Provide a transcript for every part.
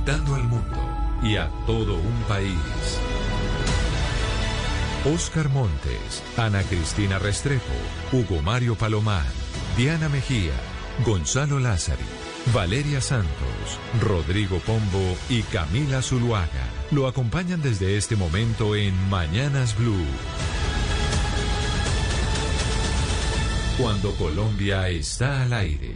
conectando al mundo y a todo un país. Oscar Montes, Ana Cristina Restrepo, Hugo Mario Palomar, Diana Mejía, Gonzalo Lázari, Valeria Santos, Rodrigo Pombo y Camila Zuluaga lo acompañan desde este momento en Mañanas Blue. Cuando Colombia está al aire.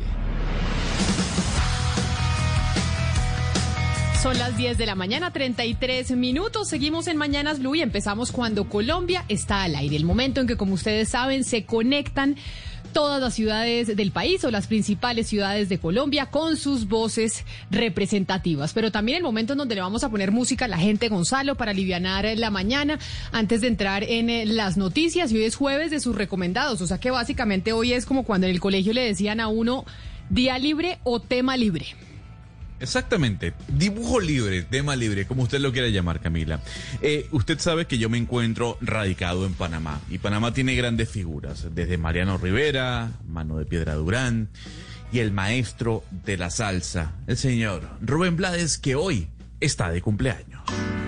Son las 10 de la mañana, 33 minutos. Seguimos en Mañanas Blue y empezamos cuando Colombia está al aire. El momento en que, como ustedes saben, se conectan todas las ciudades del país o las principales ciudades de Colombia con sus voces representativas. Pero también el momento en donde le vamos a poner música a la gente, Gonzalo, para alivianar la mañana antes de entrar en las noticias. Y hoy es jueves de sus recomendados. O sea que básicamente hoy es como cuando en el colegio le decían a uno día libre o tema libre. Exactamente, dibujo libre, tema libre, como usted lo quiera llamar, Camila. Usted sabe que yo me encuentro radicado en Panamá, y Panamá tiene grandes figuras, desde Mariano Rivera, Mano de Piedra Durán, y el maestro de la salsa, el señor Rubén Blades, que hoy está de cumpleaños.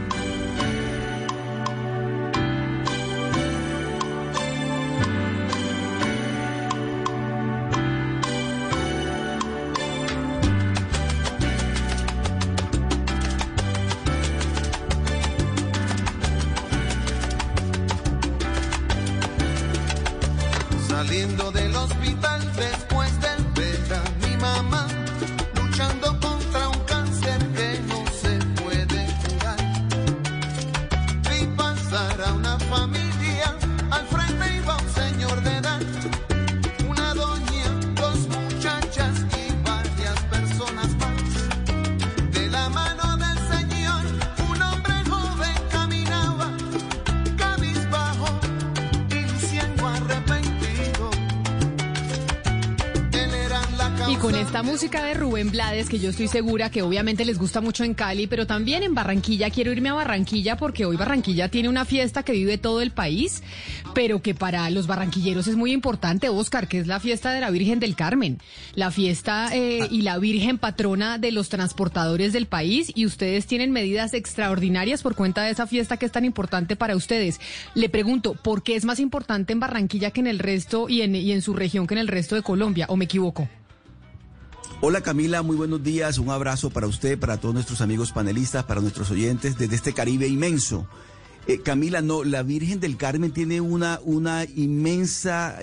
Saliendo del hospital después de ver a mi mamá luchando contra un cáncer que no se puede curar. Vi pasar a una familia, al frente iba un señor de edad, una doña, dos muchachas y varias personas más. De la mano del señor, un hombre joven caminaba, cabizbajo y luciendo arrepentido. Y con esta música de Rubén Blades, que yo estoy segura que obviamente les gusta mucho en Cali, pero también en Barranquilla. Quiero irme a Barranquilla porque hoy Barranquilla tiene una fiesta que vive todo el país, pero que para los barranquilleros es muy importante, Oscar, que es la fiesta de la Virgen del Carmen. La fiesta y la Virgen patrona de los transportadores del país, y ustedes tienen medidas extraordinarias por cuenta de esa fiesta que es tan importante para ustedes. Le pregunto, ¿por qué es más importante en Barranquilla que en el resto y en su región que en el resto de Colombia? ¿O me equivoco? Hola Camila, muy buenos días, un abrazo para usted, para todos nuestros amigos panelistas, para nuestros oyentes desde este Caribe inmenso. Camila, no, la Virgen del Carmen tiene una inmensa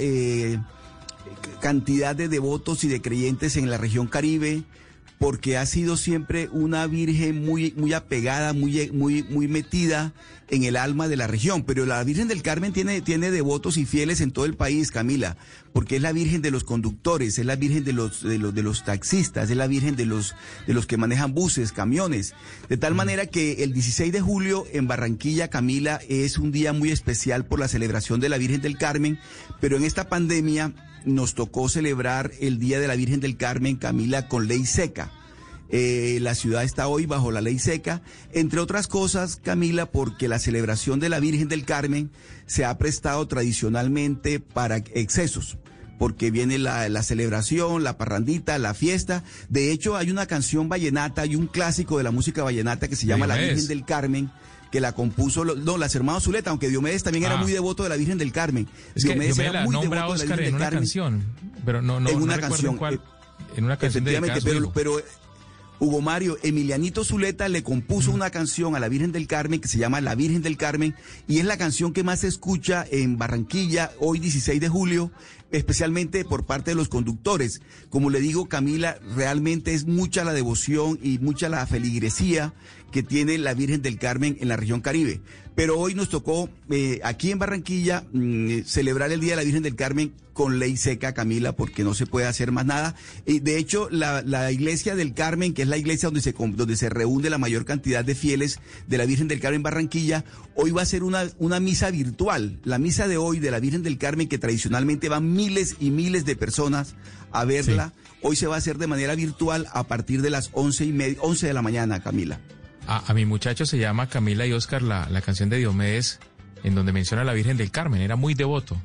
cantidad de devotos y de creyentes en la región Caribe, porque ha sido siempre una virgen muy apegada, muy metida en el alma de la región. Pero la Virgen del Carmen tiene devotos y fieles en todo el país, Camila, porque es la Virgen de los conductores, es la Virgen de los taxistas, es la Virgen de los que manejan buses, camiones. De tal manera que el 16 de julio en Barranquilla, Camila, es un día muy especial por la celebración de la Virgen del Carmen, pero en esta pandemia nos tocó celebrar el Día de la Virgen del Carmen, Camila, con ley seca. La ciudad está hoy bajo la ley seca, entre otras cosas, Camila, porque la celebración de la Virgen del Carmen se ha prestado tradicionalmente para excesos, porque viene la celebración, la parrandita, la fiesta. De hecho, hay una canción vallenata, hay un clásico de la música vallenata que se llama La Virgen del Carmen, que la compuso las hermanos Zuleta, aunque Diomedes también era muy devoto de la Virgen del Carmen. Es que Diomedes era muy devoto de la Virgen del Carmen. Canción, pero no en una canción, en una canción efectivamente, pero Hugo Mario, Emilianito Zuleta le compuso una canción a la Virgen del Carmen que se llama La Virgen del Carmen, y es la canción que más se escucha en Barranquilla hoy 16 de julio, especialmente por parte de los conductores. Como le digo, Camila, realmente es mucha la devoción y mucha la feligresía que tiene la Virgen del Carmen en la región Caribe. Pero hoy nos tocó aquí en Barranquilla celebrar el Día de la Virgen del Carmen con ley seca, Camila, porque no se puede hacer más nada. De hecho, la iglesia del Carmen, que es la iglesia donde se reúne la mayor cantidad de fieles de la Virgen del Carmen en Barranquilla, hoy va a ser una misa virtual. La misa de hoy de la Virgen del Carmen, que tradicionalmente van miles y miles de personas a verla, sí, hoy se va a hacer de manera virtual a partir de las 11 de la mañana, Camila. A mi muchacho se llama Camila y Oscar, la canción de Diomedes, en donde menciona a la Virgen del Carmen, era muy devoto.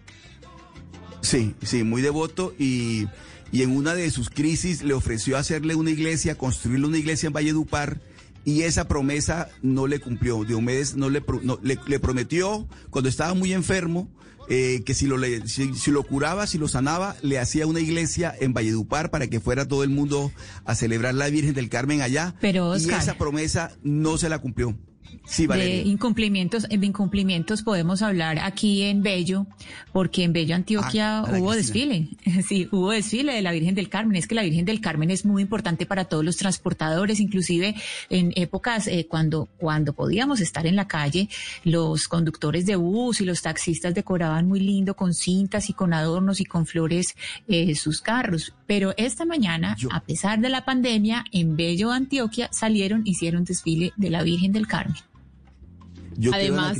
Sí, muy devoto, y en una de sus crisis le ofreció hacerle una iglesia, construirle una iglesia en Valledupar, y esa promesa no le cumplió. Diomedes le prometió cuando estaba muy enfermo que si lo curaba, si lo sanaba, le hacía una iglesia en Valledupar para que fuera todo el mundo a celebrar la Virgen del Carmen allá. Pero, Oscar, y esa promesa no se la cumplió. Sí, de incumplimientos podemos hablar aquí en Bello, porque en Bello, Antioquia, hubo desfile. Sí, hubo desfile de la Virgen del Carmen. Es que la Virgen del Carmen es muy importante para todos los transportadores, inclusive en épocas cuando podíamos estar en la calle, los conductores de bus y los taxistas decoraban muy lindo con cintas y con adornos y con flores sus carros. Pero esta mañana, a pesar de la pandemia, en Bello, Antioquia, hicieron desfile de la Virgen del Carmen. Además,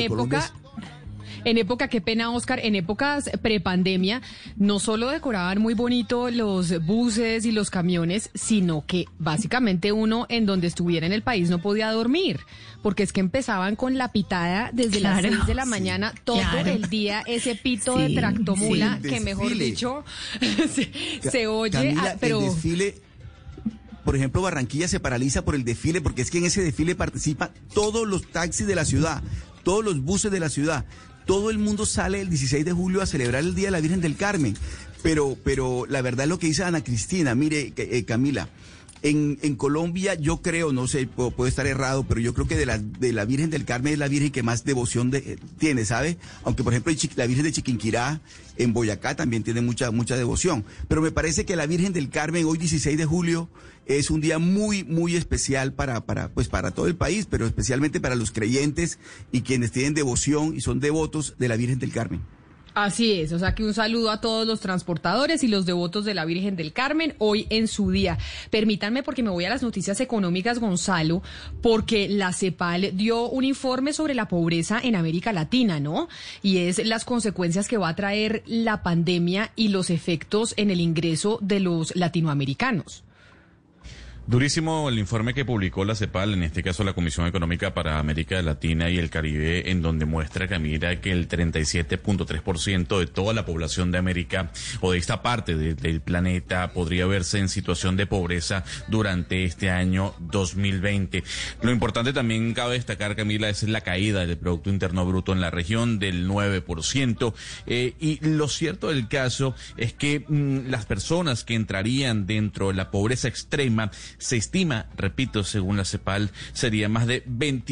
en época, qué pena, Oscar, en épocas prepandemia, no solo decoraban muy bonito los buses y los camiones, sino que básicamente uno en donde estuviera en el país no podía dormir, porque es que empezaban con la pitada desde las 6 de la mañana, todo el día, ese pito de tractomula, que mejor dicho, se oye, Camila, pero... El desfile... Por ejemplo, Barranquilla se paraliza por el desfile, porque es que en ese desfile participan todos los taxis de la ciudad, todos los buses de la ciudad. Todo el mundo sale el 16 de julio a celebrar el Día de la Virgen del Carmen. Pero la verdad es lo que dice Ana Cristina. Mire, Camila, en Colombia yo creo, no sé, puedo estar errado, pero yo creo que de la Virgen del Carmen es la Virgen que más devoción tiene, ¿sabe? Aunque, por ejemplo, la Virgen de Chiquinquirá en Boyacá también tiene mucha devoción. Pero me parece que la Virgen del Carmen, hoy 16 de julio, es un día muy, muy especial para todo el país, pero especialmente para los creyentes y quienes tienen devoción y son devotos de la Virgen del Carmen. Así es, o sea que un saludo a todos los transportadores y los devotos de la Virgen del Carmen hoy en su día. Permítanme, porque me voy a las noticias económicas, Gonzalo, porque la CEPAL dio un informe sobre la pobreza en América Latina, ¿no? Y es las consecuencias que va a traer la pandemia y los efectos en el ingreso de los latinoamericanos. Durísimo el informe que publicó la CEPAL, en este caso la Comisión Económica para América Latina y el Caribe, en donde muestra, Camila, que el 37.3% de toda la población de América o de esta parte del planeta podría verse en situación de pobreza durante este año 2020. Lo importante también cabe destacar, Camila, es la caída del Producto Interno Bruto en la región del 9%. Y lo cierto del caso es que las personas que entrarían dentro de la pobreza extrema se estima, repito, según la CEPAL, sería más de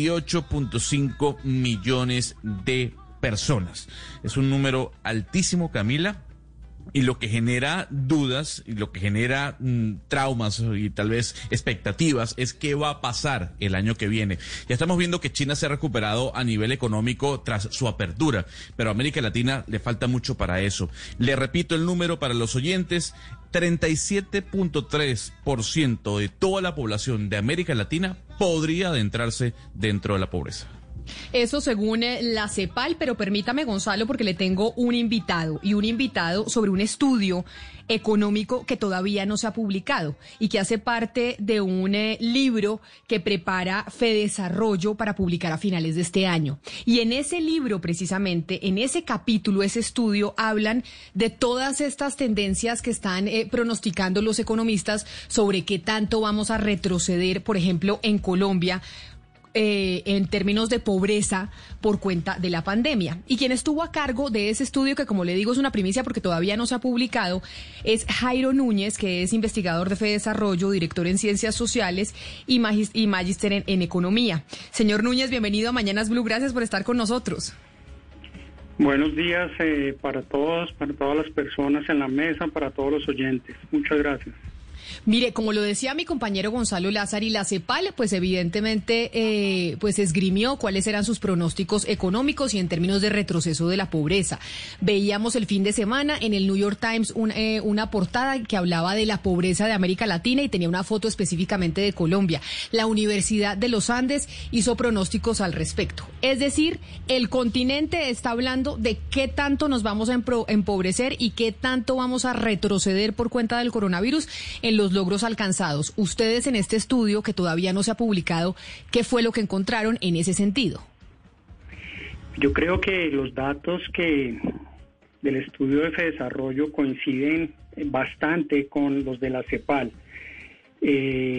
28.5 millones de personas. Es un número altísimo, Camila, y lo que genera dudas y lo que genera traumas y tal vez expectativas es qué va a pasar el año que viene. Ya estamos viendo que China se ha recuperado a nivel económico tras su apertura, pero a América Latina le falta mucho para eso. Le repito el número para los oyentes: 37.3% de toda la población de América Latina podría adentrarse dentro de la pobreza. Eso según la CEPAL, pero permítame, Gonzalo, porque le tengo un invitado sobre un estudio económico que todavía no se ha publicado y que hace parte de un libro que prepara Fedesarrollo para publicar a finales de este año. Y en ese libro, precisamente, en ese capítulo, ese estudio, hablan de todas estas tendencias que están pronosticando los economistas sobre qué tanto vamos a retroceder, por ejemplo, en Colombia, en términos de pobreza por cuenta de la pandemia. Y quien estuvo a cargo de ese estudio, que como le digo es una primicia porque todavía no se ha publicado, es Jairo Núñez, que es investigador de Fedesarrollo, director en Ciencias Sociales y magíster en Economía. Señor Núñez, bienvenido a Mañanas Blue, gracias por estar con nosotros. Buenos días para todas las personas en la mesa, para todos los oyentes. Muchas gracias. Mire, como lo decía mi compañero Gonzalo Lázari, la CEPAL, pues evidentemente, pues esgrimió cuáles eran sus pronósticos económicos y en términos de retroceso de la pobreza. Veíamos el fin de semana en el New York Times una portada que hablaba de la pobreza de América Latina y tenía una foto específicamente de Colombia. La Universidad de los Andes hizo pronósticos al respecto. Es decir, el continente está hablando de qué tanto nos vamos a empobrecer y qué tanto vamos a retroceder por cuenta del coronavirus en los logros alcanzados. Ustedes en este estudio, que todavía no se ha publicado, ¿qué fue lo que encontraron en ese sentido? Yo creo que los datos del estudio de Fedesarrollo coinciden bastante con los de la CEPAL.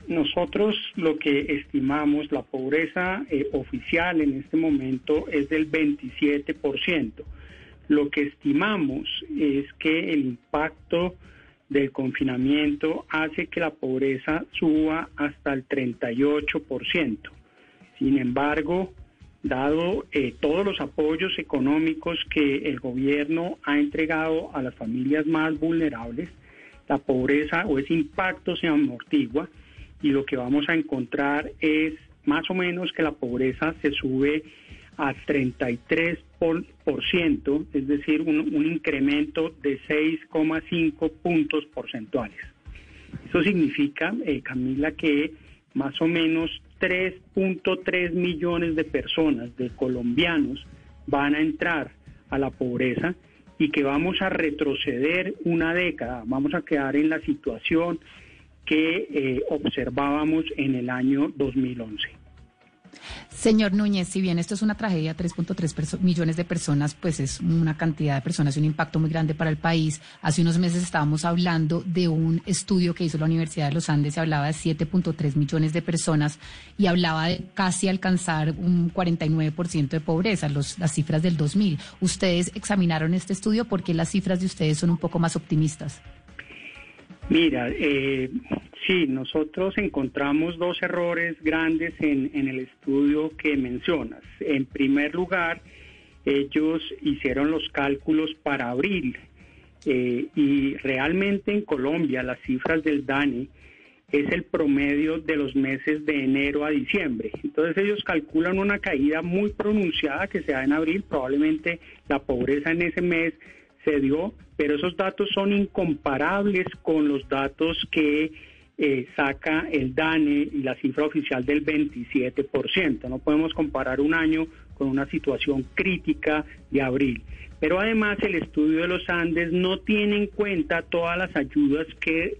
nosotros lo que estimamos, la pobreza oficial en este momento es del 27%. Lo que estimamos es que el impacto del confinamiento hace que la pobreza suba hasta el 38%. Sin embargo, dado todos los apoyos económicos que el gobierno ha entregado a las familias más vulnerables, la pobreza o ese impacto se amortigua y lo que vamos a encontrar es más o menos que la pobreza se sube a 33%, es decir, un incremento de 6,5 puntos porcentuales. Eso significa, Camila, que más o menos 3.3 millones de personas, de colombianos, van a entrar a la pobreza y que vamos a retroceder una década, vamos a quedar en la situación que observábamos en el año 2011. Señor Núñez, si bien esto es una tragedia, 3.3 millones de personas, pues es una cantidad de personas y un impacto muy grande para el país. Hace unos meses estábamos hablando de un estudio que hizo la Universidad de los Andes, se hablaba de 7.3 millones de personas y hablaba de casi alcanzar un 49% de pobreza, las cifras del 2000. ¿Ustedes examinaron este estudio? ¿Por qué las cifras de ustedes son un poco más optimistas? Mira, sí, nosotros encontramos dos errores grandes en el estudio que mencionas. En primer lugar, ellos hicieron los cálculos para abril y realmente en Colombia las cifras del DANE es el promedio de los meses de enero a diciembre. Entonces ellos calculan una caída muy pronunciada que se da en abril, probablemente la pobreza en ese mes se dio, pero esos datos son incomparables con los datos que saca el DANE y la cifra oficial del 27%. No podemos comparar un año con una situación crítica de abril. Pero además el estudio de los Andes no tiene en cuenta todas las ayudas que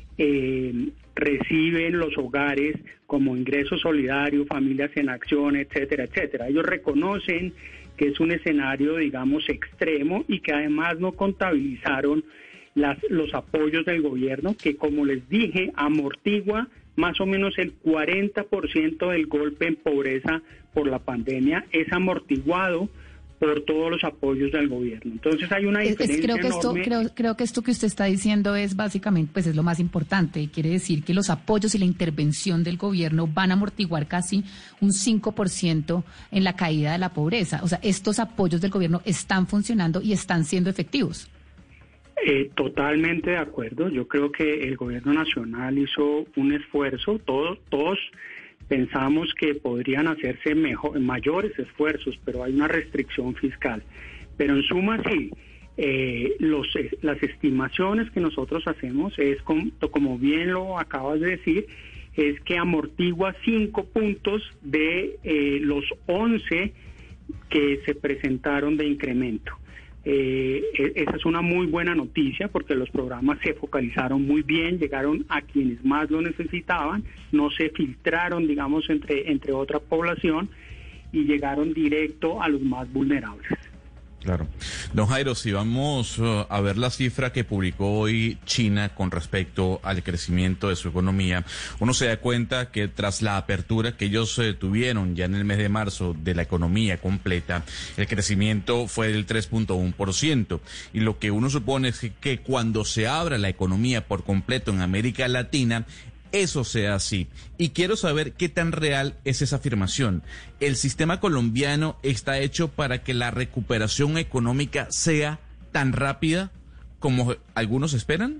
reciben los hogares como ingreso solidario, familias en acción, etcétera, etcétera. Ellos reconocen que es un escenario, digamos, extremo y que además no contabilizaron los apoyos del gobierno, que como les dije, amortigua más o menos el 40% del golpe en pobreza por la pandemia, es amortiguado por todos los apoyos del gobierno. Entonces hay una diferencia enorme. Creo que esto que usted está diciendo es básicamente, pues es lo más importante. Quiere decir que los apoyos y la intervención del gobierno van a amortiguar casi un 5% en la caída de la pobreza. O sea, estos apoyos del gobierno están funcionando y están siendo efectivos. Totalmente de acuerdo. Yo creo que el gobierno nacional hizo un esfuerzo. Todos pensamos que podrían hacerse mayores esfuerzos, pero hay una restricción fiscal. Pero en suma sí, las estimaciones que nosotros hacemos es, como bien lo acabas de decir, es que amortigua 5 puntos de los 11 que se presentaron de incremento. Esa es una muy buena noticia porque los programas se focalizaron muy bien, llegaron a quienes más lo necesitaban, no se filtraron, digamos, entre otra población y llegaron directo a los más vulnerables. Claro. Don Jairo, si vamos a ver la cifra que publicó hoy China con respecto al crecimiento de su economía, uno se da cuenta que tras la apertura que ellos tuvieron ya en el mes de marzo de la economía completa, el crecimiento fue del 3.1%. Y lo que uno supone es que cuando se abra la economía por completo en América Latina, eso sea así. Y quiero saber qué tan real es esa afirmación. ¿El sistema colombiano está hecho para que la recuperación económica sea tan rápida como algunos esperan?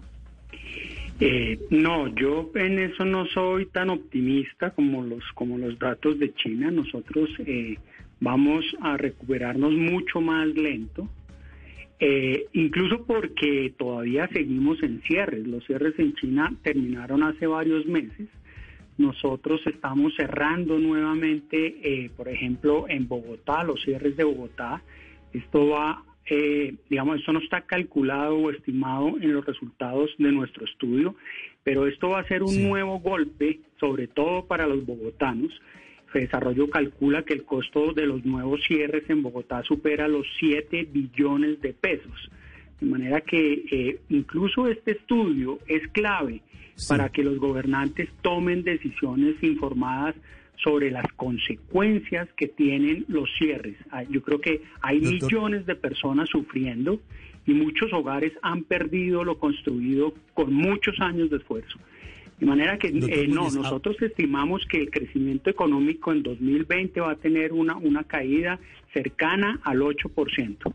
No, yo en eso no soy tan optimista como los datos de China. Nosotros vamos a recuperarnos mucho más lento. Incluso porque todavía seguimos en cierres. Los cierres en China terminaron hace varios meses. Nosotros estamos cerrando nuevamente, por ejemplo, en Bogotá, los cierres de Bogotá. Esto va, esto no está calculado o estimado en los resultados de nuestro estudio, pero esto va a ser un nuevo golpe, sobre todo para los bogotanos. Desarrollo calcula que el costo de los nuevos cierres en Bogotá supera los 7 billones de pesos. De manera que incluso este estudio es clave para que los gobernantes tomen decisiones informadas sobre las consecuencias que tienen los cierres. Yo creo que hay millones de personas sufriendo y muchos hogares han perdido lo construido con muchos años de esfuerzo. De manera que nosotros estimamos que el crecimiento económico en 2020 va a tener una caída cercana al 8%.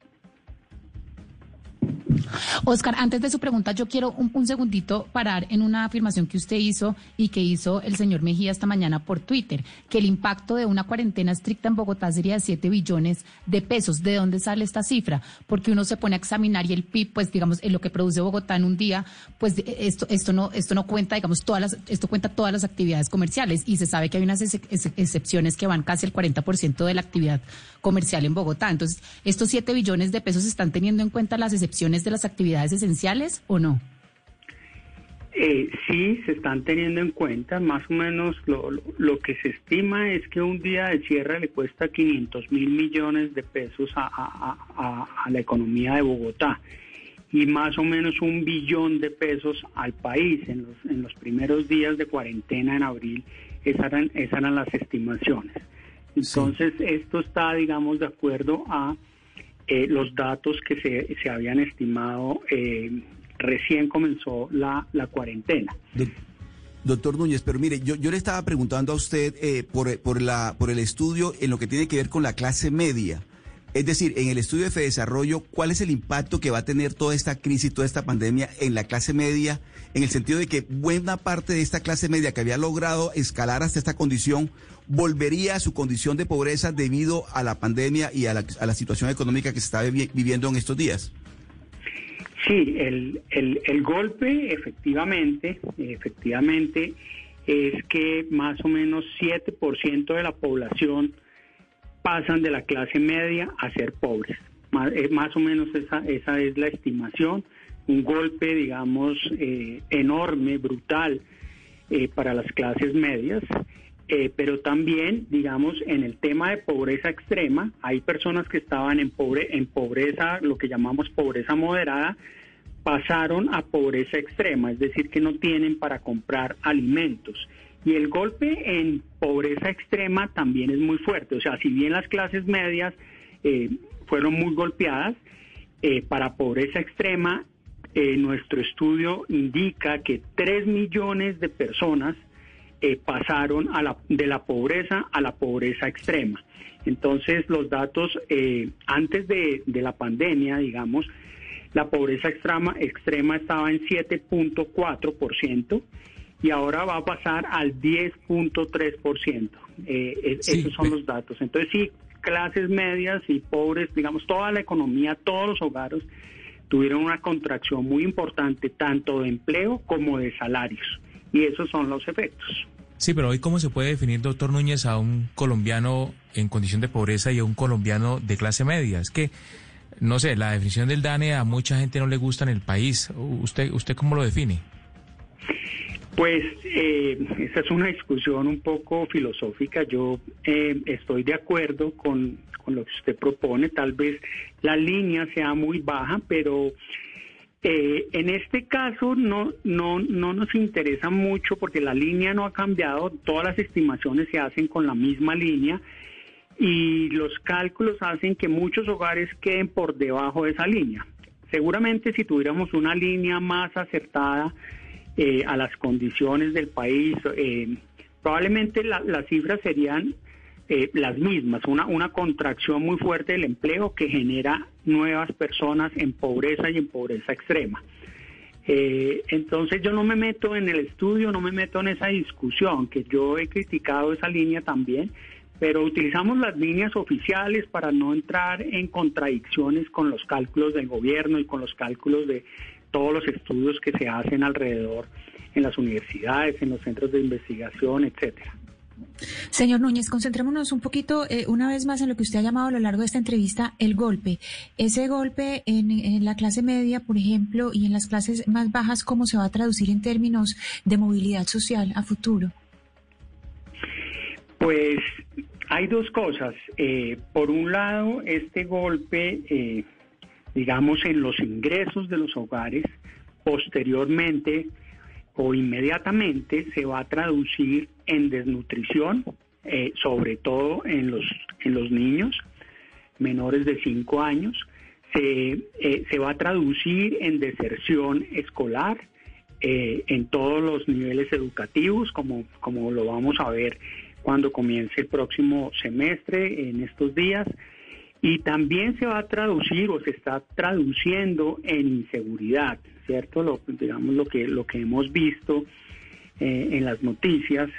Oscar, antes de su pregunta, yo quiero un segundito parar en una afirmación que usted hizo y que hizo el señor Mejía esta mañana por Twitter, que el impacto de una cuarentena estricta en Bogotá sería de 7 billones de pesos. ¿De dónde sale esta cifra? Porque uno se pone a examinar y el PIB, pues digamos, en lo que produce Bogotá en un día, pues esto no cuenta, digamos, esto cuenta todas las actividades comerciales y se sabe que hay unas excepciones que van casi al 40% de la actividad comercial en Bogotá. Entonces, ¿estos 7 billones de pesos están teniendo en cuenta las excepciones de las actividades esenciales o no? Sí, se están teniendo en cuenta. Más o menos lo que se estima es que un día de cierre le cuesta 500 mil millones de pesos a la economía de Bogotá y más o menos 1 billón de pesos al país en los primeros días de cuarentena en abril. Esas eran las estimaciones. Entonces, esto está, digamos, de acuerdo a los datos que se habían estimado recién comenzó la cuarentena. Doctor Núñez, pero mire, yo le estaba preguntando a usted por el estudio en lo que tiene que ver con la clase media. Es decir, en el estudio de FEDesarrollo, ¿cuál es el impacto que va a tener toda esta crisis, toda esta pandemia en la clase media? En el sentido de que buena parte de esta clase media que había logrado escalar hasta esta condición, volvería a su condición de pobreza debido a la pandemia y a la situación económica que se está viviendo en estos días. Sí, el golpe efectivamente es que más o menos 7% de la población pasan de la clase media a ser pobres. Más o menos esa es la estimación. Un golpe, digamos, enorme, brutal para las clases medias. Pero también, digamos, en el tema de pobreza extrema, hay personas que estaban en pobreza, lo que llamamos pobreza moderada, pasaron a pobreza extrema, es decir, que no tienen para comprar alimentos. Y el golpe en pobreza extrema también es muy fuerte. O sea, si bien las clases medias fueron muy golpeadas, para pobreza extrema, nuestro estudio indica que 3 millones de personas pasaron de la pobreza a la pobreza extrema. Entonces, los datos antes de la pandemia, digamos, la pobreza extrema estaba en 7.4%. y ahora va a pasar al 10.3%. Esos son los datos. Entonces, sí, clases medias y pobres, digamos, toda la economía, todos los hogares tuvieron una contracción muy importante, tanto de empleo como de salarios. Y esos son los efectos. Sí, pero hoy, ¿cómo se puede definir, doctor Núñez, a un colombiano en condición de pobreza y a un colombiano de clase media? Es que, no sé, la definición del DANE a mucha gente no le gusta en el país. ¿Usted cómo lo define? Pues esa es una discusión un poco filosófica. Yo estoy de acuerdo con lo que usted propone. Tal vez la línea sea muy baja, pero en este caso no nos interesa mucho porque la línea no ha cambiado. Todas las estimaciones se hacen con la misma línea y los cálculos hacen que muchos hogares queden por debajo de esa línea. Seguramente si tuviéramos una línea más acertada a las condiciones del país, probablemente las cifras serían las mismas, una contracción muy fuerte del empleo que genera nuevas personas en pobreza y en pobreza extrema. Entonces yo no me meto en el estudio, no me meto en esa discusión, que yo he criticado esa línea también, pero utilizamos las líneas oficiales para no entrar en contradicciones con los cálculos del gobierno y con los cálculos de todos los estudios que se hacen alrededor en las universidades, en los centros de investigación, etcétera. Señor Núñez, concentrémonos un poquito una vez más en lo que usted ha llamado a lo largo de esta entrevista el golpe. Ese golpe en la clase media, por ejemplo, y en las clases más bajas, ¿cómo se va a traducir en términos de movilidad social a futuro? Pues hay dos cosas. Por un lado, este golpe digamos, en los ingresos de los hogares, posteriormente o inmediatamente se va a traducir en desnutrición, sobre todo en los niños menores de 5 años, se va a traducir en deserción escolar en todos los niveles educativos, como lo vamos a ver cuando comience el próximo semestre en estos días, y también se va a traducir o se está traduciendo en inseguridad, ¿cierto? Digamos lo que hemos visto en las noticias,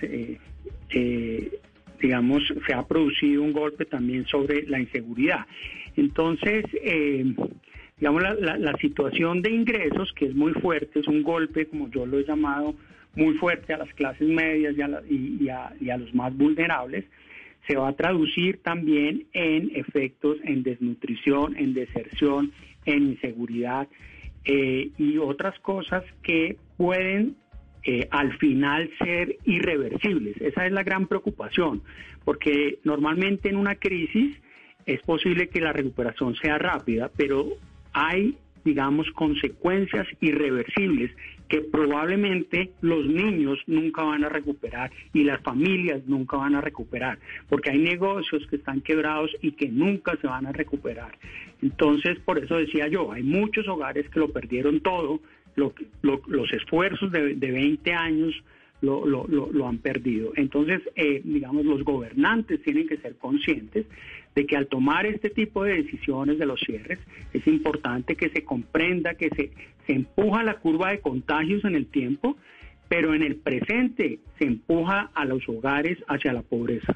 digamos, se ha producido un golpe también sobre la inseguridad. Entonces, digamos, la situación de ingresos, que es muy fuerte, es un golpe, como yo lo he llamado, muy fuerte a las clases medias y a los más vulnerables, se va a traducir también en efectos en desnutrición, en deserción, en inseguridad y otras cosas que pueden al final ser irreversibles. Esa es la gran preocupación, porque normalmente en una crisis es posible que la recuperación sea rápida, pero hay, digamos, consecuencias irreversibles que probablemente los niños nunca van a recuperar y las familias nunca van a recuperar, porque hay negocios que están quebrados y que nunca se van a recuperar. Entonces, por eso decía yo, hay muchos hogares que lo perdieron todo, los esfuerzos de 20 años lo han perdido. Entonces, digamos, los gobernantes tienen que ser conscientes de que al tomar este tipo de decisiones de los cierres, es importante que se comprenda que se empuja la curva de contagios en el tiempo, pero en el presente se empuja a los hogares hacia la pobreza.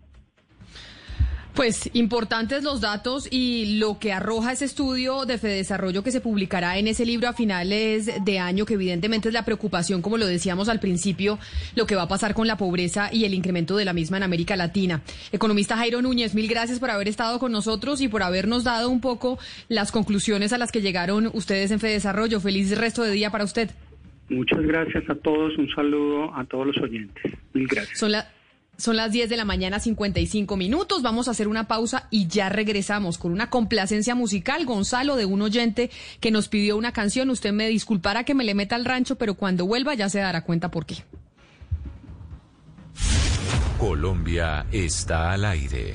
Pues importantes los datos y lo que arroja ese estudio de Fedesarrollo que se publicará en ese libro a finales de año, que evidentemente es la preocupación, como lo decíamos al principio, lo que va a pasar con la pobreza y el incremento de la misma en América Latina. Economista Jairo Núñez, mil gracias por haber estado con nosotros y por habernos dado un poco las conclusiones a las que llegaron ustedes en Fedesarrollo. Feliz resto de día para usted. Muchas gracias a todos, un saludo a todos los oyentes. Mil gracias. Son las 10 de la mañana, 55 minutos. Vamos a hacer una pausa y ya regresamos con una complacencia musical. Gonzalo, de un oyente que nos pidió una canción. Usted me disculpará que me le meta al rancho, pero cuando vuelva ya se dará cuenta por qué. Colombia está al aire.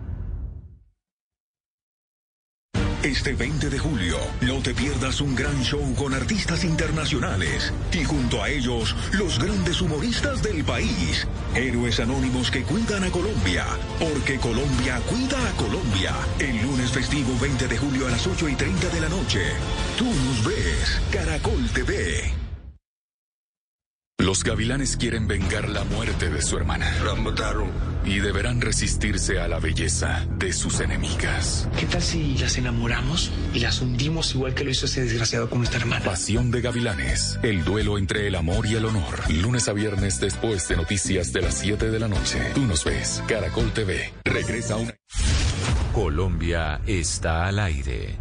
Este 20 de julio, no te pierdas un gran show con artistas internacionales y junto a ellos, los grandes humoristas del país. Héroes anónimos que cuidan a Colombia, porque Colombia cuida a Colombia. El lunes festivo 20 de julio a las 8:30 de la noche. Tú nos ves, Caracol TV. Los gavilanes quieren vengar la muerte de su hermana. La mataron. Y deberán resistirse a la belleza de sus enemigas. ¿Qué tal si las enamoramos y las hundimos igual que lo hizo ese desgraciado con nuestra hermana? Pasión de Gavilanes. El duelo entre el amor y el honor. Lunes a viernes después de noticias de las 7 de la noche. Tú nos ves. Caracol TV. Regresa una... Colombia está al aire.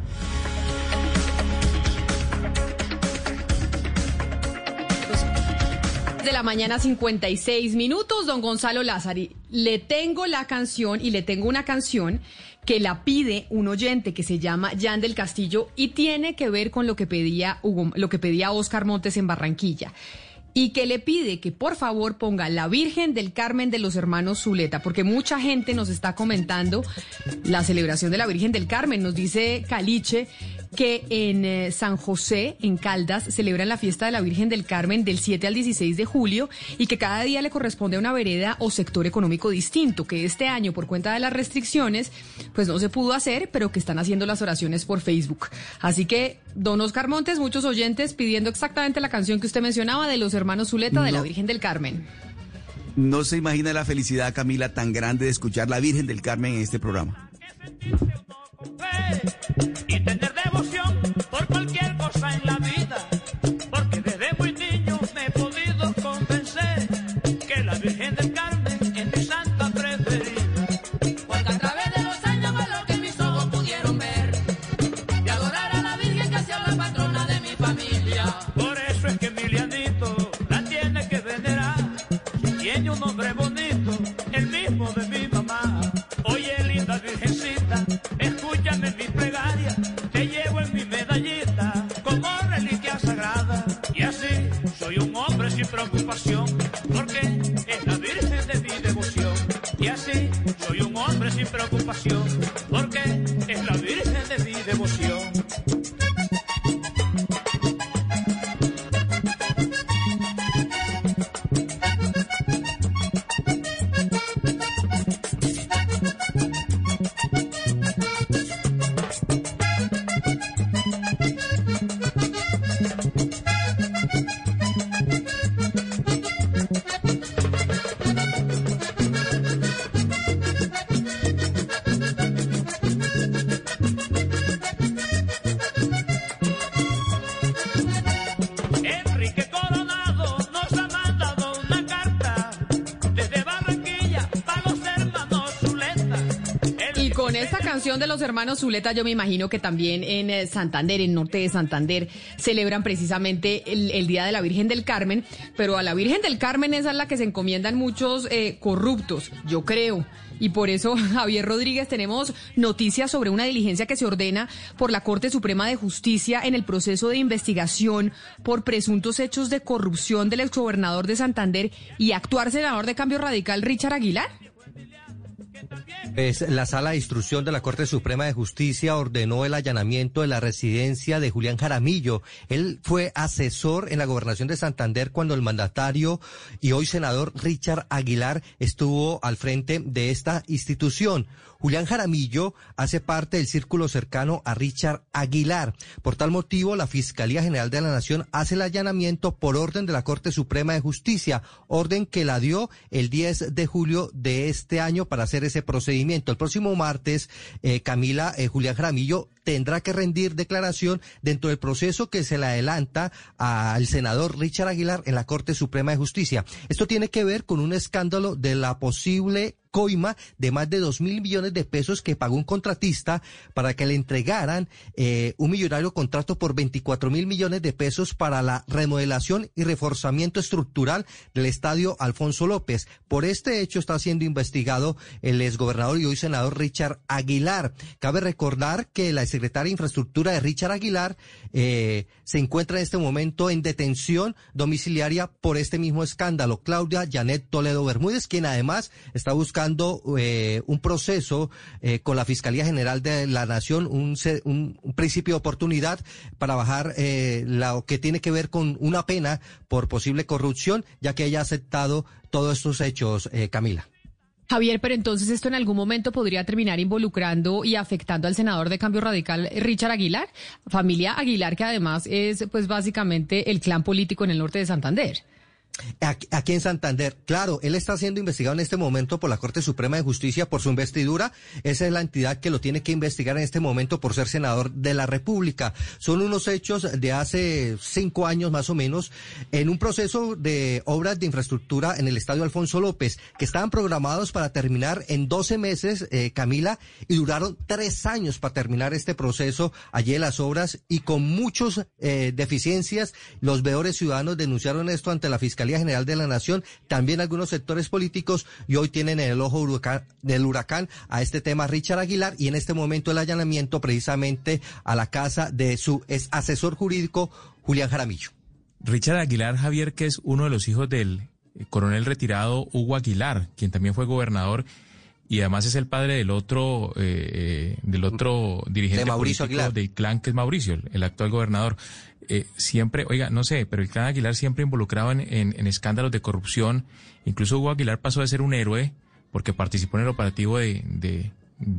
De la mañana, 56 minutos, don Gonzalo Lázari. Le tengo la canción y le tengo una canción que la pide un oyente que se llama Jan del Castillo y tiene que ver con lo que pedía Oscar Montes en Barranquilla. Y que le pide que por favor ponga La Virgen del Carmen de los hermanos Zuleta, porque mucha gente nos está comentando la celebración de la Virgen del Carmen. Nos dice Caliche que en San José, en Caldas, celebran la fiesta de la Virgen del Carmen del 7 al 16 de julio y que cada día le corresponde a una vereda o sector económico distinto, que este año, por cuenta de las restricciones, pues no se pudo hacer, pero que están haciendo las oraciones por Facebook. Así que, don Oscar Montes, muchos oyentes pidiendo exactamente la canción que usted mencionaba de los hermanos Zuleta de la Virgen del Carmen. No se imagina la felicidad, Camila, tan grande de escuchar la Virgen del Carmen en este programa. Y tener devoción por cualquier cosa en la vida, porque desde muy niño me he podido convencer que la Virgen del Carmen es mi santa preferida, porque a través de los años fue lo que mis ojos pudieron ver, y adorar a la Virgen que sea la patrona de mi familia. Por eso es que Emilianito la tiene que venerar, tiene un nombre bonito, el mismo de mi mamá. Oye, linda Virgencita, escúchame mi plegaria, te sin preocupación, porque es la Virgen de mi devoción. De los hermanos Zuleta, yo me imagino que también en Santander, en norte de Santander, celebran precisamente el Día de la Virgen del Carmen, pero a la Virgen del Carmen esa es la que se encomiendan muchos corruptos, yo creo. Y por eso, Javier Rodríguez, tenemos noticias sobre una diligencia que se ordena por la Corte Suprema de Justicia en el proceso de investigación por presuntos hechos de corrupción del exgobernador de Santander y actual senador de Cambio Radical, Richard Aguilar. Pues la Sala de Instrucción de la Corte Suprema de Justicia ordenó el allanamiento de la residencia de Julián Jaramillo. Él fue asesor en la gobernación de Santander cuando el mandatario y hoy senador Richard Aguilar estuvo al frente de esta institución. Julián Jaramillo hace parte del círculo cercano a Richard Aguilar. Por tal motivo, la Fiscalía General de la Nación hace el allanamiento por orden de la Corte Suprema de Justicia, orden que la dio el 10 de julio de este año para hacer ese procedimiento. El próximo martes, Camila, Julián Jaramillo tendrá que rendir declaración dentro del proceso que se le adelanta al senador Richard Aguilar en la Corte Suprema de Justicia. Esto tiene que ver con un escándalo de la posible coima de más de 2.000 millones de pesos que pagó un contratista para que le entregaran un millonario contrato por 24.000 millones de pesos para la remodelación y reforzamiento estructural del estadio Alfonso López. Por este hecho está siendo investigado el exgobernador y hoy senador Richard Aguilar. Cabe recordar que la secretaria de Infraestructura de Richard Aguilar se encuentra en este momento en detención domiciliaria por este mismo escándalo. Claudia Janet Toledo Bermúdez, quien además está buscando un proceso con la Fiscalía General de la Nación, un principio de oportunidad para bajar lo que tiene que ver con una pena por posible corrupción, ya que ella ha aceptado todos estos hechos, Camila. Javier, pero entonces esto en algún momento podría terminar involucrando y afectando al senador de Cambio Radical, Richard Aguilar, familia Aguilar, que además es pues básicamente el clan político en el norte de Santander. Aquí en Santander, claro, él está siendo investigado en este momento por la Corte Suprema de Justicia por su investidura. Esa es la entidad que lo tiene que investigar en este momento por ser senador de la República. Son unos hechos de hace 5 años más o menos, en un proceso de obras de infraestructura en el estadio Alfonso López, que estaban programados para terminar en 12 meses, Camila, y duraron 3 años para terminar este proceso allí en las obras y con muchas deficiencias. Los veedores ciudadanos denunciaron esto ante la Fiscalía General de la Nación, también algunos sectores políticos, y hoy tienen en el ojo del huracán a este tema Richard Aguilar, y en este momento el allanamiento precisamente a la casa de su asesor jurídico Julián Jaramillo. Richard Aguilar, Javier, que es uno de los hijos del coronel retirado Hugo Aguilar, quien también fue gobernador y además es el padre del otro dirigente de Mauricio político Aguilar, del clan, que es Mauricio, el actual gobernador. Siempre, oiga, no sé, pero el clan Aguilar siempre involucrado en escándalos de corrupción. Incluso Hugo Aguilar pasó de ser un héroe porque participó en el operativo de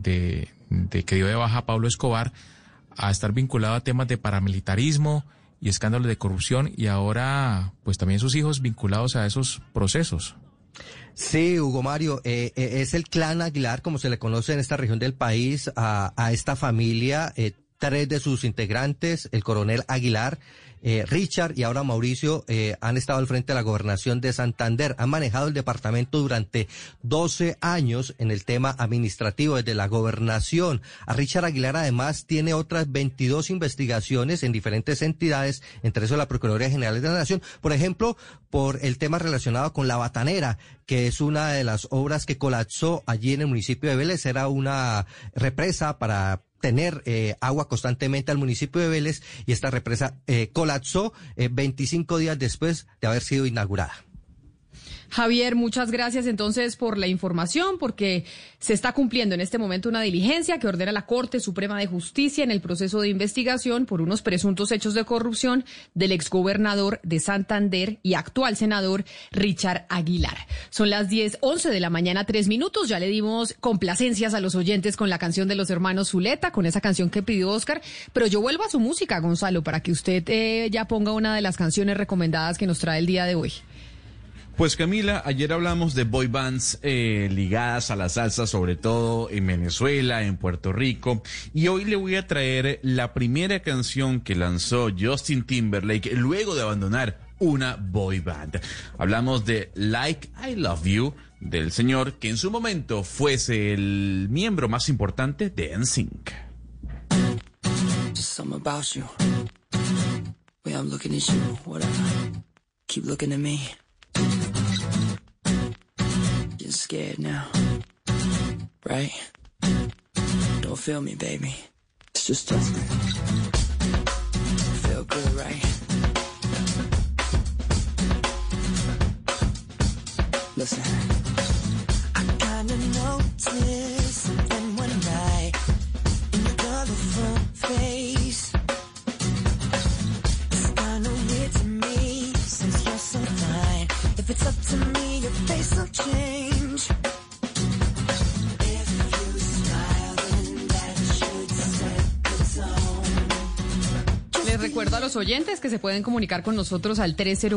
que dio de baja a Pablo Escobar, a estar vinculado a temas de paramilitarismo y escándalos de corrupción, y ahora pues también sus hijos vinculados a esos procesos. Sí, Hugo Mario, es el clan Aguilar, como se le conoce en esta región del país, a esta familia. 3 de sus integrantes, el coronel Aguilar, Richard y ahora Mauricio, han estado al frente de la gobernación de Santander. Han manejado el departamento durante 12 años en el tema administrativo desde la gobernación. A Richard Aguilar además tiene otras 22 investigaciones en diferentes entidades, entre eso la Procuraduría General de la Nación, por ejemplo, por el tema relacionado con La Batanera, que es una de las obras que colapsó allí en el municipio de Vélez. Era una represa para tener agua constantemente al municipio de Vélez, y esta represa colapsó 25 días después de haber sido inaugurada. Javier, muchas gracias entonces por la información, porque se está cumpliendo en este momento una diligencia que ordena la Corte Suprema de Justicia en el proceso de investigación por unos presuntos hechos de corrupción del exgobernador de Santander y actual senador Richard Aguilar. Son las 10:11 de la mañana, 3 minutos. Ya le dimos complacencias a los oyentes con la canción de los hermanos Zuleta, con esa canción que pidió Oscar, pero yo vuelvo a su música, Gonzalo, para que usted ya ponga una de las canciones recomendadas que nos trae el día de hoy. Pues Camila, ayer hablamos de boy bands ligadas a la salsa, sobre todo en Venezuela, en Puerto Rico, y hoy le voy a traer la primera canción que lanzó Justin Timberlake luego de abandonar una boy band. Hablamos de Like I Love You, del señor que en su momento fuese el miembro más importante de NSYNC. Just something about you. Way I'm looking at you, whatever. Keep looking at me. Getting scared now, right? Don't feel me, baby. It's just testing. Feel good, right? Listen. I kinda noticed something one night in your colorful face. It's kinda weird to me since you're so fine. If it's up to me, your face will change. If you smile, then that should set the tone. Les recuerdo a los oyentes que se pueden comunicar con nosotros al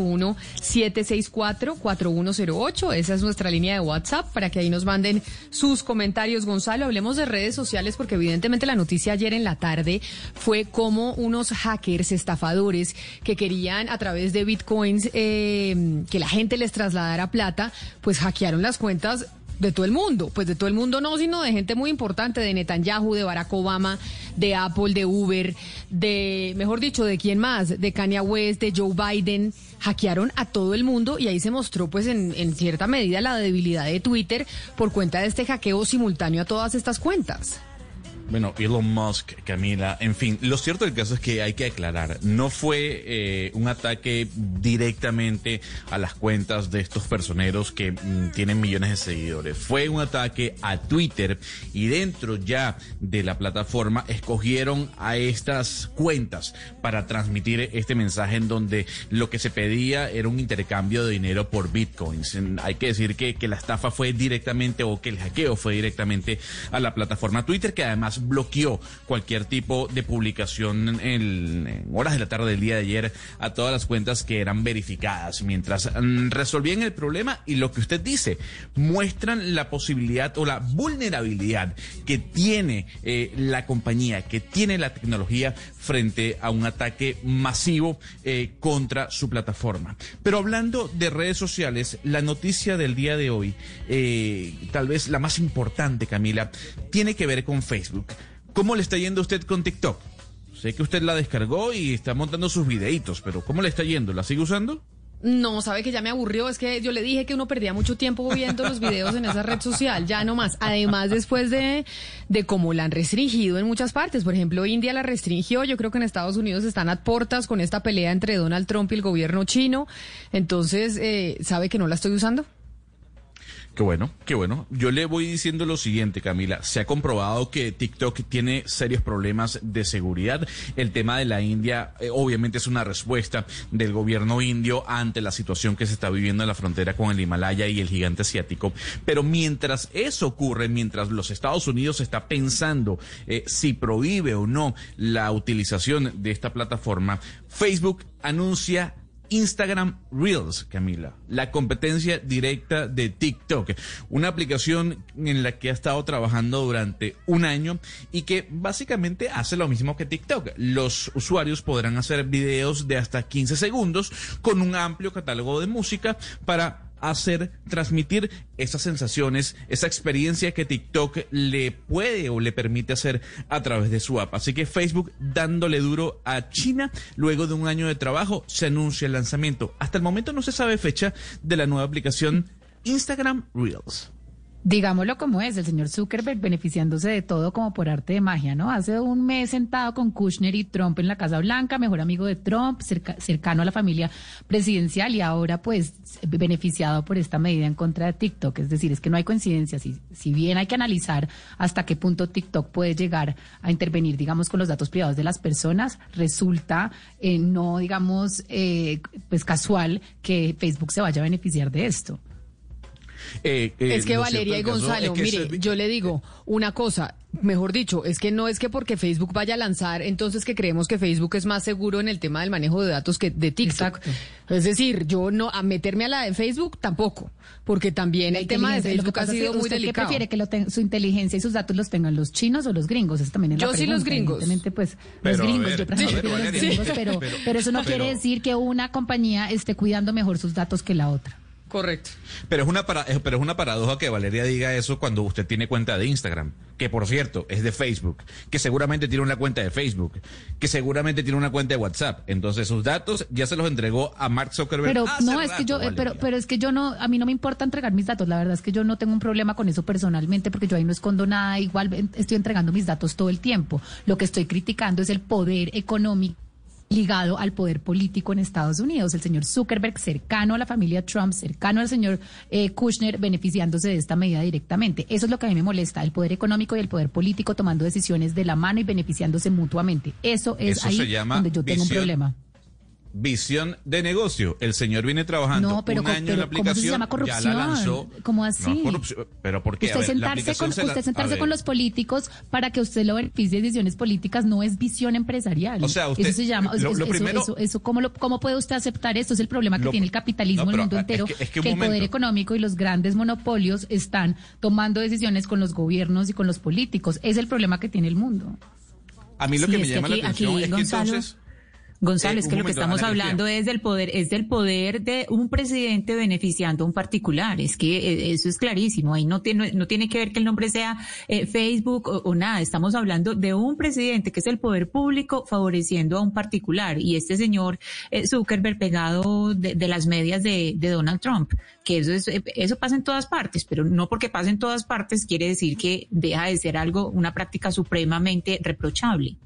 301-764-4108. Esa es nuestra línea de WhatsApp para que ahí nos manden sus comentarios. Gonzalo, hablemos de redes sociales porque evidentemente la noticia ayer en la tarde fue como unos hackers estafadores que querían a través de bitcoins que la gente les trasladara plata, pues hackearon las cuentas de todo el mundo, pues de todo el mundo no, sino de gente muy importante, de Netanyahu, de Barack Obama, de Apple, de Uber, de, mejor dicho, de quién más, de Kanye West, de Joe Biden. Hackearon a todo el mundo y ahí se mostró pues en cierta medida la debilidad de Twitter por cuenta de este hackeo simultáneo a todas estas cuentas. Bueno, Elon Musk, Camila, en fin, lo cierto del caso es que hay que aclarar, no fue un ataque directamente a las cuentas de estos personeros que tienen millones de seguidores, fue un ataque a Twitter y dentro ya de la plataforma escogieron a estas cuentas para transmitir este mensaje en donde lo que se pedía era un intercambio de dinero por bitcoins. Hay que decir que la estafa fue directamente o que el hackeo fue directamente a la plataforma Twitter, que además bloqueó cualquier tipo de publicación en horas de la tarde del día de ayer a todas las cuentas que eran verificadas, mientras resolvían el problema. Y lo que usted dice, muestran la posibilidad o la vulnerabilidad que tiene la compañía, que tiene la tecnología frente a un ataque masivo contra su plataforma. Pero hablando de redes sociales, la noticia del día de hoy, tal vez la más importante, Camila, tiene que ver con Facebook. ¿Cómo le está yendo a usted con TikTok? Sé que usted la descargó y está montando sus videitos, pero ¿cómo le está yendo? ¿La sigue usando? No, sabe que ya me aburrió, es que yo le dije que uno perdía mucho tiempo viendo los videos en esa red social, ya no más. Además, después de cómo la han restringido en muchas partes, por ejemplo, India la restringió, yo creo que en Estados Unidos están a portas con esta pelea entre Donald Trump y el gobierno chino, entonces, ¿sabe que no la estoy usando? Qué bueno, qué bueno. Yo le voy diciendo lo siguiente, Camila. Se ha comprobado que TikTok tiene serios problemas de seguridad. El tema de la India, obviamente, es una respuesta del gobierno indio ante la situación que se está viviendo en la frontera con el Himalaya y el gigante asiático. Pero mientras eso ocurre, mientras los Estados Unidos está pensando si prohíbe o no la utilización de esta plataforma, Facebook anuncia Instagram Reels, Camila, la competencia directa de TikTok, una aplicación en la que ha estado trabajando durante un año y que básicamente hace lo mismo que TikTok. Los usuarios podrán hacer videos de hasta 15 segundos con un amplio catálogo de música para transmitir esas sensaciones, esa experiencia que TikTok le puede o le permite hacer a través de su app. Así que Facebook dándole duro a China, luego de un año de trabajo se anuncia el lanzamiento. Hasta el momento no se sabe fecha de la nueva aplicación Instagram Reels. Digámoslo como es, el señor Zuckerberg beneficiándose de todo como por arte de magia, ¿no? Hace un mes sentado con Kushner y Trump en la Casa Blanca, mejor amigo de Trump, cercano a la familia presidencial y ahora pues beneficiado por esta medida en contra de TikTok. Es decir, es que no hay coincidencia. Si bien hay que analizar hasta qué punto TikTok puede llegar a intervenir, digamos, con los datos privados de las personas, resulta no, digamos, pues casual que Facebook se vaya a beneficiar de esto. Es que Valeria y Gonzalo, mire, yo le digo una cosa, mejor dicho, es que no es que porque Facebook vaya a lanzar, entonces que creemos que Facebook es más seguro en el tema del manejo de datos que de TikTok. Exacto. Es decir, yo no, a meterme a la de Facebook tampoco, porque también el tema de Facebook ha sido muy delicado. ¿Qué prefiere, que su inteligencia y sus datos los tengan los chinos o los gringos? Eso también es la pregunta. Yo sí los gringos. Evidentemente, pues, los gringos, yo prefiero los gringos, pero eso no quiere decir que una compañía esté cuidando mejor sus datos que la otra. Correcto. Pero es una paradoja que Valeria diga eso cuando usted tiene cuenta de Instagram, que por cierto es de Facebook, que seguramente tiene una cuenta de Facebook, que seguramente tiene una cuenta de WhatsApp. Entonces sus datos ya se los entregó a Mark Zuckerberg. Pero no, es que yo, pero es que yo no, a mí no me importa entregar mis datos. La verdad es que yo no tengo un problema con eso personalmente, porque yo ahí no escondo nada. Igual estoy entregando mis datos todo el tiempo. Lo que estoy criticando es el poder económico ligado al poder político en Estados Unidos. El señor Zuckerberg, cercano a la familia Trump, cercano al señor Kushner, beneficiándose de esta medida directamente. Eso es lo que a mí me molesta, el poder económico y el poder político tomando decisiones de la mano y beneficiándose mutuamente. Eso es ahí donde yo tengo un problema. Visión de negocio. El señor viene trabajando un año en la aplicación. ¿Cómo se llama corrupción? Ya la lanzó. ¿Cómo así? No, pero ¿por qué? Usted sentarse con los políticos para que usted lo beneficie de decisiones políticas no es visión empresarial. O sea, usted, eso se llama. ¿Cómo puede usted aceptar esto? Es el problema que tiene el capitalismo en el mundo entero, que el poder económico y los grandes monopolios están tomando decisiones con los gobiernos y con los políticos. Es el problema que tiene el mundo. A mí lo que me llama la atención es que entonces... Gonzalo, es que lo que estamos hablando es del poder de un presidente beneficiando a un particular. Es que eso es clarísimo. Ahí no tiene que ver que el nombre sea Facebook o nada. Estamos hablando de un presidente que es el poder público favoreciendo a un particular. Y este señor Zuckerberg pegado de las medias de Donald Trump. Que eso pasa en todas partes, pero no porque pase en todas partes quiere decir que deja de ser una práctica supremamente reprochable.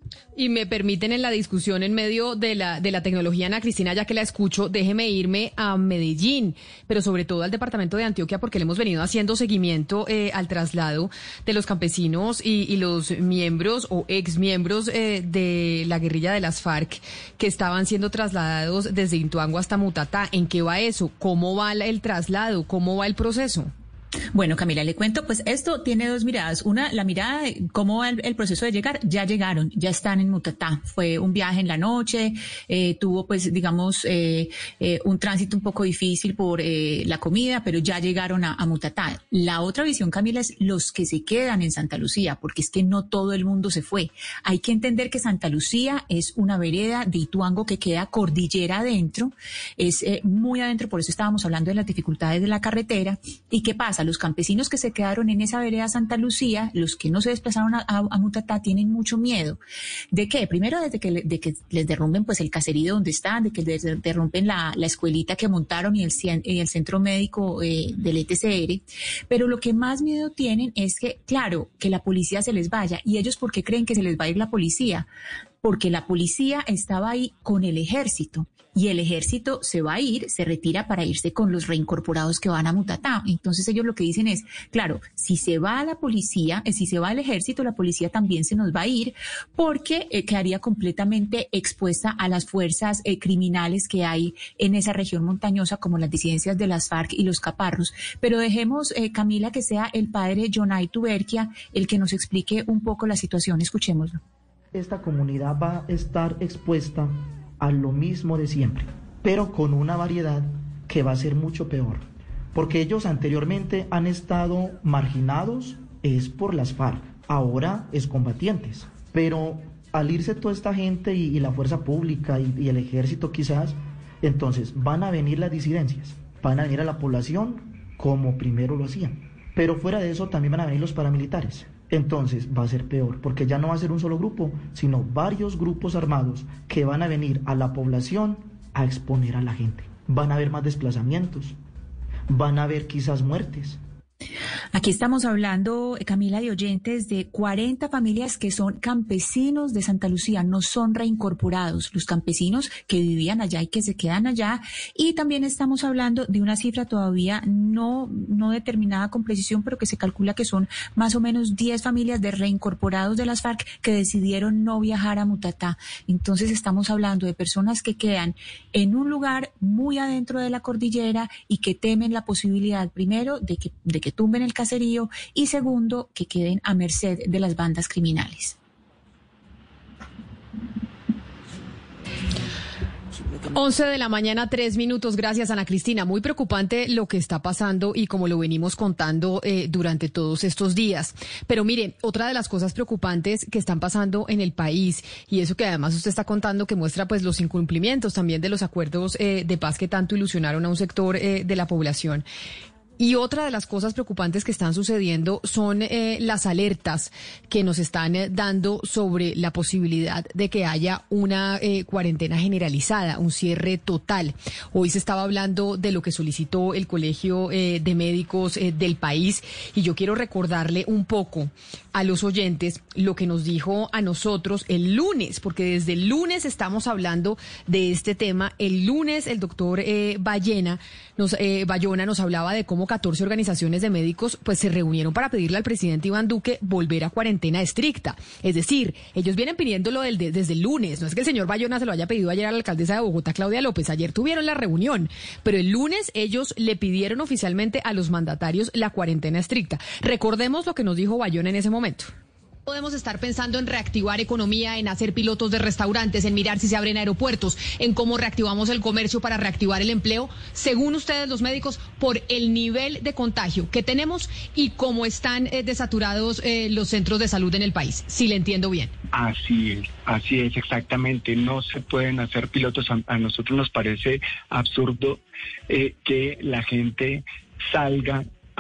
Y me permiten en la discusión en medio de la tecnología, Ana Cristina, ya que la escucho, déjeme irme a Medellín, pero sobre todo al departamento de Antioquia, porque le hemos venido haciendo seguimiento al traslado de los campesinos y los miembros o exmiembros de la guerrilla de las FARC que estaban siendo trasladados desde Ituango hasta Mutatá. ¿En qué va eso? ¿Cómo va el traslado? ¿Cómo va el proceso? Bueno, Camila, le cuento, pues esto tiene dos miradas. Una, la mirada de cómo va el proceso de llegar. Ya llegaron, ya están en Mutatá. Fue un viaje en la noche, tuvo pues digamos un tránsito un poco difícil por la comida, pero ya llegaron a Mutatá. La otra visión, Camila, es los que se quedan en Santa Lucía, porque es que no todo el mundo se fue. Hay que entender que Santa Lucía es una vereda de Ituango que queda cordillera adentro, es muy adentro, por eso estábamos hablando de las dificultades de la carretera. ¿Y qué pasa? Los campesinos que se quedaron en esa vereda Santa Lucía, los que no se desplazaron a Mutatá, tienen mucho miedo. ¿De qué? Primero, de que les derrumben pues el caserío donde están, de que les derrumben la escuelita que montaron y el centro médico del ETCR. Pero lo que más miedo tienen es que, claro, que la policía se les vaya. ¿Y ellos por qué creen que se les va a ir la policía? Porque la policía estaba ahí con el ejército. Y el ejército se va a ir, se retira para irse con los reincorporados que van a Mutatá. Entonces ellos lo que dicen es, claro, si se va la policía, si se va el ejército, la policía también se nos va a ir porque quedaría completamente expuesta a las fuerzas criminales que hay en esa región montañosa como las disidencias de las FARC y los caparros. Pero dejemos, Camila, que sea el padre Jonay Tuberquia el que nos explique un poco la situación. Escuchémoslo. Esta comunidad va a estar expuesta a lo mismo de siempre, pero con una variedad que va a ser mucho peor, porque ellos anteriormente han estado marginados, es por las FARC, ahora es combatientes, pero al irse toda esta gente y la fuerza pública y el ejército quizás, entonces van a venir las disidencias, van a venir a la población como primero lo hacían, pero fuera de eso también van a venir los paramilitares. Entonces va a ser peor, porque ya no va a ser un solo grupo, sino varios grupos armados que van a venir a la población a exponer a la gente. Van a haber más desplazamientos, van a haber quizás muertes. Aquí estamos hablando, Camila, de oyentes de 40 familias que son campesinos de Santa Lucía, no son reincorporados, los campesinos que vivían allá y que se quedan allá. Y también estamos hablando de una cifra todavía no determinada con precisión, pero que se calcula que son más o menos 10 familias de reincorporados de las FARC que decidieron no viajar a Mutatá. Entonces estamos hablando de personas que quedan en un lugar muy adentro de la cordillera y que temen la posibilidad, primero, de que tumben el caserío y segundo, que queden a merced de las bandas criminales. 11 de la mañana, 3 minutos. Gracias, Ana Cristina. Muy preocupante lo que está pasando y como lo venimos contando durante todos estos días. Pero mire, otra de las cosas preocupantes que están pasando en el país, y eso que además usted está contando que muestra pues los incumplimientos también de los acuerdos de paz que tanto ilusionaron a un sector de la población. Y otra de las cosas preocupantes que están sucediendo son las alertas que nos están dando sobre la posibilidad de que haya una cuarentena generalizada, un cierre total. Hoy se estaba hablando de lo que solicitó el Colegio de Médicos del país y yo quiero recordarle un poco a los oyentes lo que nos dijo a nosotros el lunes, porque desde el lunes estamos hablando de este tema. El lunes el doctor Bayona nos hablaba de cómo 14 organizaciones de médicos pues se reunieron para pedirle al presidente Iván Duque volver a cuarentena estricta. Es decir, ellos vienen pidiéndolo desde el lunes. No es que el señor Bayona se lo haya pedido ayer a la alcaldesa de Bogotá, Claudia López. Ayer tuvieron la reunión, pero el lunes ellos le pidieron oficialmente a los mandatarios la cuarentena estricta. Recordemos lo que nos dijo Bayona en ese momento. Podemos estar pensando en reactivar economía, en hacer pilotos de restaurantes, en mirar si se abren aeropuertos, en cómo reactivamos el comercio para reactivar el empleo, según ustedes los médicos, por el nivel de contagio que tenemos y cómo están desaturados los centros de salud en el país, si le entiendo bien. Así es, exactamente. No se pueden hacer pilotos. A nosotros nos parece absurdo que la gente salga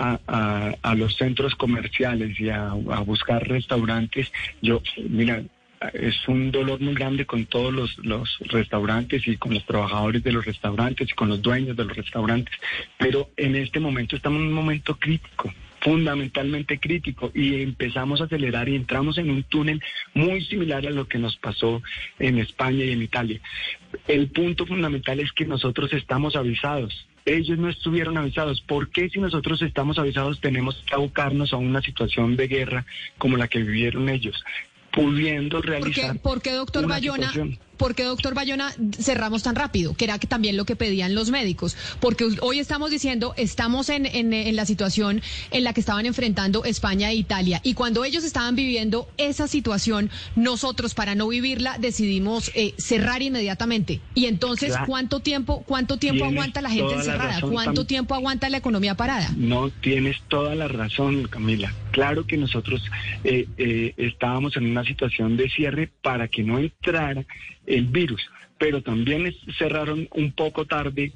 a los centros comerciales y a buscar restaurantes. Mira, es un dolor muy grande con todos los restaurantes y con los trabajadores de los restaurantes y con los dueños de los restaurantes, pero en este momento estamos en un momento crítico, fundamentalmente crítico, y empezamos a acelerar y entramos en un túnel muy similar a lo que nos pasó en España y en Italia. El punto fundamental es que nosotros estamos avisados. Ellos no estuvieron avisados. ¿Por qué si nosotros estamos avisados tenemos que abocarnos a una situación de guerra como la que vivieron ellos, pudiendo realizar ¿Por qué, doctor Bayona? ¿Por qué, doctor Bayona, cerramos tan rápido? Que era también lo que pedían los médicos. Porque hoy estamos diciendo, estamos en la situación en la que estaban enfrentando España e Italia. Y cuando ellos estaban viviendo esa situación, nosotros, para no vivirla, decidimos cerrar inmediatamente. Y entonces, ¿cuánto tiempo aguanta la gente encerrada? ¿Cuánto tiempo aguanta la economía parada? No, tienes toda la razón, Camila. Claro que nosotros estábamos en una situación de cierre para que no entrara el virus, pero también cerraron un poco tarde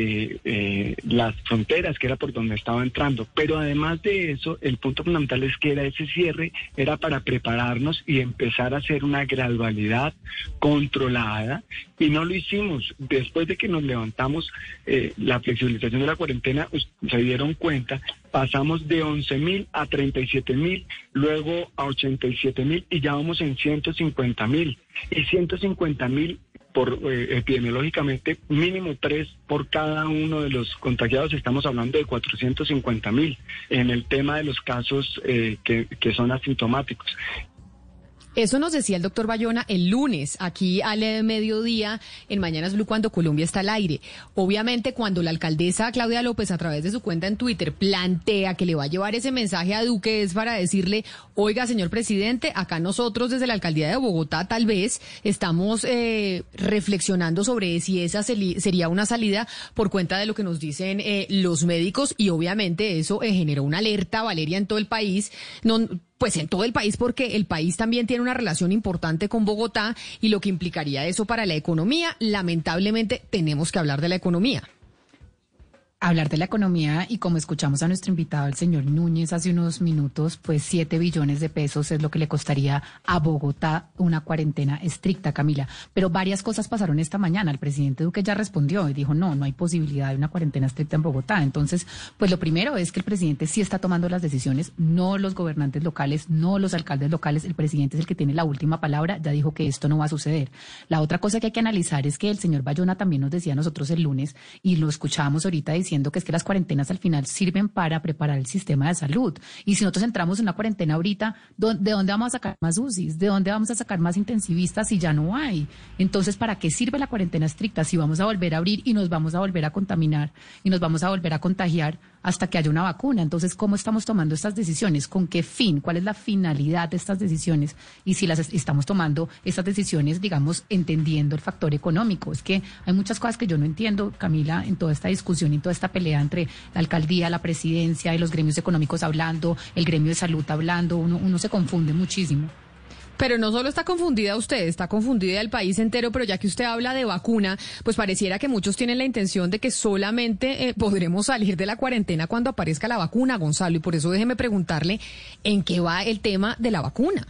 las fronteras, que era por donde estaba entrando. Pero además de eso, el punto fundamental es que ese cierre era para prepararnos y empezar a hacer una gradualidad controlada, y no lo hicimos. Después de que nos levantamos la flexibilización de la cuarentena, se dieron cuenta, pasamos de 11.000 a 37.000, luego a 87.000 y ya vamos en 150.000. Y 150.000 epidemiológicamente, mínimo 3 por cada uno de los contagiados. Estamos hablando de 450.000 en el tema de los casos que son asintomáticos. Eso nos decía el doctor Bayona el lunes, aquí al mediodía, en Mañanas Blue, cuando Colombia está al aire. Obviamente, cuando la alcaldesa Claudia López, a través de su cuenta en Twitter, plantea que le va a llevar ese mensaje a Duque, es para decirle, oiga, señor presidente, acá nosotros desde la alcaldía de Bogotá tal vez estamos reflexionando sobre si esa sería una salida por cuenta de lo que nos dicen los médicos, y obviamente eso generó una alerta, Valeria, en todo el país. Pues en todo el país, porque el país también tiene una relación importante con Bogotá y lo que implicaría eso para la economía. Lamentablemente tenemos que hablar de la economía. Hablar de la economía y como escuchamos a nuestro invitado, el señor Núñez, hace unos minutos, pues 7 billones de pesos es lo que le costaría a Bogotá una cuarentena estricta, Camila. Pero varias cosas pasaron esta mañana. El presidente Duque ya respondió y dijo, no hay posibilidad de una cuarentena estricta en Bogotá. Entonces, pues lo primero es que el presidente sí está tomando las decisiones, no los gobernantes locales, no los alcaldes locales. El presidente es el que tiene la última palabra, ya dijo que esto no va a suceder. La otra cosa que hay que analizar es que el señor Bayona también nos decía a nosotros el lunes, y lo escuchábamos ahorita diciendo que es que las cuarentenas al final sirven para preparar el sistema de salud. Y si nosotros entramos en una cuarentena ahorita, ¿de dónde vamos a sacar más UCIs? ¿De dónde vamos a sacar más intensivistas si ya no hay? Entonces, ¿para qué sirve la cuarentena estricta si vamos a volver a abrir y nos vamos a volver a contaminar y nos vamos a volver a contagiar hasta que haya una vacuna? Entonces, ¿cómo estamos tomando estas decisiones? ¿Con qué fin? ¿Cuál es la finalidad de estas decisiones? Y si las estamos tomando estas decisiones, digamos, entendiendo el factor económico. Es que hay muchas cosas que yo no entiendo, Camila, en toda esta discusión y en toda esta pelea entre la alcaldía, la presidencia y los gremios económicos hablando, el gremio de salud hablando. Uno se confunde muchísimo. Pero no solo está confundida usted, está confundida el país entero, pero ya que usted habla de vacuna, pues pareciera que muchos tienen la intención de que solamente podremos salir de la cuarentena cuando aparezca la vacuna, Gonzalo, y por eso déjeme preguntarle en qué va el tema de la vacuna.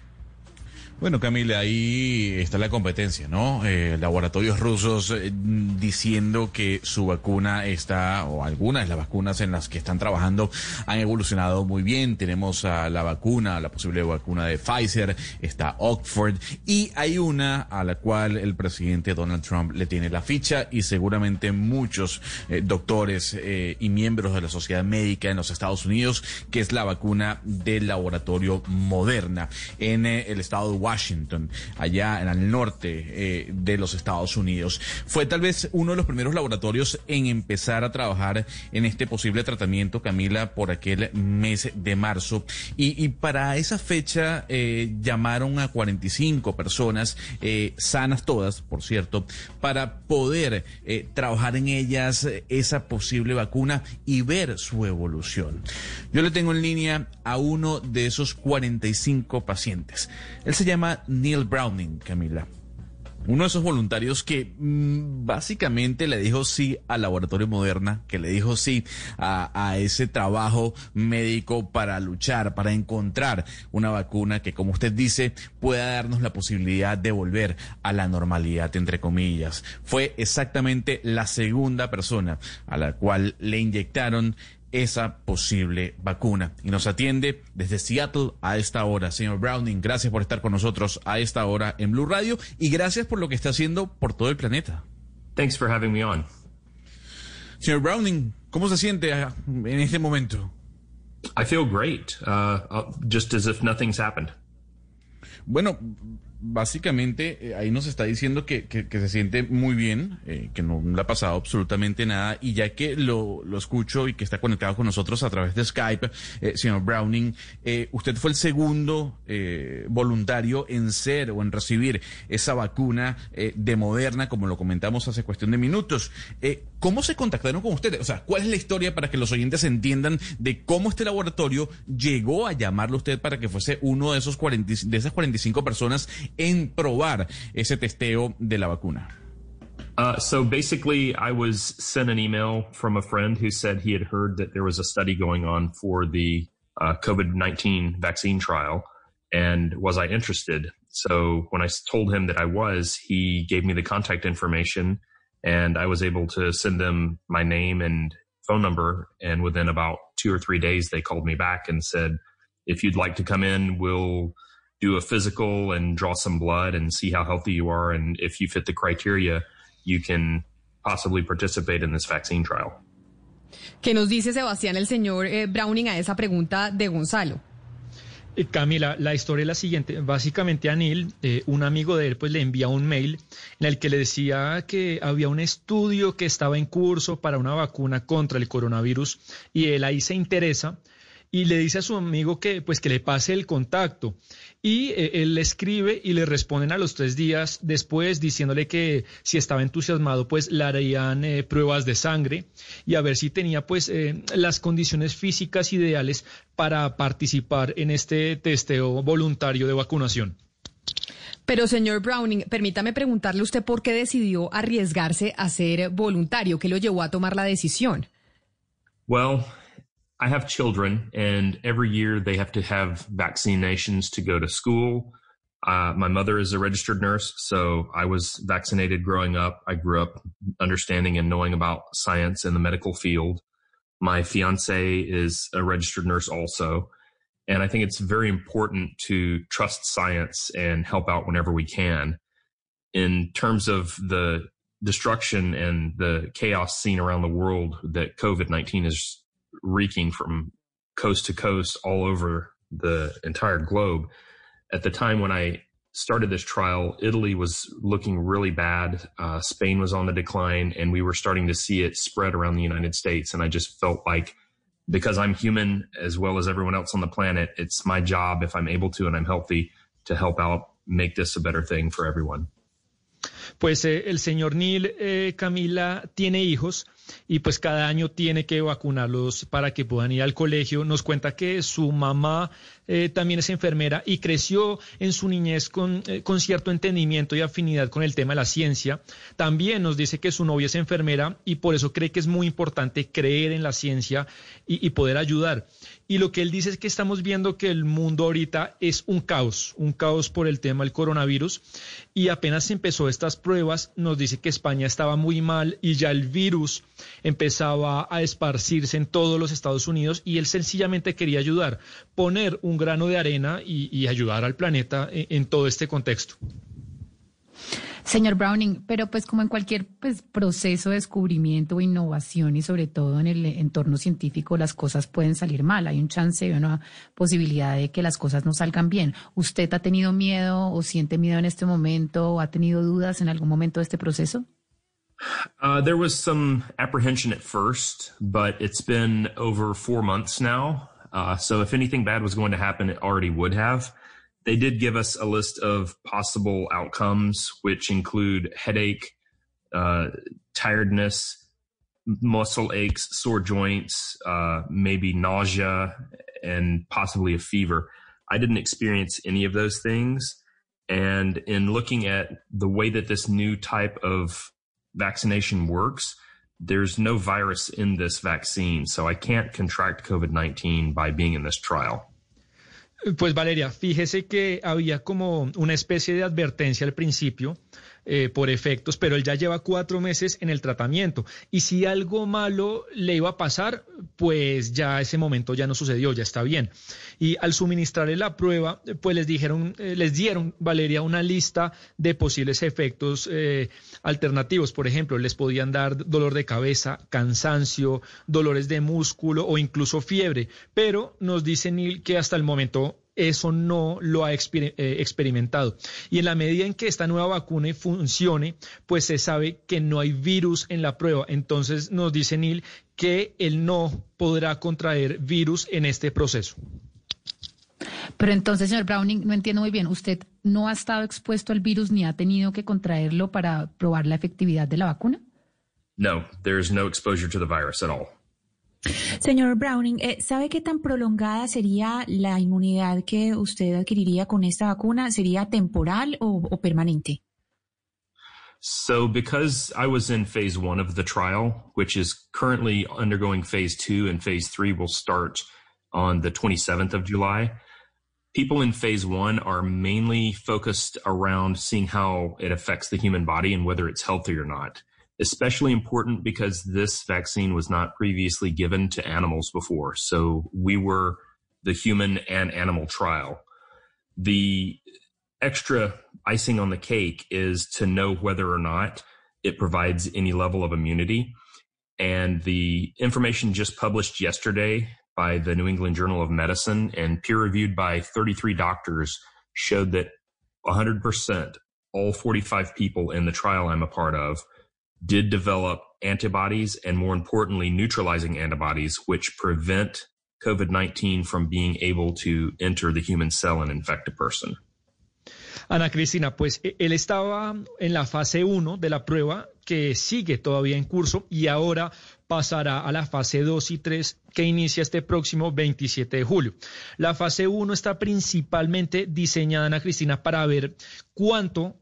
Bueno, Camila, ahí está la competencia, ¿no? Laboratorios rusos diciendo que su vacuna está, o algunas de las vacunas en las que están trabajando han evolucionado muy bien. Tenemos la posible vacuna de Pfizer, está Oxford, y hay una a la cual el presidente Donald Trump le tiene la ficha, y seguramente muchos doctores y miembros de la sociedad médica en los Estados Unidos, que es la vacuna del laboratorio Moderna en el estado de Washington, allá en el norte de los Estados Unidos. Fue tal vez uno de los primeros laboratorios en empezar a trabajar en este posible tratamiento, Camila, por aquel mes de marzo. Y para esa fecha llamaron a 45 personas, sanas todas, por cierto, para poder trabajar en ellas esa posible vacuna y ver su evolución. Yo le tengo en línea a uno de esos 45 pacientes. Él se llama Neil Browning, Camila. Uno de esos voluntarios que básicamente le dijo sí al laboratorio Moderna, que le dijo sí a ese trabajo médico para luchar, para encontrar una vacuna que, como usted dice, pueda darnos la posibilidad de volver a la normalidad, entre comillas. Fue exactamente la segunda persona a la cual le inyectaron esa posible vacuna. Y nos atiende desde Seattle a esta hora. Señor Browning, gracias por estar con nosotros a esta hora en Blue Radio y gracias por lo que está haciendo por todo el planeta. Thanks for having me on. Señor Browning, ¿cómo se siente en este momento? I feel great, just as if nothing's happened. Bueno, básicamente ahí nos está diciendo que se siente muy bien, que no le ha pasado absolutamente nada, y ya que lo escucho y que está conectado con nosotros a través de Skype, señor Browning, usted fue el segundo voluntario en ser o en recibir esa vacuna de Moderna, como lo comentamos hace cuestión de minutos. ¿Cómo se contactaron con ustedes? O sea, ¿cuál es la historia para que los oyentes entiendan de cómo este laboratorio llegó a llamarlo a usted para que fuese uno de esas 45 personas en probar ese testeo de la vacuna? So basically, I was sent an email from a friend who said he had heard that there was a study going on for the COVID-19 vaccine trial, and was I interested? So when I told him that I was, he gave me the contact information, and I was able to send them my name and phone number, and within about 2 or 3 days, they called me back and said, if you'd like to come in, we'll do a physical and draw some blood and see how healthy you are, and if you fit the criteria, you can possibly participate in this vaccine trial. ¿Qué nos dice Sebastián, el señor Browning, a esa pregunta de Gonzalo? Camila, la historia es la siguiente. Básicamente a Neil, un amigo de él, pues le envía un mail en el que le decía que había un estudio que estaba en curso para una vacuna contra el coronavirus, y él ahí se interesa y le dice a su amigo que le pase el contacto. Y él le escribe y le responden a los 3 días después diciéndole que si estaba entusiasmado, pues le harían pruebas de sangre y a ver si tenía las condiciones físicas ideales para participar en este testeo voluntario de vacunación. Pero, señor Browning, permítame preguntarle usted por qué decidió arriesgarse a ser voluntario, ¿qué lo llevó a tomar la decisión? Well, I have children, and every year they have to have vaccinations to go to school. My mother is a registered nurse, so I was vaccinated growing up. I grew up understanding and knowing about science in the medical field. My fiance is a registered nurse also. And I think it's very important to trust science and help out whenever we can. In terms of the destruction and the chaos seen around the world that COVID-19 is wreaking from coast to coast all over the entire globe, at the time when I started this trial, Italy was looking really bad. Spain was on the decline, and we were starting to see it spread around the United States. And I just felt like, because I'm human as well as everyone else on the planet, it's my job, if I'm able to and I'm healthy, to help out make this a better thing for everyone. Pues el señor Neil, Camila, tiene hijos y pues cada año tiene que vacunarlos para que puedan ir al colegio. Nos cuenta que su mamá también es enfermera y creció en su niñez con cierto entendimiento y afinidad con el tema de la ciencia. También nos dice que su novia es enfermera y por eso cree que es muy importante creer en la ciencia y poder ayudar. Y lo que él dice es que estamos viendo que el mundo ahorita es un caos por el tema del coronavirus. Y apenas empezó estas pruebas, nos dice que España estaba muy mal y ya el virus empezaba a esparcirse en todos los Estados Unidos y él sencillamente quería ayudar, poner un grano de arena y ayudar al planeta en todo este contexto. Señor Browning, pero pues como en cualquier proceso de descubrimiento o innovación y sobre todo en el entorno científico, las cosas pueden salir mal. Hay un chance y una posibilidad de que las cosas no salgan bien. ¿Usted ha tenido miedo o siente miedo en este momento o ha tenido dudas en algún momento de este proceso? There was some apprehension at first, but it's been over 4 months now. So if anything bad was going to happen, it already would have. They did give us a list of possible outcomes, which include headache, tiredness, muscle aches, sore joints, maybe nausea, and possibly a fever. I didn't experience any of those things. And in looking at the way that this new type of vaccination works, there's no virus in this vaccine, so I can't contract COVID-19 by being in this trial. Pues Valeria, fíjese que había como una especie de advertencia al principio por efectos, pero él ya lleva 4 meses en el tratamiento y si algo malo le iba a pasar, pues ya ese momento ya no sucedió, ya está bien. Y al suministrarle la prueba, pues les dieron, Valeria, una lista de posibles efectos alternativos. Por ejemplo, les podían dar dolor de cabeza, cansancio, dolores de músculo o incluso fiebre, pero nos dice Neil que hasta el momento eso no lo ha experimentado. Y en la medida en que esta nueva vacuna funcione, pues se sabe que no hay virus en la prueba. Entonces nos dice Neil que él no podrá contraer virus en este proceso. Pero entonces, señor Browning, no entiendo muy bien. ¿Usted no ha estado expuesto al virus ni ha tenido que contraerlo para probar la efectividad de la vacuna? No, there is no exposure to the virus at all. Señor Browning, ¿sabe qué tan prolongada sería la inmunidad que usted adquiriría con esta vacuna? ¿Sería temporal o permanente? So because I was in phase 1 of the trial, which is currently undergoing phase 2 and phase 3 will start on the 27th of July, people in phase 1 are mainly focused around seeing how it affects the human body and whether it's healthy or not. Especially important because this vaccine was not previously given to animals before. So we were the human and animal trial. The extra icing on the cake is to know whether or not it provides any level of immunity. And the information just published yesterday by the New England Journal of Medicine and peer-reviewed by 33 doctors showed that 100%, all 45 people in the trial I'm a part of, did develop antibodies and, more importantly, neutralizing antibodies, which prevent COVID-19 from being able to enter the human cell and infect a person. Ana Cristina, pues él estaba en la fase 1 de la prueba que sigue todavía en curso y ahora pasará a la fase 2 y 3 que inicia este próximo 27 de julio. La fase 1 está principalmente diseñada, Ana Cristina, para ver cuánto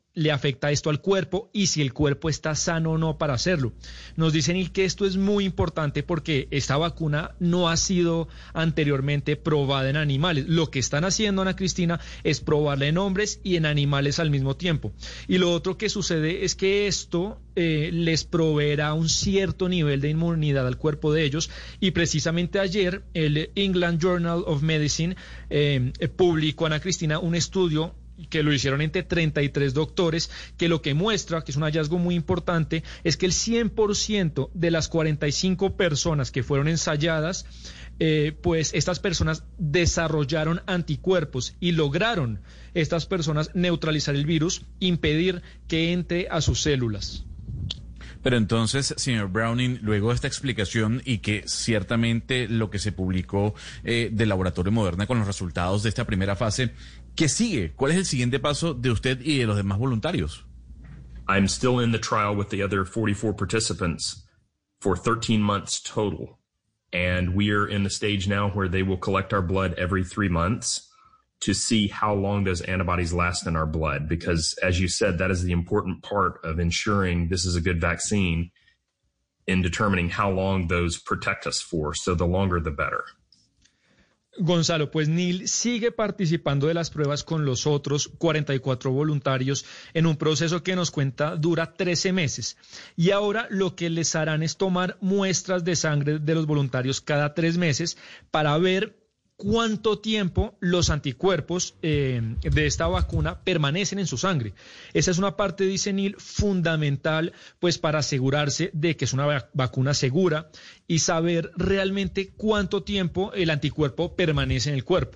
le afecta esto al cuerpo y si el cuerpo está sano o no para hacerlo. Nos dicen Neil que esto es muy importante porque esta vacuna no ha sido anteriormente probada en animales. Lo que están haciendo, Ana Cristina, es probarla en hombres y en animales al mismo tiempo. Y lo otro que sucede es que esto les proveerá un cierto nivel de inmunidad al cuerpo de ellos, y precisamente ayer el England Journal of Medicine publicó, Ana Cristina, un estudio que lo hicieron entre 33 doctores, que lo que muestra, que es un hallazgo muy importante, es que el 100% de las 45 personas que fueron ensayadas, pues estas personas desarrollaron anticuerpos y lograron estas personas neutralizar el virus, impedir que entre a sus células. Pero entonces, señor Browning, luego de esta explicación y que ciertamente lo que se publicó del laboratorio Moderna con los resultados de esta primera fase, ¿qué sigue? ¿Cuál es el siguiente paso de usted y de los demás voluntarios? I'm still in the trial with the other 44 participants for 13 months total. And we are in the stage now where they will collect our blood every 3 months to see how long those antibodies last in our blood. Because, as you said, that is the important part of ensuring this is a good vaccine, in determining how long those protect us for. So the longer, the better. Gonzalo, pues Neil sigue participando de las pruebas con los otros 44 voluntarios en un proceso que nos cuenta dura 13 meses. Y ahora lo que les harán es tomar muestras de sangre de los voluntarios cada 3 meses para ver cuánto tiempo los anticuerpos de esta vacuna permanecen en su sangre. Esa es una parte, dice Neil, fundamental, pues para asegurarse de que es una vacuna segura y saber realmente cuánto tiempo el anticuerpo permanece en el cuerpo.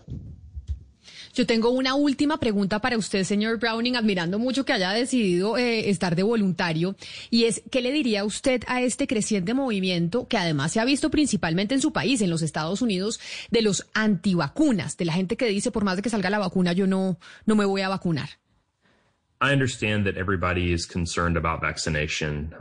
Yo tengo una última pregunta para usted, señor Browning, admirando mucho que haya decidido estar de voluntario, y es, ¿qué le diría usted a este creciente movimiento que además se ha visto principalmente en su país, en los Estados Unidos, de los antivacunas, de la gente que dice, por más de que salga la vacuna, yo no me voy a vacunar? I understand that everybody is concerned about vaccination.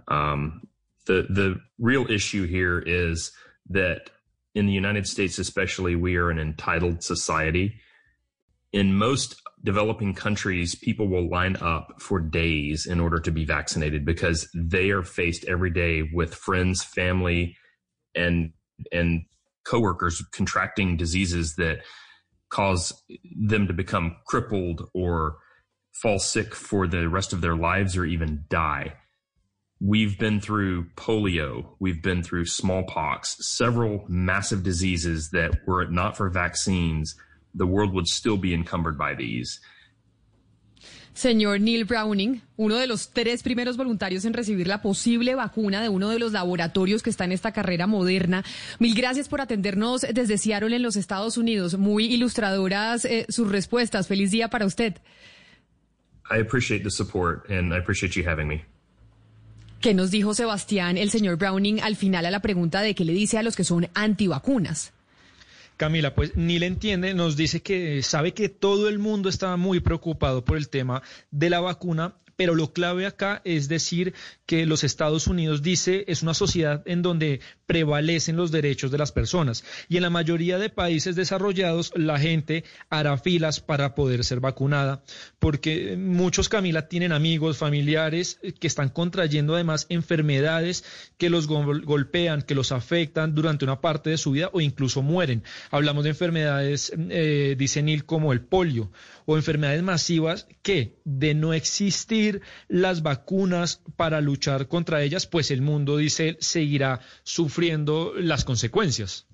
The real issue here is that in the United States especially, we are an entitled society. In most developing countries, people will line up for days in order to be vaccinated because they are faced every day with friends, family, and coworkers contracting diseases that cause them to become crippled or fall sick for the rest of their lives or even die. We've been through polio, we've been through smallpox, several massive diseases that were it not for vaccines, the world would still be encumbered by these. Señor Neil Browning, uno de los 3 primeros voluntarios en recibir la posible vacuna de uno de los laboratorios que está en esta carrera Moderna. Mil gracias por atendernos desde Seattle en los Estados Unidos. Muy ilustradoras sus respuestas. Feliz día para usted. I appreciate the support and I appreciate you having me. ¿Qué nos dijo Sebastián, el señor Browning, al final a la pregunta de qué le dice a los que son antivacunas? Camila, pues Neil entiende, nos dice que sabe que todo el mundo está muy preocupado por el tema de la vacuna, pero lo clave acá es decir que los Estados Unidos, dice, es una sociedad en donde prevalecen los derechos de las personas y en la mayoría de países desarrollados la gente hará filas para poder ser vacunada, porque muchos, Camila, tienen amigos, familiares que están contrayendo además enfermedades que los golpean, que los afectan durante una parte de su vida o incluso mueren. Hablamos de enfermedades, dice Neil, como el polio o enfermedades masivas que, de no existir las vacunas para luchar contra ellas, pues el mundo, dice él, seguirá sufriendo las consecuencias.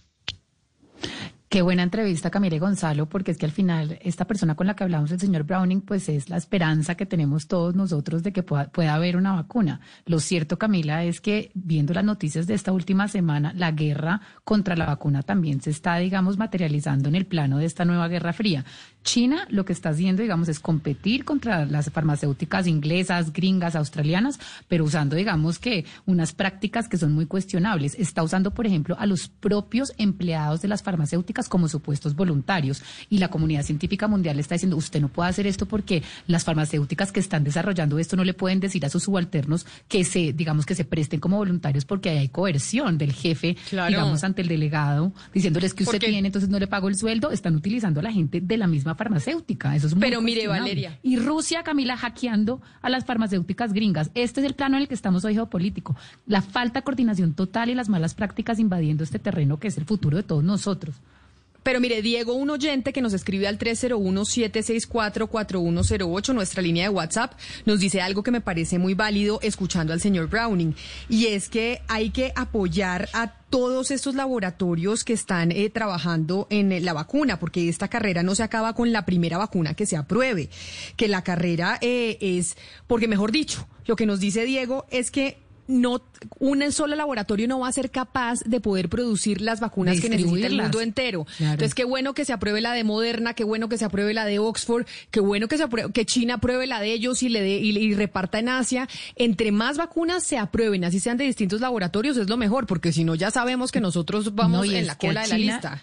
Qué buena entrevista, Camila y Gonzalo, porque es que al final esta persona con la que hablamos, el señor Browning, pues es la esperanza que tenemos todos nosotros de que pueda haber una vacuna. Lo cierto, Camila, es que viendo las noticias de esta última semana, la guerra contra la vacuna también se está, digamos, materializando en el plano de esta nueva guerra fría. China lo que está haciendo, digamos, es competir contra las farmacéuticas inglesas, gringas, australianas, pero usando, digamos, que unas prácticas que son muy cuestionables. Está usando, por ejemplo, a los propios empleados de las farmacéuticas como supuestos voluntarios, y la comunidad científica mundial está diciendo, usted no puede hacer esto porque las farmacéuticas que están desarrollando esto no le pueden decir a sus subalternos que se presten como voluntarios, porque ahí hay coerción del jefe, digamos, ante el delegado, diciéndoles que usted tiene, entonces no le pago el sueldo. Están utilizando a la gente de la misma farmacéutica. Eso es muy Pero mire, cuestionable. Valeria. Y Rusia, Camila, hackeando a las farmacéuticas gringas. Este es el plano en el que estamos hoy geopolítico. La falta de coordinación total y las malas prácticas invadiendo este terreno que es el futuro de todos nosotros. Pero mire, Diego, un oyente que nos escribe al 301-764-4108, nuestra línea de WhatsApp, nos dice algo que me parece muy válido escuchando al señor Browning, y es que hay que apoyar a todos estos laboratorios que están trabajando en la vacuna, porque esta carrera no se acaba con la primera vacuna que se apruebe, que la carrera es, porque mejor dicho, lo que nos dice Diego es que no, un solo laboratorio no va a ser capaz de poder producir las vacunas que necesita el mundo entero. Claro. Entonces, qué bueno que se apruebe la de Moderna, qué bueno que se apruebe la de Oxford, qué bueno que que China apruebe la de ellos y le dé y reparta en Asia. Entre más vacunas se aprueben, así sean de distintos laboratorios, es lo mejor, porque si no ya sabemos que nosotros vamos No, y en es la que cola a de la China- lista.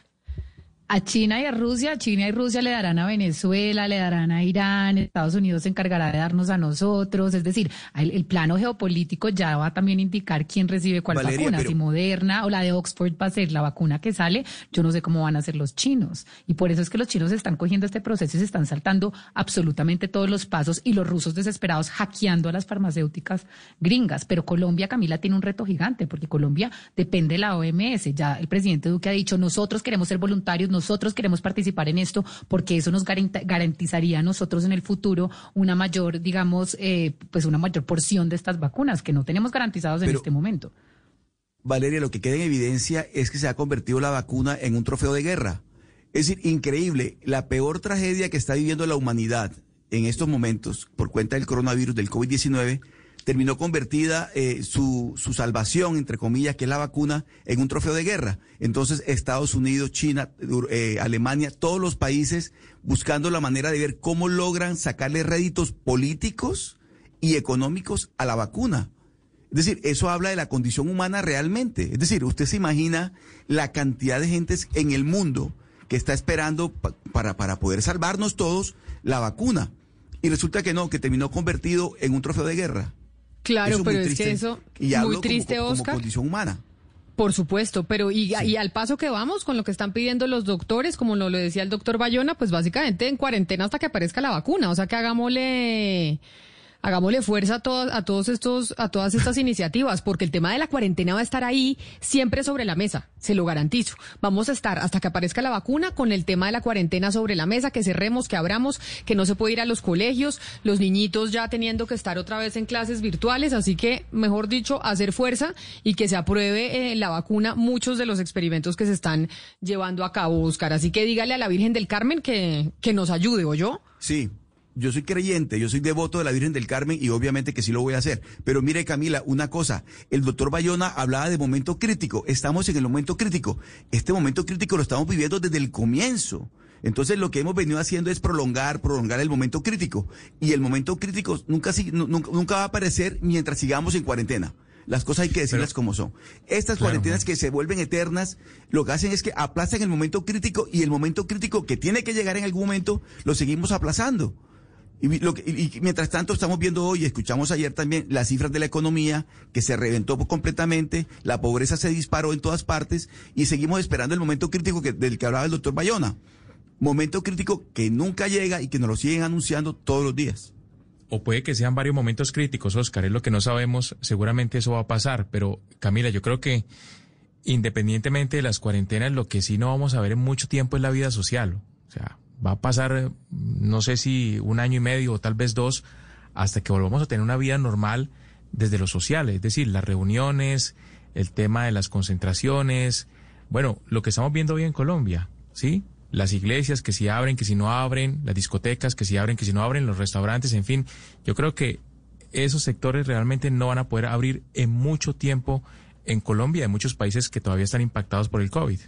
A China y a Rusia le darán a Venezuela, le darán a Irán, Estados Unidos se encargará de darnos a nosotros, es decir, el plano geopolítico ya va a también indicar quién recibe cuál Valeria, vacuna, pero- si Moderna o la de Oxford va a ser la vacuna que sale, yo no sé cómo van a ser los chinos, y por eso es que los chinos están cogiendo este proceso y se están saltando absolutamente todos los pasos, y los rusos desesperados hackeando a las farmacéuticas gringas, pero Colombia, Camila, tiene un reto gigante, porque Colombia depende de la OMS, ya el presidente Duque ha dicho, nosotros queremos ser voluntarios, nosotros queremos participar en esto, porque eso nos garantizaría a nosotros en el futuro una mayor, digamos, pues una mayor porción de estas vacunas que no tenemos garantizados en Pero- este momento. Valeria, lo que queda en evidencia es que se ha convertido la vacuna en un trofeo de guerra. Es decir, increíble, la peor tragedia que está viviendo la humanidad en estos momentos por cuenta del coronavirus, del COVID-19, terminó convertida su salvación, entre comillas, que es la vacuna, en un trofeo de guerra. Entonces, Estados Unidos, China, Alemania, todos los países buscando la manera de ver cómo logran sacarle réditos políticos y económicos a la vacuna. Es decir, eso habla de la condición humana realmente. Es decir, usted se imagina la cantidad de gentes en el mundo que está esperando para poder salvarnos todos la vacuna. Y resulta que no, que terminó convertido en un trofeo de guerra. Claro, Eso pero muy es que triste. eso, Y hablo muy triste, como Oscar. condición humana. Por supuesto, pero y al paso que vamos con lo que están pidiendo los doctores, como lo decía el doctor Bayona, pues básicamente en cuarentena hasta que aparezca la vacuna, o sea que hagámosle fuerza a todas estas iniciativas, porque el tema de la cuarentena va a estar ahí siempre sobre la mesa, se lo garantizo. Vamos a estar hasta que aparezca la vacuna con el tema de la cuarentena sobre la mesa, que cerremos, que abramos, que no se puede ir a los colegios, los niñitos ya teniendo que estar otra vez en clases virtuales, así que, mejor dicho, hacer fuerza y que se apruebe la vacuna, muchos de los experimentos que se están llevando a cabo, Oscar. Así que dígale a la Virgen del Carmen que nos ayude, ¿oyó? Sí. Yo soy creyente, yo soy devoto de la Virgen del Carmen y obviamente que sí lo voy a hacer. Pero mire, Camila, una cosa, el doctor Bayona hablaba de momento crítico, estamos en el momento crítico. Este momento crítico lo estamos viviendo desde el comienzo. Entonces lo que hemos venido haciendo es prolongar el momento crítico. Y el momento crítico nunca va a aparecer mientras sigamos en cuarentena. Las cosas hay que decirlas como son. Estas cuarentenas que se vuelven eternas, lo que hacen es que aplazan el momento crítico y el momento crítico que tiene que llegar en algún momento, lo seguimos aplazando. Y mientras tanto estamos viendo hoy, escuchamos ayer también las cifras de la economía que se reventó completamente, la pobreza se disparó en todas partes y seguimos esperando el momento crítico del que hablaba el doctor Bayona. Momento crítico que nunca llega y que nos lo siguen anunciando todos los días. O puede que sean varios momentos críticos, Oscar, es lo que no sabemos, seguramente eso va a pasar, pero Camila, yo creo que independientemente de las cuarentenas, lo que sí no vamos a ver en mucho tiempo es la vida social, o sea, va a pasar, no sé si 1 año y medio o tal vez 2, hasta que volvamos a tener una vida normal desde lo social, es decir, las reuniones, el tema de las concentraciones, bueno, lo que estamos viendo hoy en Colombia, ¿sí? Las iglesias que si abren, que si no abren, las discotecas que si abren, que si no abren, los restaurantes, en fin, yo creo que esos sectores realmente no van a poder abrir en mucho tiempo en Colombia, en muchos países que todavía están impactados por el COVID.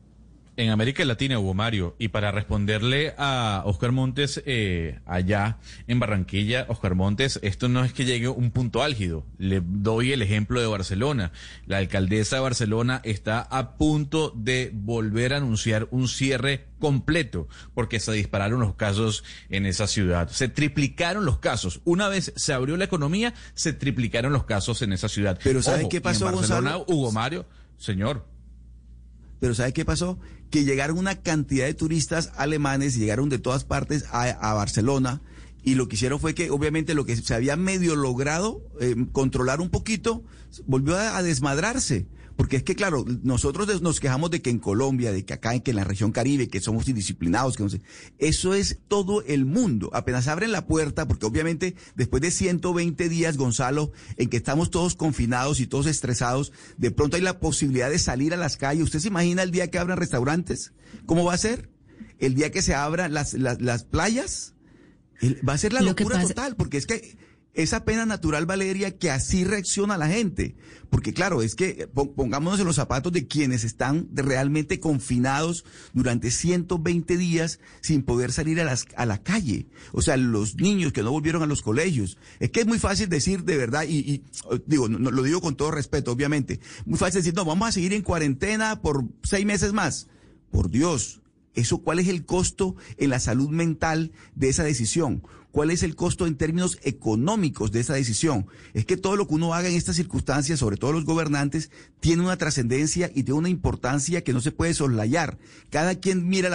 En América Latina, Hugo Mario, y para responderle a Oscar Montes allá en Barranquilla, Oscar Montes, esto no es que llegue a un punto álgido. Le doy el ejemplo de Barcelona. La alcaldesa de Barcelona está a punto de volver a anunciar un cierre completo porque se dispararon los casos en esa ciudad. Se triplicaron los casos. Una vez se abrió la economía, se triplicaron los casos en esa ciudad. Pero ¿sabe Ojo, qué pasó, en Barcelona, Gonzalo? Hugo Mario, señor. Pero ¿sabe qué pasó? que llegaron una cantidad de turistas alemanes, llegaron de todas partes a Barcelona, y lo que hicieron fue que obviamente lo que se había medio logrado controlar un poquito, volvió a desmadrarse. Porque es que, claro, nosotros nos quejamos de que en Colombia, de que acá, que en la región Caribe, que somos indisciplinados, que no sé. Eso es todo el mundo. Apenas abren la puerta, porque obviamente después de 120 días, Gonzalo, en que estamos todos confinados y todos estresados, de pronto hay la posibilidad de salir a las calles. ¿Usted se imagina el día que abran restaurantes? ¿Cómo va a ser? El día que se abran las playas, va a ser la locura total, porque es que es apenas natural, Valeria, que así reacciona la gente. Porque claro, es que pongámonos en los zapatos de quienes están realmente confinados durante 120 días sin poder salir a la calle. O sea, los niños que no volvieron a los colegios. Es que es muy fácil decir de verdad, y digo, no, lo digo con todo respeto, obviamente. Muy fácil decir, no, vamos a seguir en cuarentena por 6 meses más. Por Dios, ¿cuál es el costo en la salud mental de esa decisión? ¿Cuál es el costo en términos económicos de esa decisión? Es que todo lo que uno haga en estas circunstancias, sobre todo los gobernantes, tiene una trascendencia y tiene una importancia que no se puede soslayar. Cada quien mira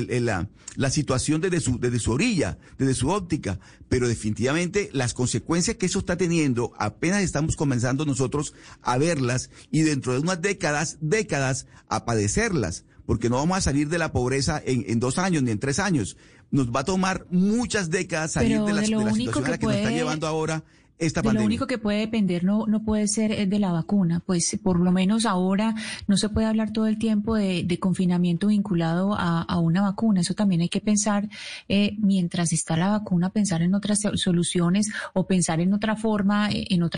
la situación desde su orilla, desde su óptica, pero definitivamente las consecuencias que eso está teniendo, apenas estamos comenzando nosotros a verlas y dentro de unas décadas a padecerlas, porque no vamos a salir de la pobreza en 2 años ni en 3 años. Nos va a tomar muchas décadas salir de la situación a la que nos está llevando ahora esta pandemia. Lo único que puede depender no puede ser de la vacuna, pues por lo menos ahora no se puede hablar todo el tiempo de confinamiento vinculado a una vacuna. Eso también hay que pensar, mientras está la vacuna, pensar en otras soluciones o pensar en otra forma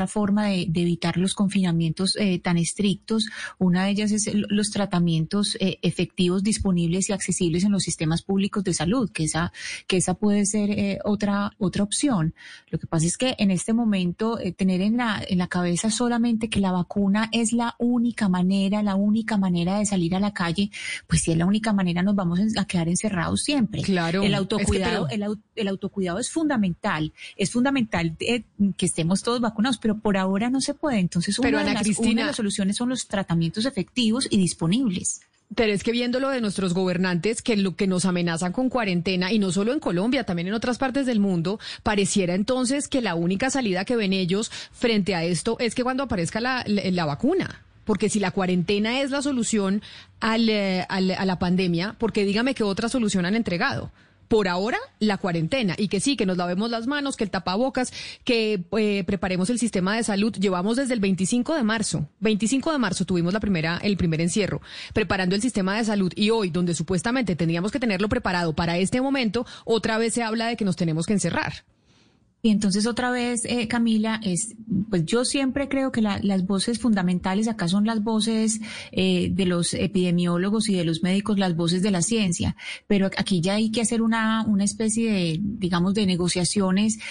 de evitar los confinamientos tan estrictos. Una de ellas es los tratamientos efectivos, disponibles y accesibles en los sistemas públicos de salud, que esa puede ser otra opción. Lo que pasa es que en este momento tener en la cabeza solamente que la vacuna es la única manera de salir a la calle, pues si es la única manera nos vamos a quedar encerrados siempre. Claro. El autocuidado, el autocuidado es fundamental que estemos todos vacunados, pero por ahora no se puede. Entonces una de las soluciones son los tratamientos efectivos y disponibles. Pero es que viendo lo de nuestros gobernantes, que lo que nos amenazan con cuarentena, y no solo en Colombia, también en otras partes del mundo, pareciera entonces que la única salida que ven ellos frente a esto es que cuando aparezca la vacuna. Porque si la cuarentena es la solución a la pandemia, porque dígame qué otra solución han entregado. Por ahora, la cuarentena, y que sí, que nos lavemos las manos, que el tapabocas, que preparemos el sistema de salud. Llevamos desde el 25 de marzo tuvimos el primer encierro, preparando el sistema de salud, y hoy, donde supuestamente tendríamos que tenerlo preparado para este momento, otra vez se habla de que nos tenemos que encerrar. Y entonces otra vez, Camila, pues yo siempre creo que las voces fundamentales acá son las voces de los epidemiólogos y de los médicos, las voces de la ciencia, pero aquí ya hay que hacer una especie de, digamos, de negociaciones.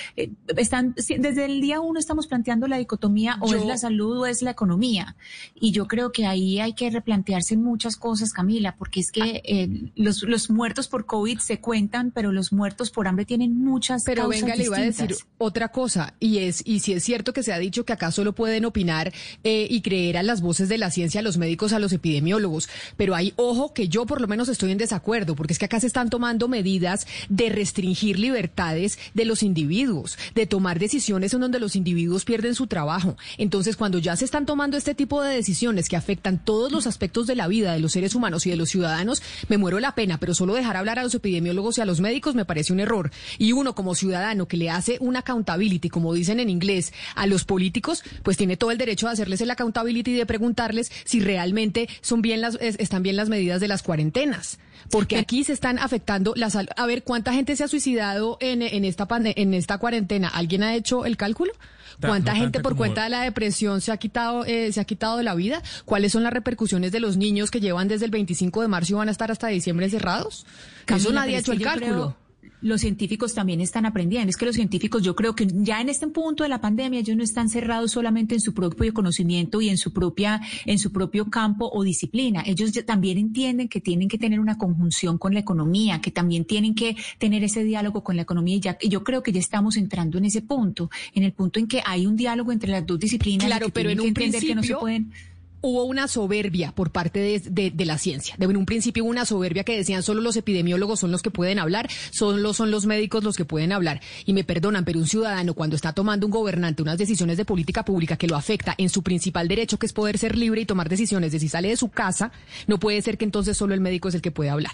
Desde el día 1 estamos planteando la dicotomía, o es la salud o es la economía, y yo creo que ahí hay que replantearse muchas cosas, Camila, porque es que los muertos por COVID se cuentan, pero los muertos por hambre tienen muchas causas distintas. Pero venga, le iba a decir otra cosa, y si es cierto que se ha dicho que acá solo pueden opinar y creer a las voces de la ciencia, a los médicos, a los epidemiólogos, pero hay, ojo, que yo por lo menos estoy en desacuerdo, porque es que acá se están tomando medidas de restringir libertades de los individuos, de tomar decisiones en donde los individuos pierden su trabajo. Entonces, cuando ya se están tomando este tipo de decisiones que afectan todos los aspectos de la vida de los seres humanos y de los ciudadanos, me muero la pena, pero solo dejar hablar a los epidemiólogos y a los médicos me parece un error. Y uno como ciudadano que le hace una accountability, como dicen en inglés, a los políticos, pues tiene todo el derecho de hacerles el accountability y de preguntarles si realmente están bien las medidas de las cuarentenas. Porque aquí se están afectando la salud. A ver, ¿cuánta gente se ha suicidado en esta cuarentena? ¿Alguien ha hecho el cálculo? ¿Cuánta gente por cuenta de la depresión se ha quitado de la vida? ¿Cuáles son las repercusiones de los niños que llevan desde el 25 de marzo y van a estar hasta diciembre encerrados? Camila, eso nadie ha hecho el cálculo. Los científicos también están aprendiendo. Es que los científicos, yo creo que ya en este punto de la pandemia, ellos no están cerrados solamente en su propio conocimiento y en su propio campo o disciplina. Ellos también entienden que tienen que tener una conjunción con la economía, que también tienen que tener ese diálogo con la economía. Y yo creo que ya estamos entrando en ese punto, en el punto en que hay un diálogo entre las dos disciplinas. Claro, pero en un principio, que no se pueden. hubo una soberbia por parte de la ciencia. En un principio hubo una soberbia que decían solo los epidemiólogos son los que pueden hablar, solo son los médicos los que pueden hablar. Y me perdonan, pero un ciudadano cuando está tomando un gobernante unas decisiones de política pública que lo afecta en su principal derecho, que es poder ser libre y tomar decisiones de si sale de su casa, no puede ser que entonces solo el médico es el que puede hablar.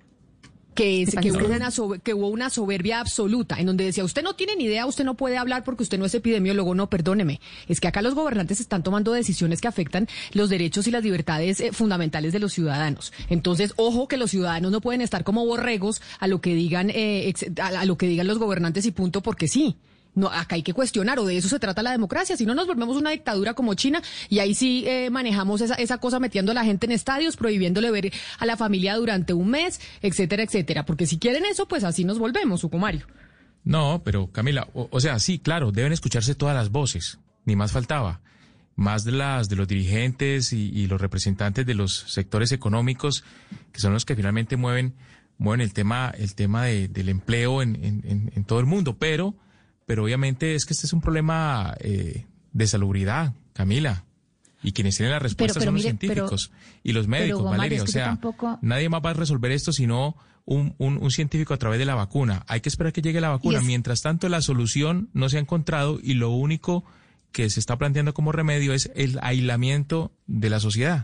Que hubo una soberbia absoluta, en donde decía, usted no tiene ni idea, usted no puede hablar porque usted no es epidemiólogo. No, perdóneme, es que acá los gobernantes están tomando decisiones que afectan los derechos y las libertades fundamentales de los ciudadanos. Entonces, ojo que los ciudadanos no pueden estar como borregos a lo que digan a lo que digan los gobernantes y punto, porque sí. No, acá hay que cuestionar, o de eso se trata la democracia, si no nos volvemos una dictadura como China, y ahí sí manejamos esa cosa metiendo a la gente en estadios, prohibiéndole ver a la familia durante un mes, etcétera, etcétera, porque si quieren eso, pues así nos volvemos, Hugo Mario. No, pero Camila, o sea, sí, claro, deben escucharse todas las voces, ni más faltaba, más de las de los dirigentes y los representantes de los sectores económicos, que son los que finalmente mueven el tema del empleo en todo el mundo, pero obviamente es que este es un problema de salubridad, Camila. Y quienes tienen la respuesta son los científicos y los médicos, Valeria. O sea, nadie más va a resolver esto sino un científico a través de la vacuna. Hay que esperar que llegue la vacuna. Mientras tanto, la solución no se ha encontrado y lo único que se está planteando como remedio es el aislamiento de la sociedad.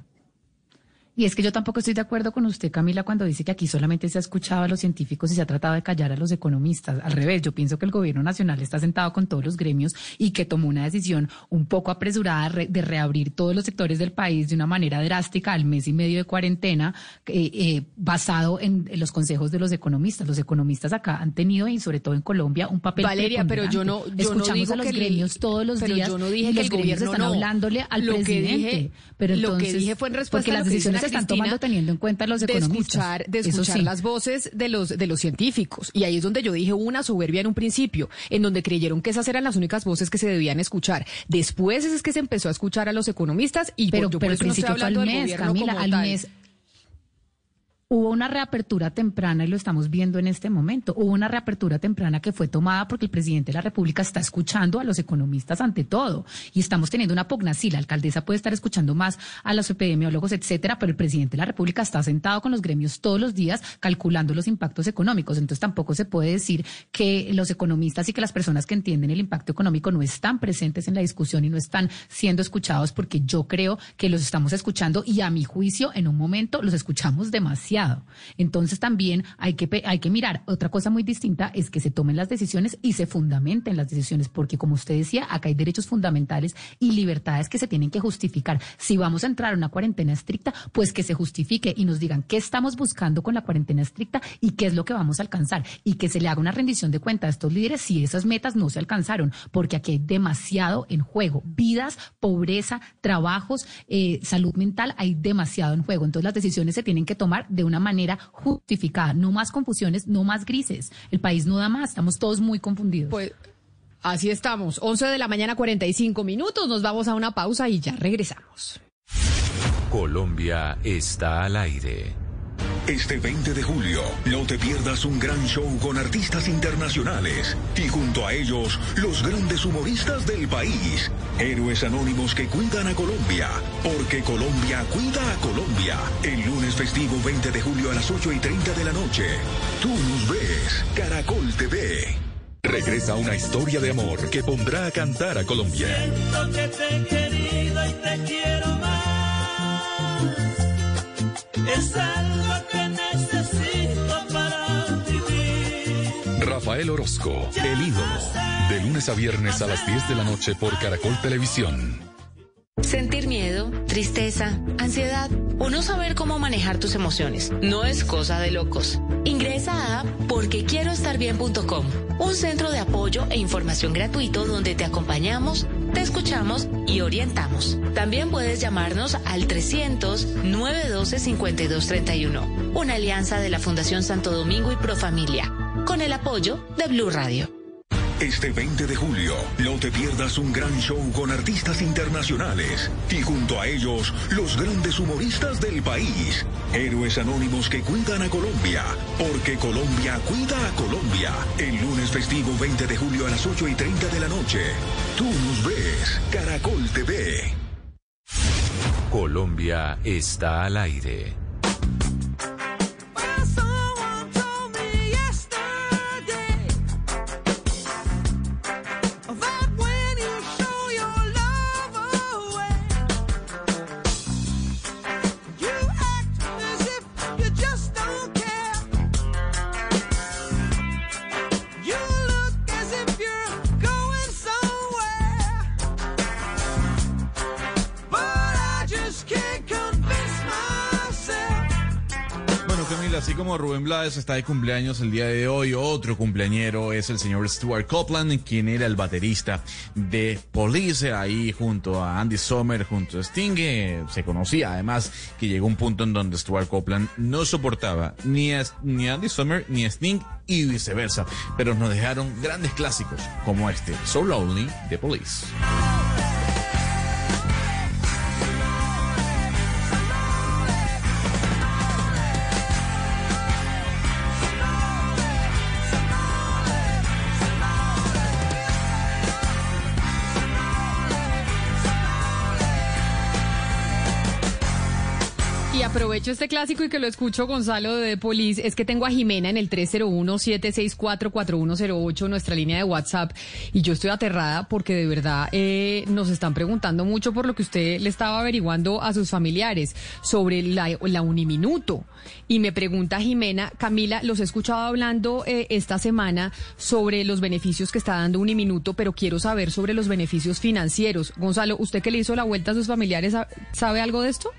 Y es que yo tampoco estoy de acuerdo con usted, Camila, cuando dice que aquí solamente se ha escuchado a los científicos y se ha tratado de callar a los economistas. Al revés, yo pienso que el gobierno nacional está sentado con todos los gremios y que tomó una decisión un poco apresurada de reabrir todos los sectores del país de una manera drástica al mes y medio de cuarentena, basado en los consejos de los economistas. Los economistas acá han tenido, y sobre todo en Colombia, un papel Valeria, pero yo no digo a los que gremios todos los días. Yo no dije y que los el gremios gobierno están hablándole al presidente. Pero lo entonces, que dije fue en respuesta porque a lo las que dice decisiones se están tomando teniendo en cuenta los economistas. De escuchar sí. las voces de los científicos. Y ahí es donde yo dije hubo una soberbia en un principio, en donde creyeron que esas eran las únicas voces que se debían escuchar. Después es que se empezó a escuchar a los economistas y pero por eso el no estoy principio hablando fue al del mes, gobierno Camila, como al tal. mes. Hubo una reapertura temprana y lo estamos viendo en este momento. Hubo una reapertura temprana que fue tomada porque el presidente de la República está escuchando a los economistas ante todo. Y estamos teniendo una pugna. Sí, la alcaldesa puede estar escuchando más a los epidemiólogos, etcétera, pero el presidente de la República está sentado con los gremios todos los días calculando los impactos económicos. Entonces tampoco se puede decir que los economistas y que las personas que entienden el impacto económico no están presentes en la discusión y no están siendo escuchados, porque yo creo que los estamos escuchando y a mi juicio en un momento los escuchamos demasiado. Entonces también hay que mirar. Otra cosa muy distinta es que se tomen las decisiones y se fundamenten las decisiones, porque como usted decía, acá hay derechos fundamentales y libertades que se tienen que justificar. Si vamos a entrar a una cuarentena estricta, pues que se justifique y nos digan qué estamos buscando con la cuarentena estricta y qué es lo que vamos a alcanzar, y que se le haga una rendición de cuenta a estos líderes si esas metas no se alcanzaron, porque aquí hay demasiado en juego. Vidas, pobreza, trabajos, salud mental, hay demasiado en juego. Entonces las decisiones se tienen que tomar de una manera justificada, no más confusiones, no más grises. El país no da más, estamos todos muy confundidos. Pues así estamos, 11 de la mañana 45 minutos, nos vamos a una pausa y ya regresamos. Colombia está al aire. Este 20 de julio, no te pierdas un gran show con artistas internacionales y junto a ellos, los grandes humoristas del país. Héroes anónimos que cuidan a Colombia, porque Colombia cuida a Colombia. El lunes festivo 20 de julio a las 8:30 de la noche. Tú nos ves, Caracol TV. Regresa una historia de amor que pondrá a cantar a Colombia. Siento que te he querido y te quiero más. Es algo que necesito para vivir. Rafael Orozco, el ídolo. De lunes a viernes a las 10 de la noche por Caracol Televisión. Sentir miedo, tristeza, ansiedad o no saber cómo manejar tus emociones no es cosa de locos. Ingresa a porquequieroestarbien.com, un centro de apoyo e información gratuito donde te acompañamos, te escuchamos y orientamos. También puedes llamarnos al 300-912-5231, una alianza de la Fundación Santo Domingo y Profamilia, con el apoyo de Blue Radio. Este 20 de julio, no te pierdas un gran show con artistas internacionales y junto a ellos, los grandes humoristas del país. Héroes anónimos que cuidan a Colombia, porque Colombia cuida a Colombia. El lunes festivo 20 de julio a las 8:30 de la noche. Tú nos ves, Caracol TV. Colombia está al aire. Así como Rubén Blades está de cumpleaños el día de hoy, otro cumpleañero es el señor Stuart Copeland, quien era el baterista de Police, ahí junto a Andy Summer, junto a Sting. Se conocía además que llegó un punto en donde Stuart Copeland no soportaba ni a Andy Summer ni a Sting y viceversa, pero nos dejaron grandes clásicos como este, So Lonely, de Police. Aprovecho este clásico y que lo escucho, Gonzalo, de The Police. Es que tengo a Jimena en el 301-764-4108, nuestra línea de WhatsApp, y yo estoy aterrada porque de verdad nos están preguntando mucho por lo que usted le estaba averiguando a sus familiares sobre la Uniminuto. Y me pregunta Jimena, Camila, los he escuchado hablando esta semana sobre los beneficios que está dando Uniminuto, pero quiero saber sobre los beneficios financieros. Gonzalo, ¿usted que le hizo la vuelta a sus familiares, sabe algo de esto?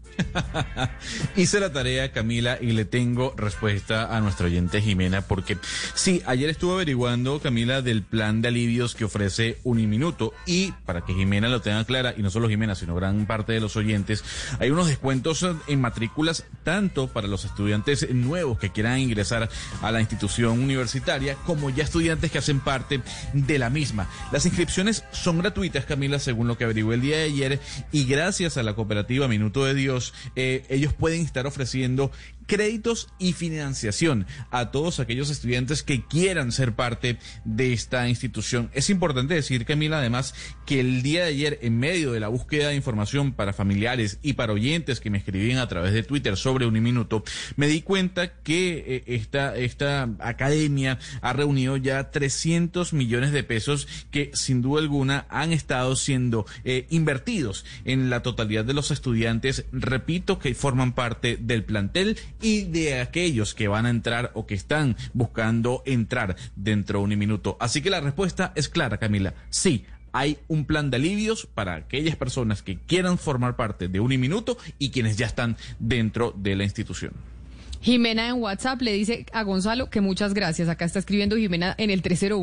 Hice la tarea, Camila, y le tengo respuesta a nuestra oyente Jimena, porque sí, ayer estuve averiguando, Camila, del plan de alivios que ofrece Uniminuto, y para que Jimena lo tenga clara, y no solo Jimena, sino gran parte de los oyentes, hay unos descuentos en matrículas tanto para los estudiantes nuevos que quieran ingresar a la institución universitaria, como ya estudiantes que hacen parte de la misma. Las inscripciones son gratuitas, Camila, según lo que averigué el día de ayer, y gracias a la cooperativa Minuto de Dios, ellos pueden estar ofreciendo créditos y financiación a todos aquellos estudiantes que quieran ser parte de esta institución. Es importante decir, Camila, además, que el día de ayer, en medio de la búsqueda de información para familiares y para oyentes que me escribían a través de Twitter sobre Uniminuto, me di cuenta que esta academia ha reunido ya 300 millones de pesos que sin duda alguna han estado siendo invertidos en la totalidad de los estudiantes, repito, que forman parte del plantel y de aquellos que van a entrar o que están buscando entrar dentro de Uniminuto. Así que la respuesta es clara, Camila. Sí, hay un plan de alivios para aquellas personas que quieran formar parte de Uniminuto y quienes ya están dentro de la institución. Jimena en WhatsApp le dice a Gonzalo que muchas gracias. Acá está escribiendo Jimena en el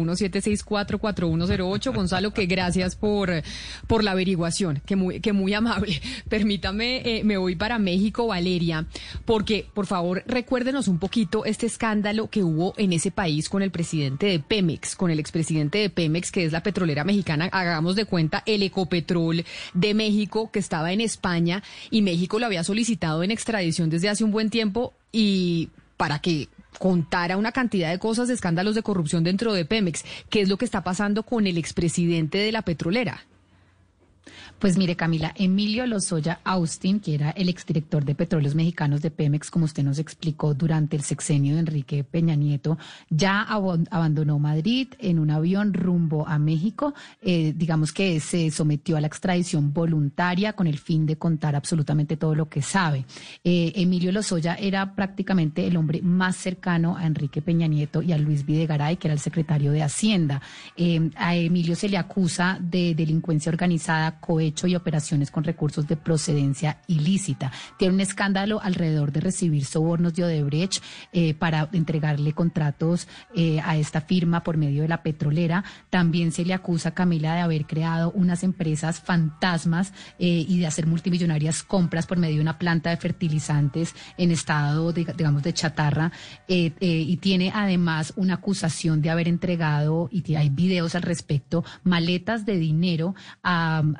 301-764-4108. Gonzalo, que gracias por la averiguación, que muy amable. Permítame, me voy para México, Valeria, porque, por favor, recuérdenos un poquito este escándalo que hubo en ese país con el presidente de Pemex, con el expresidente de Pemex, que es la petrolera mexicana. Hagamos de cuenta el Ecopetrol de México, que estaba en España, y México lo había solicitado en extradición desde hace un buen tiempo, y para que contara una cantidad de cosas, de escándalos de corrupción dentro de Pemex. ¿Qué es lo que está pasando con el expresidente de la petrolera? Pues mire, Camila, Emilio Lozoya Austin, que era el exdirector de Petróleos Mexicanos de Pemex, como usted nos explicó, durante el sexenio de Enrique Peña Nieto, ya abandonó Madrid en un avión rumbo a México. Digamos que se sometió a la extradición voluntaria con el fin de contar absolutamente todo lo que sabe. Emilio Lozoya era prácticamente el hombre más cercano a Enrique Peña Nieto y a Luis Videgaray, que era el secretario de Hacienda. A Emilio se le acusa de delincuencia organizada, cohecho y operaciones con recursos de procedencia ilícita. Tiene un escándalo alrededor de recibir sobornos de Odebrecht para entregarle contratos a esta firma por medio de la petrolera. También se le acusa, Camila, de haber creado unas empresas fantasmas y de hacer multimillonarias compras por medio de una planta de fertilizantes en estado, digamos, de chatarra. Y tiene además una acusación de haber entregado, y hay videos al respecto, maletas de dinero a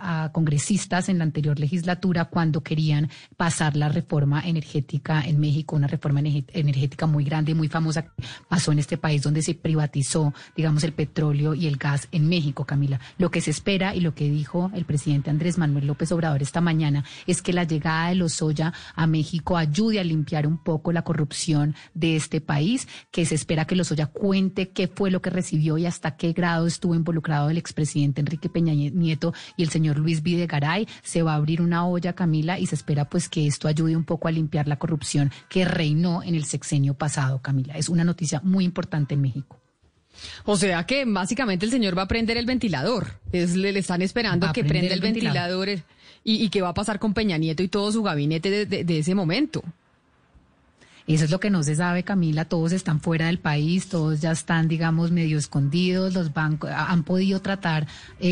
a congresistas en la anterior legislatura cuando querían pasar la reforma energética en México, una reforma energética muy grande y muy famosa que pasó en este país donde se privatizó, digamos, el petróleo y el gas en México, Camila. Lo que se espera y lo que dijo el presidente Andrés Manuel López Obrador esta mañana es que la llegada de Lozoya a México ayude a limpiar un poco la corrupción de este país, que se espera que Lozoya cuente qué fue lo que recibió y hasta qué grado estuvo involucrado el expresidente Enrique Peña Nieto y el señor Luis Videgaray. Se va a abrir una olla, Camila, y se espera pues que esto ayude un poco a limpiar la corrupción que reinó en el sexenio pasado, Camila. Es una noticia muy importante en México. O sea que básicamente el señor va a prender el ventilador. Le están esperando que prenda el ventilador y qué va a pasar con Peña Nieto y todo su gabinete de ese momento. Eso es lo que no se sabe, Camila. Todos están fuera del país, todos ya están, digamos, medio escondidos. Los bancos han podido tratar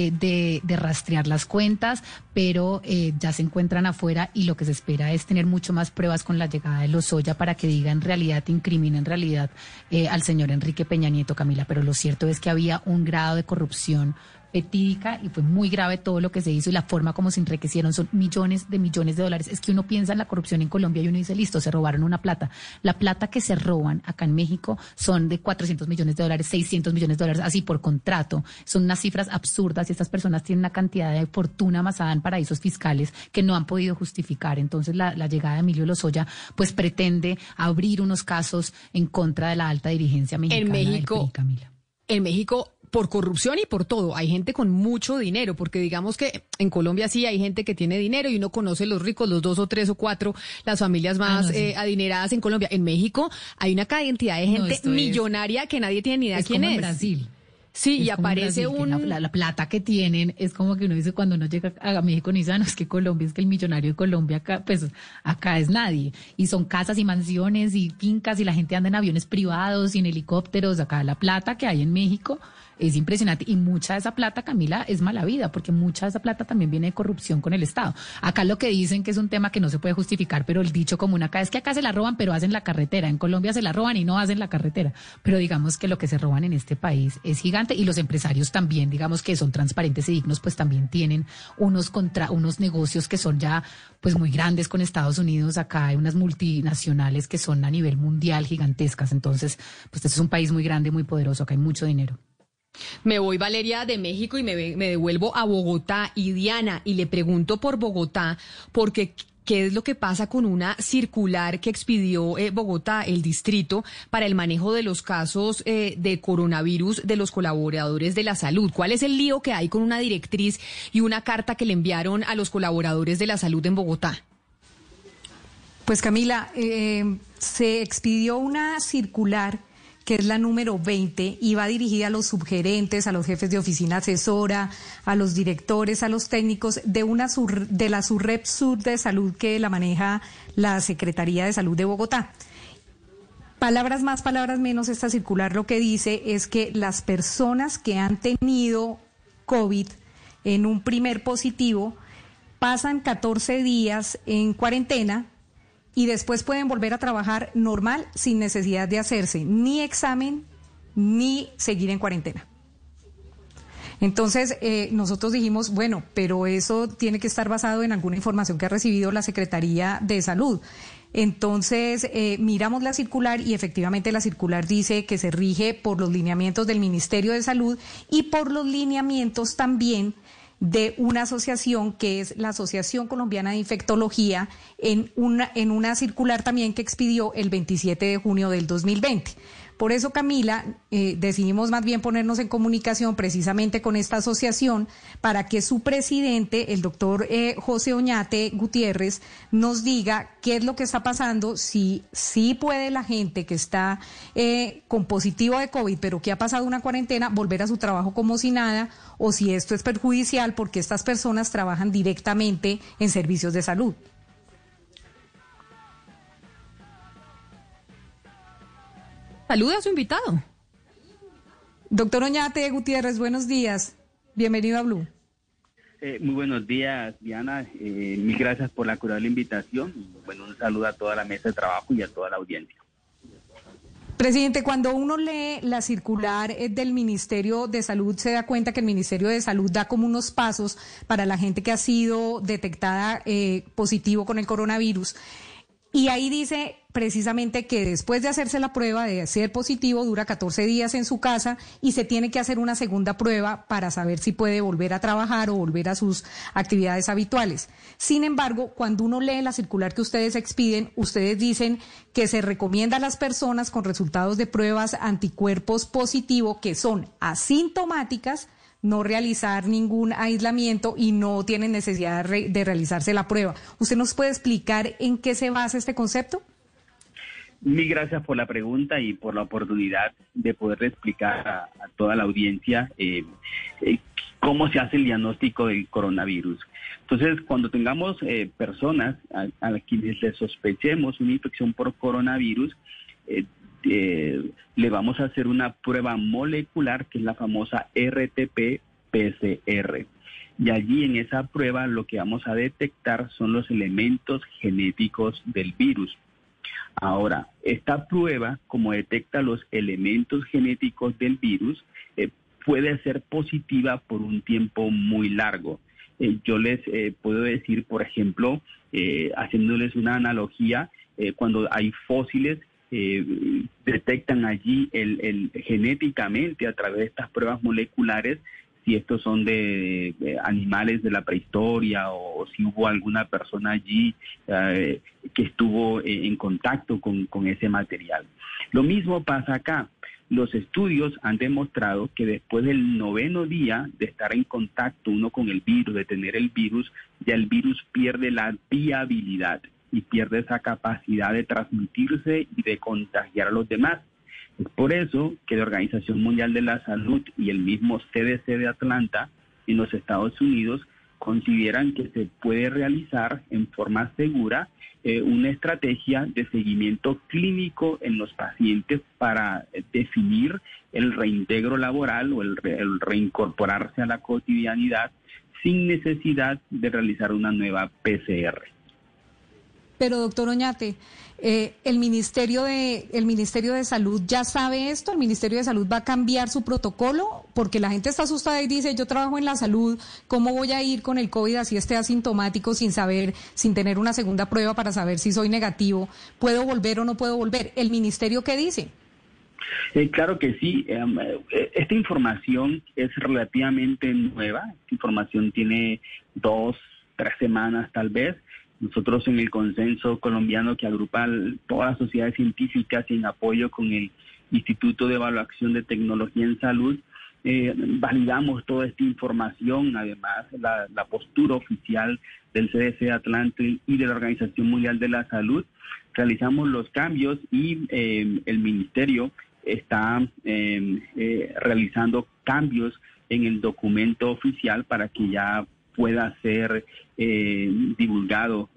de rastrear las cuentas, pero ya se encuentran afuera y lo que se espera es tener mucho más pruebas con la llegada de Lozoya para que diga en realidad, incrimine en realidad al señor Enrique Peña Nieto, Camila. Pero lo cierto es que había un grado de corrupción fetídica y fue muy grave todo lo que se hizo y la forma como se enriquecieron. Son millones de dólares. Es que uno piensa en la corrupción en Colombia y uno dice, listo, se robaron una plata. La plata que se roban acá en México son de 400 millones de dólares, 600 millones de dólares, así por contrato. Son unas cifras absurdas y estas personas tienen una cantidad de fortuna amasada en paraísos fiscales que no han podido justificar. Entonces la llegada de Emilio Lozoya pues pretende abrir unos casos en contra de la alta dirigencia mexicana del PRI, Camila. En México, por corrupción y por todo, hay gente con mucho dinero, porque digamos que en Colombia sí hay gente que tiene dinero y uno conoce los ricos, los 2 o 3 o 4, las familias más adineradas en Colombia. En México hay una cantidad de gente millonaria que nadie tiene ni idea quién es. En Brasil. Sí, y aparece la plata que tienen, es como que uno dice cuando uno llega a México, ni no, es que Colombia, es que el millonario de Colombia acá, pues acá es nadie. Y son casas y mansiones y fincas y la gente anda en aviones privados y en helicópteros. Acá la plata que hay en México es impresionante y mucha de esa plata, Camila, es mala vida, porque mucha de esa plata también viene de corrupción con el Estado. Acá lo que dicen que es un tema que no se puede justificar, pero el dicho común acá es que acá se la roban, pero hacen la carretera. En Colombia se la roban y no hacen la carretera. Pero digamos que lo que se roban en este país es gigante y los empresarios también, digamos que son transparentes y dignos, pues también tienen unos negocios que son ya pues muy grandes con Estados Unidos. Acá hay unas multinacionales que son a nivel mundial gigantescas. Entonces, pues este es un país muy grande, muy poderoso. Acá hay mucho dinero. Me voy, Valeria, de México y me devuelvo a Bogotá. Y Diana, y le pregunto por Bogotá, porque ¿qué es lo que pasa con una circular que expidió Bogotá, el distrito, para el manejo de los casos de coronavirus de los colaboradores de la salud? ¿Cuál es el lío que hay con una directriz y una carta que le enviaron a los colaboradores de la salud en Bogotá? Pues Camila, se expidió una circular que es la número 20, y va dirigida a los subgerentes, a los jefes de oficina asesora, a los directores, a los técnicos de la Surrep Sur de Salud que la maneja la Secretaría de Salud de Bogotá. Palabras más, palabras menos, esta circular lo que dice es que las personas que han tenido COVID en un primer positivo pasan 14 días en cuarentena y después pueden volver a trabajar normal sin necesidad de hacerse ni examen ni seguir en cuarentena. Entonces, nosotros dijimos, bueno, pero eso tiene que estar basado en alguna información que ha recibido la Secretaría de Salud. Entonces, miramos la circular y efectivamente la circular dice que se rige por los lineamientos del Ministerio de Salud y por los lineamientos también de una asociación que es la Asociación Colombiana de Infectología en una circular también que expidió el 27 de junio del 2020. Por eso, Camila, decidimos más bien ponernos en comunicación precisamente con esta asociación para que su presidente, el doctor José Oñate Gutiérrez, nos diga qué es lo que está pasando, si puede la gente que está con positivo de COVID, pero que ha pasado una cuarentena, volver a su trabajo como si nada, o si esto es perjudicial porque estas personas trabajan directamente en servicios de salud. Saluda a su invitado. Doctor Oñate Gutiérrez, buenos días. Bienvenido a Blue. Muy buenos días, Diana. Mil gracias por la curada invitación. Bueno, un saludo a toda la mesa de trabajo y a toda la audiencia. Presidente, cuando uno lee la circular del Ministerio de Salud, se da cuenta que el Ministerio de Salud da como unos pasos para la gente que ha sido detectada positivo con el coronavirus. Y ahí dice precisamente que después de hacerse la prueba de ser positivo, dura 14 días en su casa y se tiene que hacer una segunda prueba para saber si puede volver a trabajar o volver a sus actividades habituales. Sin embargo, cuando uno lee la circular que ustedes expiden, ustedes dicen que se recomienda a las personas con resultados de pruebas anticuerpos positivos que son asintomáticas no realizar ningún aislamiento y no tienen necesidad de realizarse la prueba. ¿Usted nos puede explicar en qué se basa este concepto? Mil gracias por la pregunta y por la oportunidad de poder explicar a toda la audiencia cómo se hace el diagnóstico del coronavirus. Entonces, cuando tengamos personas a quienes les sospechemos una infección por coronavirus, le vamos a hacer una prueba molecular que es la famosa RT-PCR. Y allí en esa prueba lo que vamos a detectar son los elementos genéticos del virus. Ahora, esta prueba, como detecta los elementos genéticos del virus, puede ser positiva por un tiempo muy largo. Yo les puedo decir, por ejemplo, haciéndoles una analogía, cuando hay fósiles, detectan allí genéticamente a través de estas pruebas moleculares si estos son de animales de la prehistoria o si hubo alguna persona allí que estuvo en contacto con ese material. Lo mismo pasa acá. Los estudios han demostrado que después del 9º día de estar en contacto uno con el virus, de tener el virus, ya el virus pierde la viabilidad y pierde esa capacidad de transmitirse y de contagiar a los demás. Es por eso que la Organización Mundial de la Salud y el mismo CDC de Atlanta en los Estados Unidos consideran que se puede realizar en forma segura una estrategia de seguimiento clínico en los pacientes para definir el reintegro laboral o el reincorporarse a la cotidianidad sin necesidad de realizar una nueva PCR. Pero, doctor Oñate, ¿el Ministerio de Salud ya sabe esto? ¿El Ministerio de Salud va a cambiar su protocolo? Porque la gente está asustada y dice, yo trabajo en la salud, ¿cómo voy a ir con el COVID así esté asintomático sin tener una segunda prueba para saber si soy negativo? ¿Puedo volver o no puedo volver? ¿El Ministerio qué dice? Claro que sí. Esta información es relativamente nueva. Esta información tiene 2-3 semanas tal vez. Nosotros en el consenso colombiano que agrupa todas las sociedades científicas y en apoyo con el Instituto de Evaluación de Tecnología en Salud, validamos toda esta información, además la postura oficial del CDC de Atlanta y de la Organización Mundial de la Salud. Realizamos los cambios y el Ministerio está realizando cambios en el documento oficial para que ya pueda ser divulgado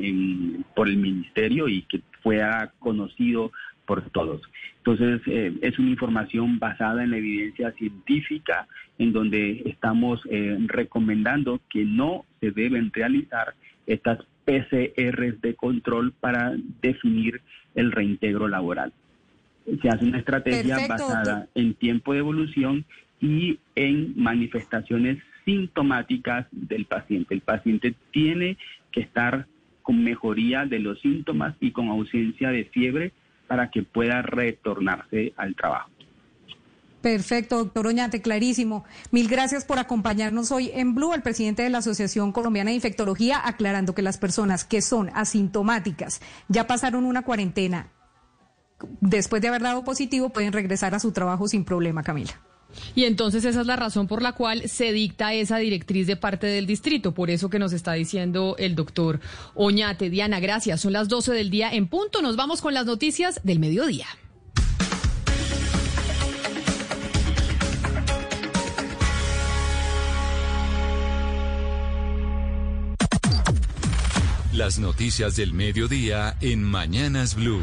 por el Ministerio y que fuera conocido por todos. Entonces, es una información basada en la evidencia científica, en donde estamos recomendando que no se deben realizar estas PCRs de control para definir el reintegro laboral. Se hace una estrategia basada en tiempo de evolución y en manifestaciones sintomáticas del paciente. El paciente tiene que estar con mejoría de los síntomas y con ausencia de fiebre para que pueda retornarse al trabajo. Perfecto, doctor Oñate, clarísimo. Mil gracias por acompañarnos hoy en Blue, el presidente de la Asociación Colombiana de Infectología, aclarando que las personas que son asintomáticas, ya pasaron una cuarentena, después de haber dado positivo, pueden regresar a su trabajo sin problema, Camila. Y entonces esa es la razón por la cual se dicta esa directriz de parte del distrito, por eso que nos está diciendo el doctor Oñate. Diana, gracias. Son las 12 del día en punto. Nos vamos con las noticias del mediodía. Las noticias del mediodía en Mañanas Blue.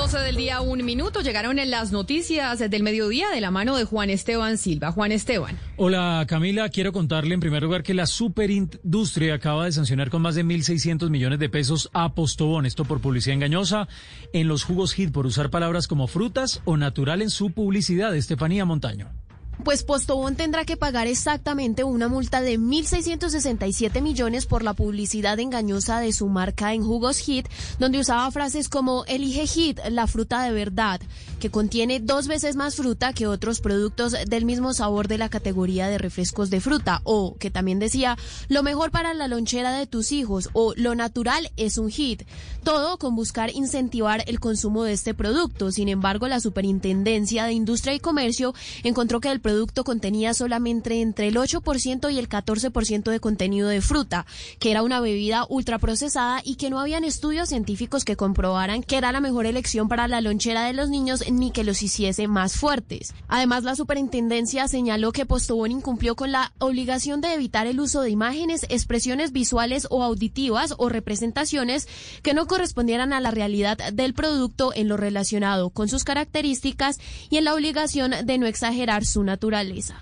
12 del día, 1 minuto. Llegaron en las noticias del mediodía de la mano de Juan Esteban Silva. Juan Esteban. Hola Camila, quiero contarle en primer lugar que la superindustria acaba de sancionar con más de 1.600 millones de pesos a Postobón, esto por publicidad engañosa en los jugos Hit por usar palabras como frutas o natural en su publicidad. Estefanía Montaño. Pues Postobón tendrá que pagar exactamente una multa de 1.667 millones por la publicidad engañosa de su marca en jugos Hit, donde usaba frases como elige Hit, la fruta de verdad, que contiene 2 veces más fruta que otros productos del mismo sabor de la categoría de refrescos de fruta, o que también decía lo mejor para la lonchera de tus hijos, o lo natural es un Hit. Todo con buscar incentivar el consumo de este producto. Sin embargo, la Superintendencia de Industria y Comercio encontró que el producto contenía solamente entre el 8% y el 14% de contenido de fruta, que era una bebida ultraprocesada y que no habían estudios científicos que comprobaran que era la mejor elección para la lonchera de los niños ni que los hiciese más fuertes. Además, la superintendencia señaló que Postobón incumplió con la obligación de evitar el uso de imágenes, expresiones visuales o auditivas o representaciones que no correspondieran a la realidad del producto en lo relacionado con sus características y en la obligación de no exagerar su naturaleza.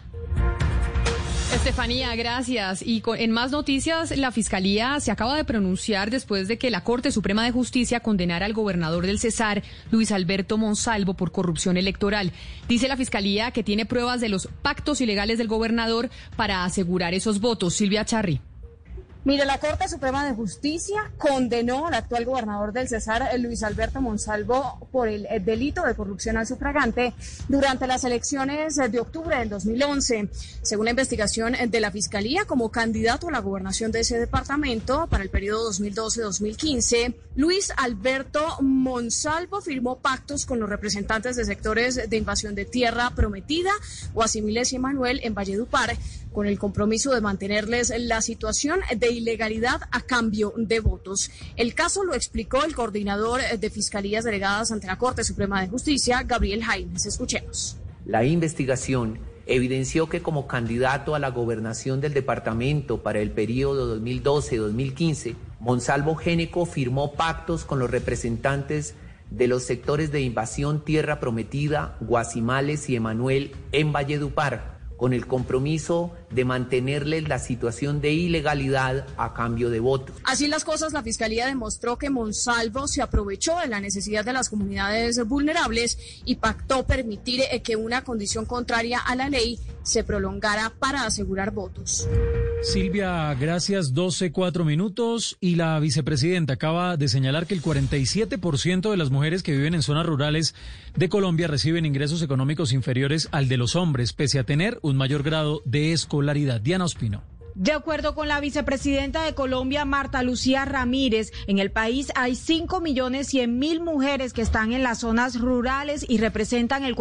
Estefanía, gracias. Y en más noticias, la Fiscalía se acaba de pronunciar después de que la Corte Suprema de Justicia condenara al gobernador del Cesar, Luis Alberto Monsalvo, por corrupción electoral. Dice la Fiscalía que tiene pruebas de los pactos ilegales del gobernador para asegurar esos votos. Silvia Charri. Mire, la Corte Suprema de Justicia condenó al actual gobernador del Cesar, Luis Alberto Monsalvo, por el delito de corrupción al sufragante durante las elecciones de octubre del 2011. Según la investigación de la Fiscalía, como candidato a la gobernación de ese departamento para el periodo 2012-2015, Luis Alberto Monsalvo firmó pactos con los representantes de sectores de invasión de tierra prometida, Guasimiles y Emanuel en Valledupar, con el compromiso de mantenerles la situación de ilegalidad a cambio de votos. El caso lo explicó el coordinador de Fiscalías Delegadas ante la Corte Suprema de Justicia, Gabriel Jaimes. Escuchemos. La investigación evidenció que como candidato a la gobernación del departamento para el periodo 2012-2015, Monsalvo Géneco firmó pactos con los representantes de los sectores de invasión Tierra Prometida, Guasimales y Emanuel en Valledupar, con el compromiso de mantenerles la situación de ilegalidad a cambio de votos. Así las cosas, la Fiscalía demostró que Monsalvo se aprovechó de la necesidad de las comunidades vulnerables y pactó permitir que una condición contraria a la ley se prolongara para asegurar votos. Silvia, gracias. 12:04 minutos. Y la vicepresidenta acaba de señalar que el 47% de las mujeres que viven en zonas rurales de Colombia reciben ingresos económicos inferiores al de los hombres, pese a tener un mayor grado de escolaridad. Diana Ospino. De acuerdo con la vicepresidenta de Colombia, Marta Lucía Ramírez, en el país hay 5.100.000 mujeres que están en las zonas rurales y representan el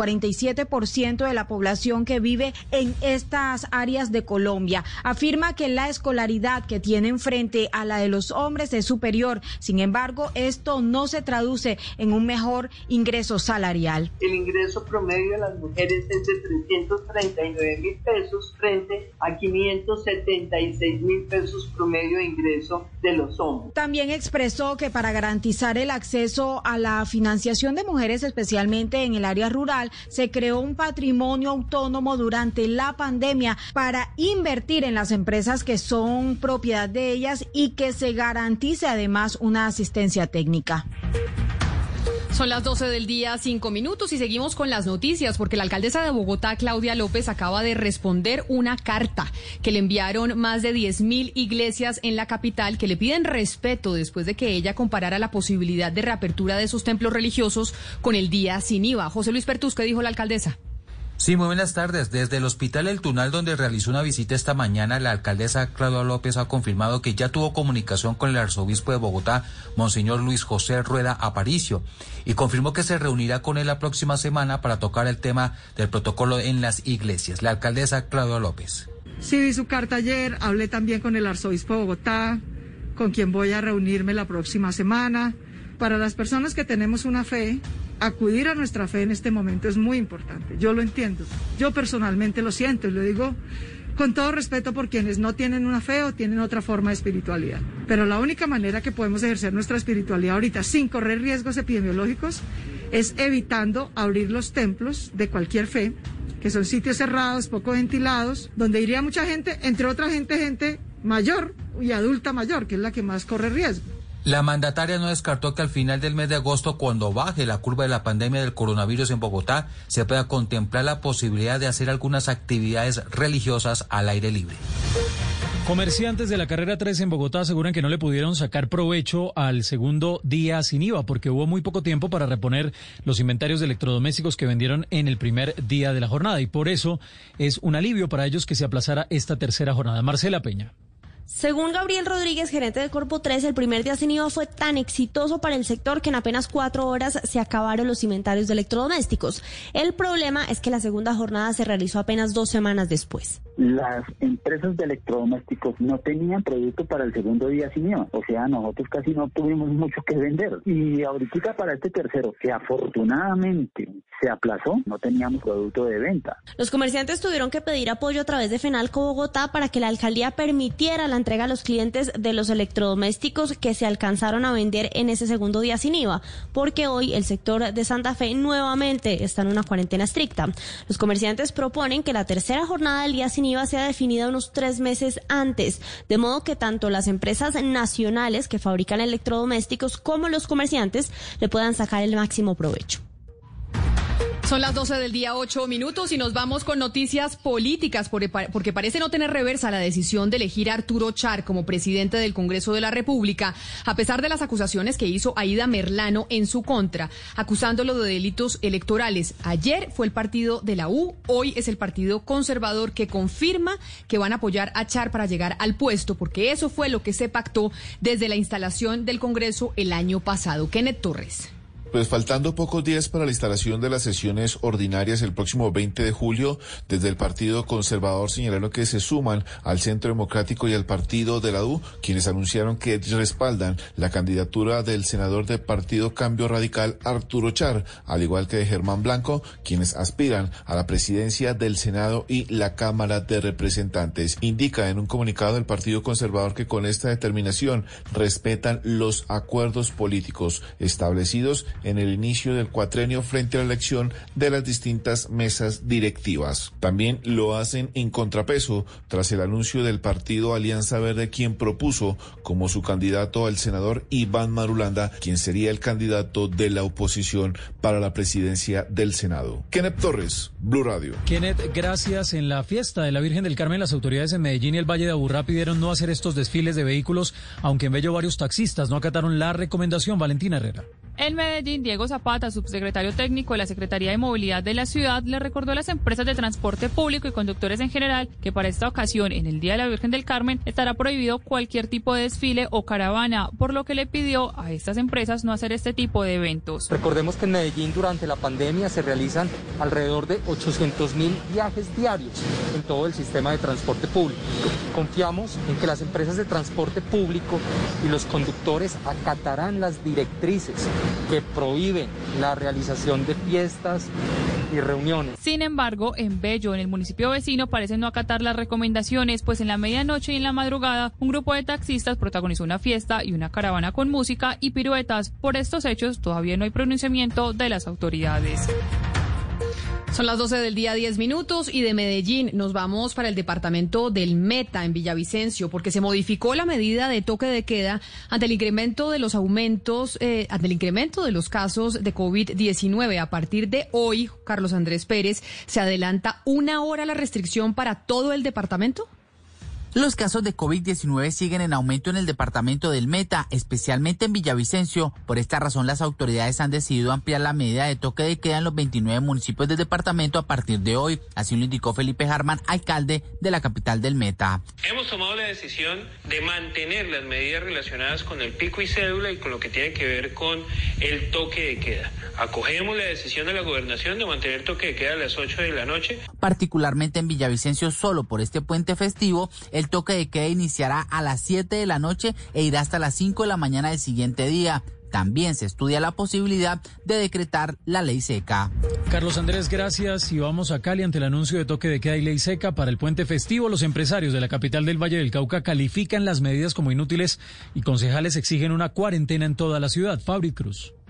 47% de la población que vive en estas áreas de Colombia. Afirma que la escolaridad que tienen frente a la de los hombres es superior. Sin embargo, esto no se traduce en un mejor ingreso salarial. El ingreso promedio de las mujeres es de 339.000 pesos frente a 576.000 pesos promedio de ingreso de los hombres. También expresó que para garantizar el acceso a la financiación de mujeres, especialmente en el área rural, se creó un patrimonio autónomo durante la pandemia para invertir en las empresas que son propiedad de ellas y que se garantice además una asistencia técnica. Son las 12 del día, 5 minutos, y seguimos con las noticias porque la alcaldesa de Bogotá, Claudia López, acaba de responder una carta que le enviaron más de 10.000 iglesias en la capital que le piden respeto después de que ella comparara la posibilidad de reapertura de esos templos religiosos con el día sin IVA. José Luis Pertus, ¿qué dijo la alcaldesa? Sí, muy buenas tardes. Desde el Hospital El Tunal, donde realizó una visita esta mañana, la alcaldesa Claudia López ha confirmado que ya tuvo comunicación con el arzobispo de Bogotá, Monseñor Luis José Rueda Aparicio, y confirmó que se reunirá con él la próxima semana para tocar el tema del protocolo en las iglesias. La alcaldesa Claudia López. Sí, vi su carta ayer, hablé también con el arzobispo de Bogotá, con quien voy a reunirme la próxima semana. Para las personas que tenemos una fe, acudir a nuestra fe en este momento es muy importante. Yo lo entiendo. Yo personalmente lo siento y lo digo con todo respeto por quienes no tienen una fe o tienen otra forma de espiritualidad. Pero la única manera que podemos ejercer nuestra espiritualidad ahorita sin correr riesgos epidemiológicos es evitando abrir los templos de cualquier fe, que son sitios cerrados, poco ventilados, donde iría mucha gente, entre otra gente mayor y adulta mayor, que es la que más corre riesgo. La mandataria no descartó que al final del mes de agosto, cuando baje la curva de la pandemia del coronavirus en Bogotá, se pueda contemplar la posibilidad de hacer algunas actividades religiosas al aire libre. Comerciantes de la carrera 3 en Bogotá aseguran que no le pudieron sacar provecho al segundo día sin IVA porque hubo muy poco tiempo para reponer los inventarios de electrodomésticos que vendieron en el primer día de la jornada y por eso es un alivio para ellos que se aplazara esta tercera jornada. Marcela Peña. Según Gabriel Rodríguez, gerente de Corpo 3, el primer día sin IVA fue tan exitoso para el sector que en apenas 4 horas se acabaron los inventarios de electrodomésticos. El problema es que la segunda jornada se realizó apenas 2 semanas después. Las empresas de electrodomésticos no tenían producto para el segundo día sin IVA, o sea, nosotros casi no tuvimos mucho que vender. Y ahorita para este tercero, que afortunadamente se aplazó, no teníamos producto de venta. Los comerciantes tuvieron que pedir apoyo a través de Fenalco Bogotá para que la alcaldía permitiera la entrega a los clientes de los electrodomésticos que se alcanzaron a vender en ese segundo día sin IVA, porque hoy el sector de Santa Fe nuevamente está en una cuarentena estricta. Los comerciantes proponen que la tercera jornada del día sin IVA sea definida unos 3 meses antes, de modo que tanto las empresas nacionales que fabrican electrodomésticos como los comerciantes le puedan sacar el máximo provecho. Son las 12 del día, 8 minutos, y nos vamos con noticias políticas, porque parece no tener reversa la decisión de elegir a Arturo Char como presidente del Congreso de la República, a pesar de las acusaciones que hizo Aida Merlano en su contra, acusándolo de delitos electorales. Ayer fue el partido de la U, hoy es el Partido Conservador que confirma que van a apoyar a Char para llegar al puesto, porque eso fue lo que se pactó desde la instalación del Congreso el año pasado. Kenneth Torres. Pues faltando pocos días para la instalación de las sesiones ordinarias el próximo 20 de julio, desde el Partido Conservador señalaron que se suman al Centro Democrático y al Partido de la U, quienes anunciaron que respaldan la candidatura del senador del Partido Cambio Radical, Arturo Char, al igual que de Germán Blanco, quienes aspiran a la presidencia del Senado y la Cámara de Representantes. Indica en un comunicado del Partido Conservador que con esta determinación respetan los acuerdos políticos establecidos en el inicio del cuatrenio frente a la elección de las distintas mesas directivas. También lo hacen en contrapeso tras el anuncio del partido Alianza Verde, quien propuso como su candidato al senador Iván Marulanda, quien sería el candidato de la oposición para la presidencia del Senado. Kenneth Torres, Blue Radio. Kenneth, gracias. En la fiesta de la Virgen del Carmen, las autoridades en Medellín y el Valle de Aburrá pidieron no hacer estos desfiles de vehículos, aunque en Bello varios taxistas no acataron la recomendación. Valentina Herrera. En Medellín, Diego Zapata, subsecretario técnico de la Secretaría de Movilidad de la ciudad, le recordó a las empresas de transporte público y conductores en general que para esta ocasión, en el Día de la Virgen del Carmen, estará prohibido cualquier tipo de desfile o caravana, por lo que le pidió a estas empresas no hacer este tipo de eventos. Recordemos que en Medellín durante la pandemia se realizan alrededor de 800.000 viajes diarios en todo el sistema de transporte público. Confiamos en que las empresas de transporte público y los conductores acatarán las directrices que prohíben la realización de fiestas y reuniones. Sin embargo, en Bello, en el municipio vecino, parecen no acatar las recomendaciones, pues en la medianoche y en la madrugada, un grupo de taxistas protagonizó una fiesta y una caravana con música y piruetas. Por estos hechos, todavía no hay pronunciamiento de las autoridades. Son las 12 del día, 10 minutos, y de Medellín nos vamos para el departamento del Meta, en Villavicencio, porque se modificó la medida de toque de queda ante el incremento de los casos de COVID-19. A partir de hoy, Carlos Andrés Pérez, ¿se adelanta 1 hora la restricción para todo el departamento? Los casos de COVID-19 siguen en aumento en el departamento del Meta, especialmente en Villavicencio. Por esta razón, las autoridades han decidido ampliar la medida de toque de queda en los 29 municipios del departamento a partir de hoy. Así lo indicó Felipe Harman, alcalde de la capital del Meta. Hemos tomado la decisión de mantener las medidas relacionadas con el pico y cédula y con lo que tiene que ver con el toque de queda. Acogemos la decisión de la gobernación de mantener el toque de queda a las 8 de la noche. Particularmente en Villavicencio, solo por este puente festivo, el toque de queda iniciará a las 7 de la noche e irá hasta las 5 de la mañana del siguiente día. También se estudia la posibilidad de decretar la ley seca. Carlos Andrés, gracias. Y vamos a Cali. Ante el anuncio de toque de queda y ley seca para el puente festivo, los empresarios de la capital del Valle del Cauca califican las medidas como inútiles y concejales exigen una cuarentena en toda la ciudad. Fabri Cruz.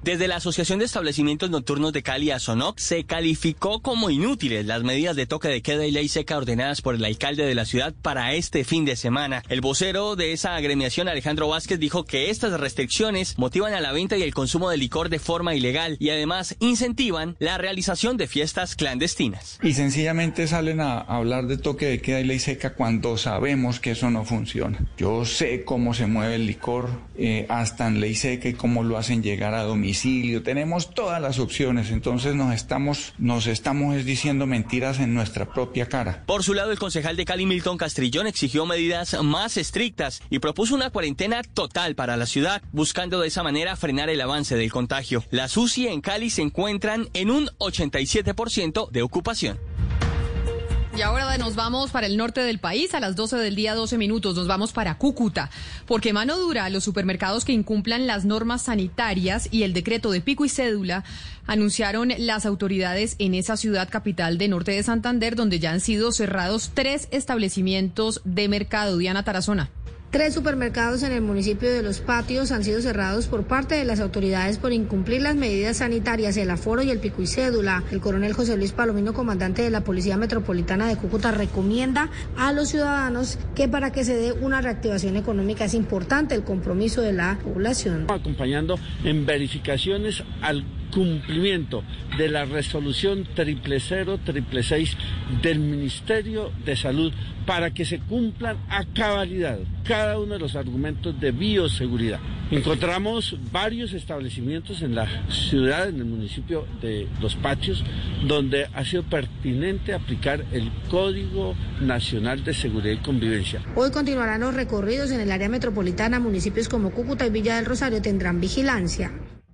Desde la Asociación de Establecimientos Nocturnos de Cali, ASONOC, se calificó como inútiles las medidas de toque de queda y ley seca ordenadas por el alcalde de la ciudad para este fin de semana. El vocero de esa agremiación, Alejandro Vázquez, dijo que estas restricciones motivan a la venta y el consumo de licor de forma ilegal y además incentivan la realización de fiestas clandestinas. Y sencillamente salen a hablar de toque de queda y ley seca cuando sabemos que eso no funciona. Yo sé cómo se mueve el licor hasta en ley seca y cómo lo hacen llegar a domicilio. Tenemos todas las opciones, entonces nos estamos diciendo mentiras en nuestra propia cara. Por su lado, el concejal de Cali, Milton Castrillón, exigió medidas más estrictas y propuso una cuarentena total para la ciudad, buscando de esa manera frenar el avance del contagio. Las UCI en Cali se encuentran en un 87% de ocupación. Y ahora nos vamos para el norte del país, a las 12 del día, 12 minutos, nos vamos para Cúcuta, porque mano dura a los supermercados que incumplan las normas sanitarias y el decreto de pico y cédula, anunciaron las autoridades en esa ciudad capital de norte de Santander, donde ya han sido cerrados 3 establecimientos de mercado. Diana Tarazona. 3 supermercados en el municipio de Los Patios han sido cerrados por parte de las autoridades por incumplir las medidas sanitarias, el aforo y el pico y cédula. El coronel José Luis Palomino, comandante de la Policía Metropolitana de Cúcuta, recomienda a los ciudadanos que para que se dé una reactivación económica es importante el compromiso de la población. Acompañando en verificaciones al cumplimiento de la resolución 00066 del Ministerio de Salud para que se cumplan a cabalidad cada uno de los argumentos de bioseguridad. Encontramos varios establecimientos en la ciudad, en el municipio de Los Patios, donde ha sido pertinente aplicar el Código Nacional de Seguridad y Convivencia. Hoy continuarán los recorridos en el área metropolitana. Municipios como Cúcuta y Villa del Rosario tendrán vigilancia.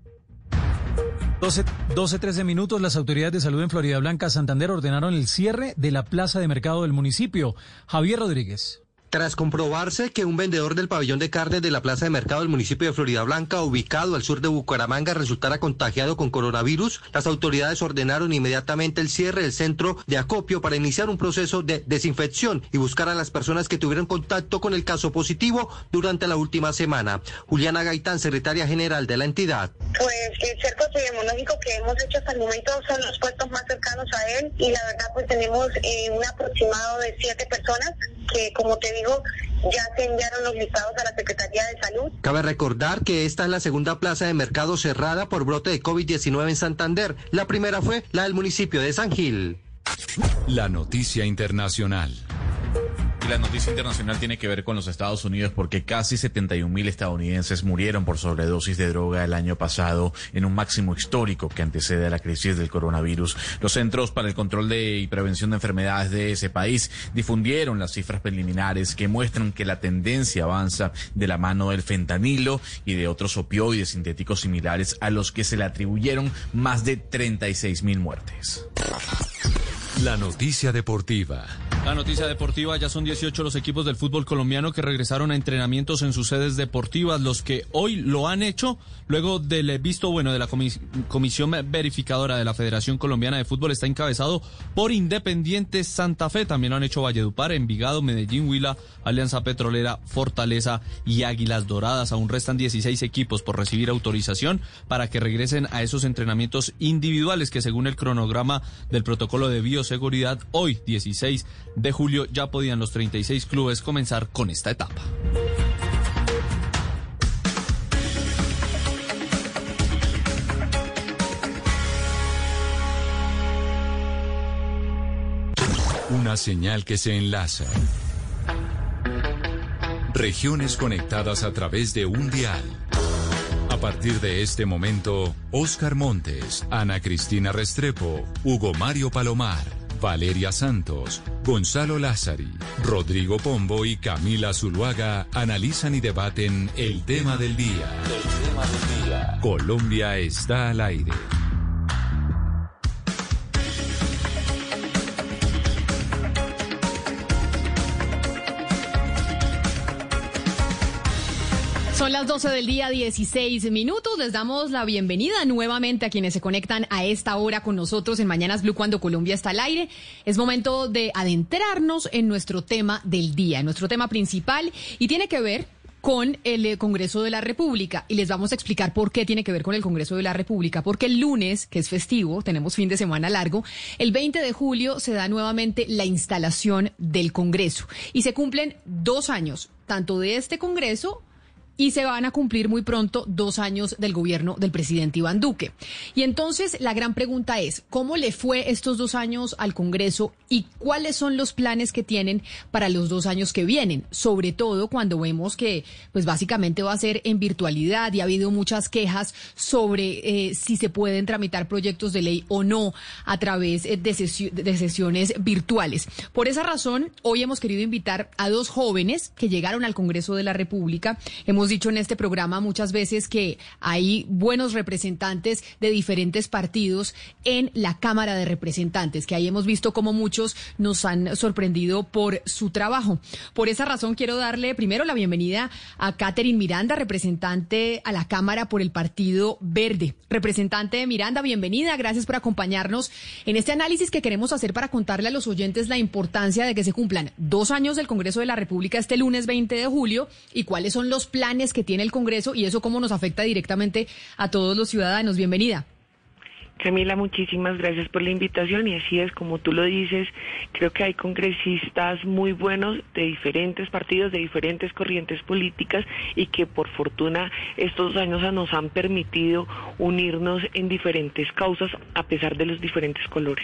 12:13 minutos, las autoridades de salud en Floridablanca, Santander, ordenaron el cierre de la plaza de mercado del municipio. Javier Rodríguez. Tras comprobarse que un vendedor del pabellón de carnes de la plaza de mercado del municipio de Floridablanca, ubicado al sur de Bucaramanga, resultara contagiado con coronavirus, las autoridades ordenaron inmediatamente el cierre del centro de acopio para iniciar un proceso de desinfección y buscar a las personas que tuvieron contacto con el caso positivo durante la última semana. Juliana Gaitán, secretaria general de la entidad. Pues el cerco epidemiológico que hemos hecho hasta el momento son los puestos más cercanos a él y la verdad pues tenemos un aproximado de 7 personas que, como te digo, ya se enviaron los listados a la Secretaría de Salud. Cabe recordar que esta es la segunda plaza de mercado cerrada por brote de COVID-19 en Santander. La primera fue la del municipio de San Gil. La noticia internacional. La noticia internacional tiene que ver con los Estados Unidos porque casi 71.000 estadounidenses murieron por sobredosis de droga el año pasado, en un máximo histórico que antecede a la crisis del coronavirus. Los Centros para el Control y Prevención de Enfermedades de ese país difundieron las cifras preliminares que muestran que la tendencia avanza de la mano del fentanilo y de otros opioides sintéticos similares, a los que se le atribuyeron más de 36.000 muertes. La noticia deportiva. La noticia deportiva: ya son 18 los equipos del fútbol colombiano que regresaron a entrenamientos en sus sedes deportivas. Los que hoy lo han hecho luego del visto bueno de la comisión verificadora de la Federación Colombiana de Fútbol está encabezado por Independiente Santa Fe. También lo han hecho Valledupar, Envigado, Medellín, Huila, Alianza Petrolera, Fortaleza y Águilas Doradas. Aún restan 16 equipos por recibir autorización para que regresen a esos entrenamientos individuales que, según el cronograma del protocolo de bioseguridad, hoy 16 de julio ya podían los 36 clubes comenzar con esta etapa. Una señal que se enlaza. Regiones conectadas a través de un dial. A partir de este momento, Óscar Montes, Ana Cristina Restrepo, Hugo Mario Palomar, Valeria Santos, Gonzalo Lázari, Rodrigo Pombo y Camila Zuluaga analizan y debaten el tema del día. Colombia está al aire. Son las 12 del día, 16 minutos. Les damos la bienvenida nuevamente a quienes se conectan a esta hora con nosotros en Mañanas Blue, cuando Colombia está al aire. Es momento de adentrarnos en nuestro tema del día, en nuestro tema principal, y tiene que ver con el Congreso de la República. Y les vamos a explicar por qué tiene que ver con el Congreso de la República. Porque el lunes, que es festivo, tenemos fin de semana largo, el 20 de julio se da nuevamente la instalación del Congreso. Y se cumplen 2 años, tanto de este Congreso, y se van a cumplir muy pronto 2 años del gobierno del presidente Iván Duque. Y entonces la gran pregunta es, ¿cómo le fue estos 2 años al Congreso y cuáles son los planes que tienen para los 2 años que vienen? Sobre todo cuando vemos que pues básicamente va a ser en virtualidad y ha habido muchas quejas sobre si se pueden tramitar proyectos de ley o no a través de sesiones virtuales. Por esa razón, hoy hemos querido invitar a 2 jóvenes que llegaron al Congreso de la República. Hemos dicho en este programa muchas veces que hay buenos representantes de diferentes partidos en la Cámara de Representantes, que ahí hemos visto cómo muchos nos han sorprendido por su trabajo. Por esa razón quiero darle primero la bienvenida a Catherine Miranda, representante a la Cámara por el Partido Verde. Representante Miranda, bienvenida, gracias por acompañarnos en este análisis que queremos hacer para contarle a los oyentes la importancia de que se cumplan 2 años del Congreso de la República este lunes 20 de julio y cuáles son los planes que tiene el Congreso y eso cómo nos afecta directamente a todos los ciudadanos. Bienvenida. Camila, muchísimas gracias por la invitación y así es, como tú lo dices, creo que hay congresistas muy buenos de diferentes partidos, de diferentes corrientes políticas y que por fortuna estos años nos han permitido unirnos en diferentes causas a pesar de los diferentes colores.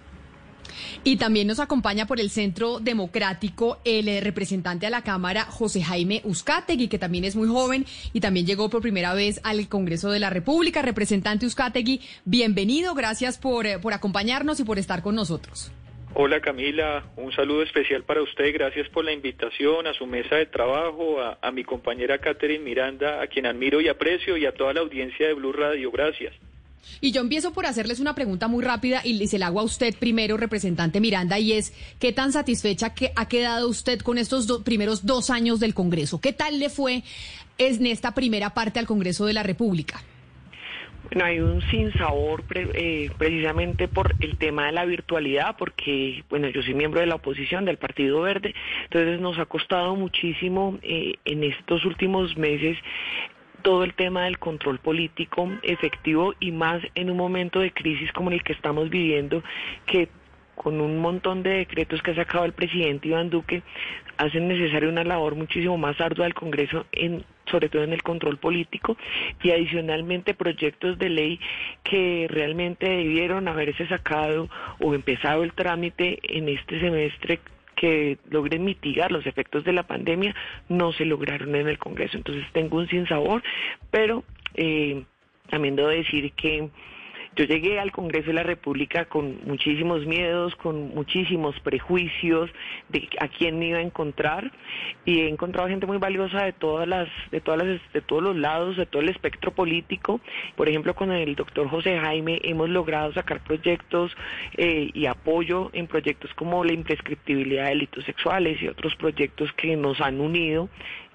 Y también nos acompaña por el Centro Democrático el representante a la Cámara, José Jaime Uzcategui, que también es muy joven y también llegó por primera vez al Congreso de la República. Representante Uzcategui, bienvenido, gracias por acompañarnos y por estar con nosotros. Hola Camila, un saludo especial para usted, gracias por la invitación, a su mesa de trabajo, a mi compañera Catherine Miranda, a quien admiro y aprecio, y a toda la audiencia de Blue Radio, gracias. Y yo empiezo por hacerles una pregunta muy rápida y se la hago a usted primero, representante Miranda, y es, ¿qué tan satisfecha ha quedado usted con estos primeros 2 años del Congreso? ¿Qué tal le fue en esta primera parte al Congreso de la República? Bueno, hay un sinsabor precisamente por el tema de la virtualidad, porque, bueno, yo soy miembro de la oposición del Partido Verde, entonces nos ha costado muchísimo en estos últimos meses todo el tema del control político efectivo y más en un momento de crisis como el que estamos viviendo, que con un montón de decretos que ha sacado el presidente Iván Duque, hacen necesaria una labor muchísimo más ardua del Congreso, sobre todo en el control político, y adicionalmente proyectos de ley que realmente debieron haberse sacado o empezado el trámite en este semestre que logren mitigar los efectos de la pandemia, no se lograron en el Congreso. Entonces tengo un sinsabor, pero también debo decir que yo llegué al Congreso de la República con muchísimos miedos, con muchísimos prejuicios de a quién me iba a encontrar, y he encontrado gente muy valiosa de todos los lados, de todo el espectro político. Por ejemplo, con el doctor José Jaime hemos logrado sacar proyectos y apoyo en proyectos como la imprescriptibilidad de delitos sexuales y otros proyectos que nos han unido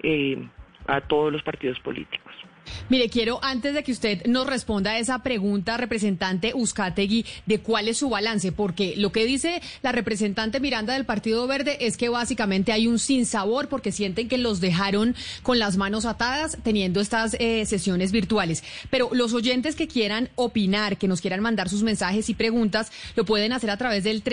a todos los partidos políticos. Mire, quiero, antes de que usted nos responda a esa pregunta, representante Uzcategui, de cuál es su balance, porque lo que dice la representante Miranda del Partido Verde es que básicamente hay un sinsabor porque sienten que los dejaron con las manos atadas teniendo estas sesiones virtuales. Pero los oyentes que quieran opinar, que nos quieran mandar sus mensajes y preguntas, lo pueden hacer a través del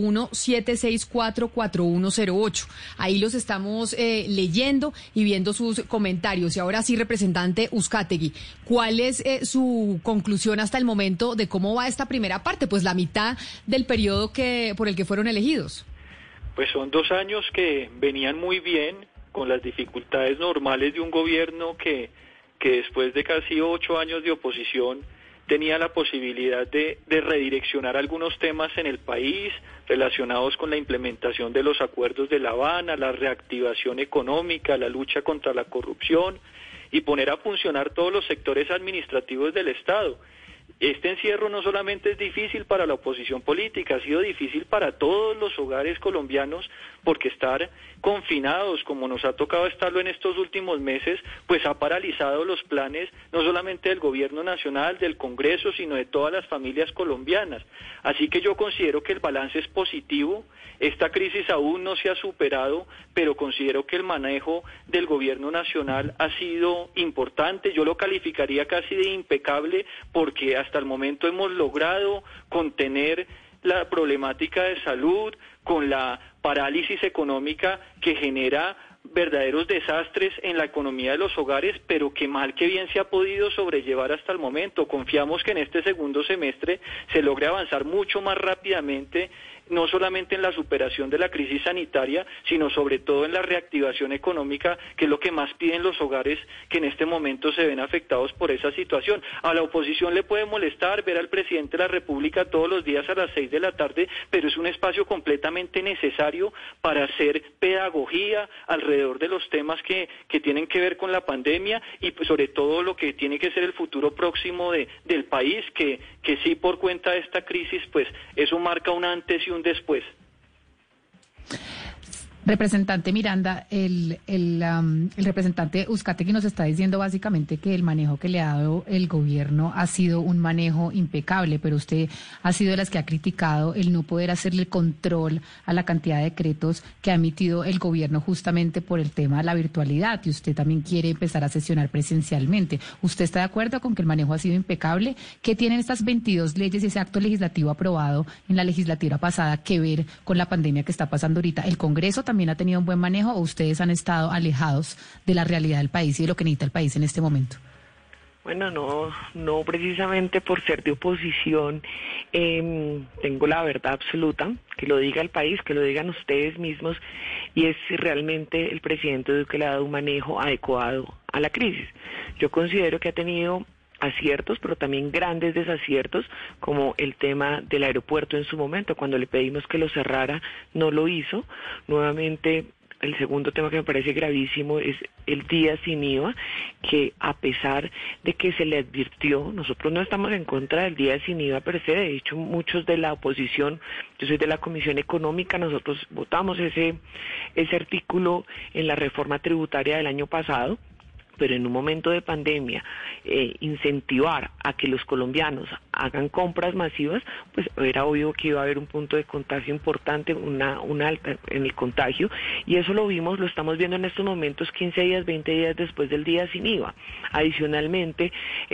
301-764-4108. Ahí los estamos leyendo y viendo sus comentarios. Y ahora sí, representante Uzcategui, ¿cuál es su conclusión hasta el momento de cómo va esta primera parte? Pues la mitad del periodo por el que fueron elegidos. Pues son 2 años que venían muy bien, con las dificultades normales de un gobierno que después de casi 8 años de oposición tenía la posibilidad de redireccionar algunos temas en el país relacionados con la implementación de los acuerdos de La Habana, la reactivación económica, la lucha contra la corrupción, y poner a funcionar todos los sectores administrativos del Estado. Este encierro no solamente es difícil para la oposición política, ha sido difícil para todos los hogares colombianos, porque estar confinados, como nos ha tocado estarlo en estos últimos meses, pues ha paralizado los planes no solamente del gobierno nacional, del Congreso, sino de todas las familias colombianas. Así que yo considero que el balance es positivo. Esta crisis aún no se ha superado, pero considero que el manejo del gobierno nacional ha sido importante. Yo lo calificaría casi de impecable, porque hasta el momento hemos logrado contener la problemática de salud con la parálisis económica que genera verdaderos desastres en la economía de los hogares, pero que mal que bien se ha podido sobrellevar hasta el momento. Confiamos que en este segundo semestre se logre avanzar mucho más rápidamente, no solamente en la superación de la crisis sanitaria, sino sobre todo en la reactivación económica, que es lo que más piden los hogares que en este momento se ven afectados por esa situación. A la oposición le puede molestar ver al presidente de la República todos los días a las 6 de la tarde, pero es un espacio completamente necesario para hacer pedagogía alrededor de los temas que tienen que ver con la pandemia y pues sobre todo lo que tiene que ser el futuro próximo del país, que sí, por cuenta de esta crisis, pues eso marca un antes y un después. Representante Miranda, el representante Uzcategui nos está diciendo básicamente que el manejo que le ha dado el gobierno ha sido un manejo impecable, pero usted ha sido de las que ha criticado el no poder hacerle control a la cantidad de decretos que ha emitido el gobierno justamente por el tema de la virtualidad, y usted también quiere empezar a sesionar presencialmente. ¿Usted está de acuerdo con que el manejo ha sido impecable? ¿Qué tienen estas 22 leyes y ese acto legislativo aprobado en la legislatura pasada que ver con la pandemia que está pasando ahorita? ¿El Congreso también ha tenido un buen manejo o ustedes han estado alejados de la realidad del país y de lo que necesita el país en este momento? Bueno, no precisamente por ser de oposición tengo la verdad absoluta, que lo diga el país, que lo digan ustedes mismos, y es si realmente el presidente Duque le ha dado un manejo adecuado a la crisis. Yo considero que ha tenido aciertos, pero también grandes desaciertos, como el tema del aeropuerto en su momento. Cuando le pedimos que lo cerrara, no lo hizo. Nuevamente, el segundo tema que me parece gravísimo es el día sin IVA, que a pesar de que se le advirtió, nosotros no estamos en contra del día sin IVA per se. De hecho, muchos de la oposición, yo soy de la Comisión Económica, nosotros votamos ese artículo en la reforma tributaria del año pasado, pero en un momento de pandemia, incentivar a que los colombianos hagan compras masivas, pues era obvio que iba a haber un punto de contagio importante, una alta en el contagio, y eso lo vimos, lo estamos viendo en estos momentos, 15 días, 20 días después del día sin IVA. Adicionalmente,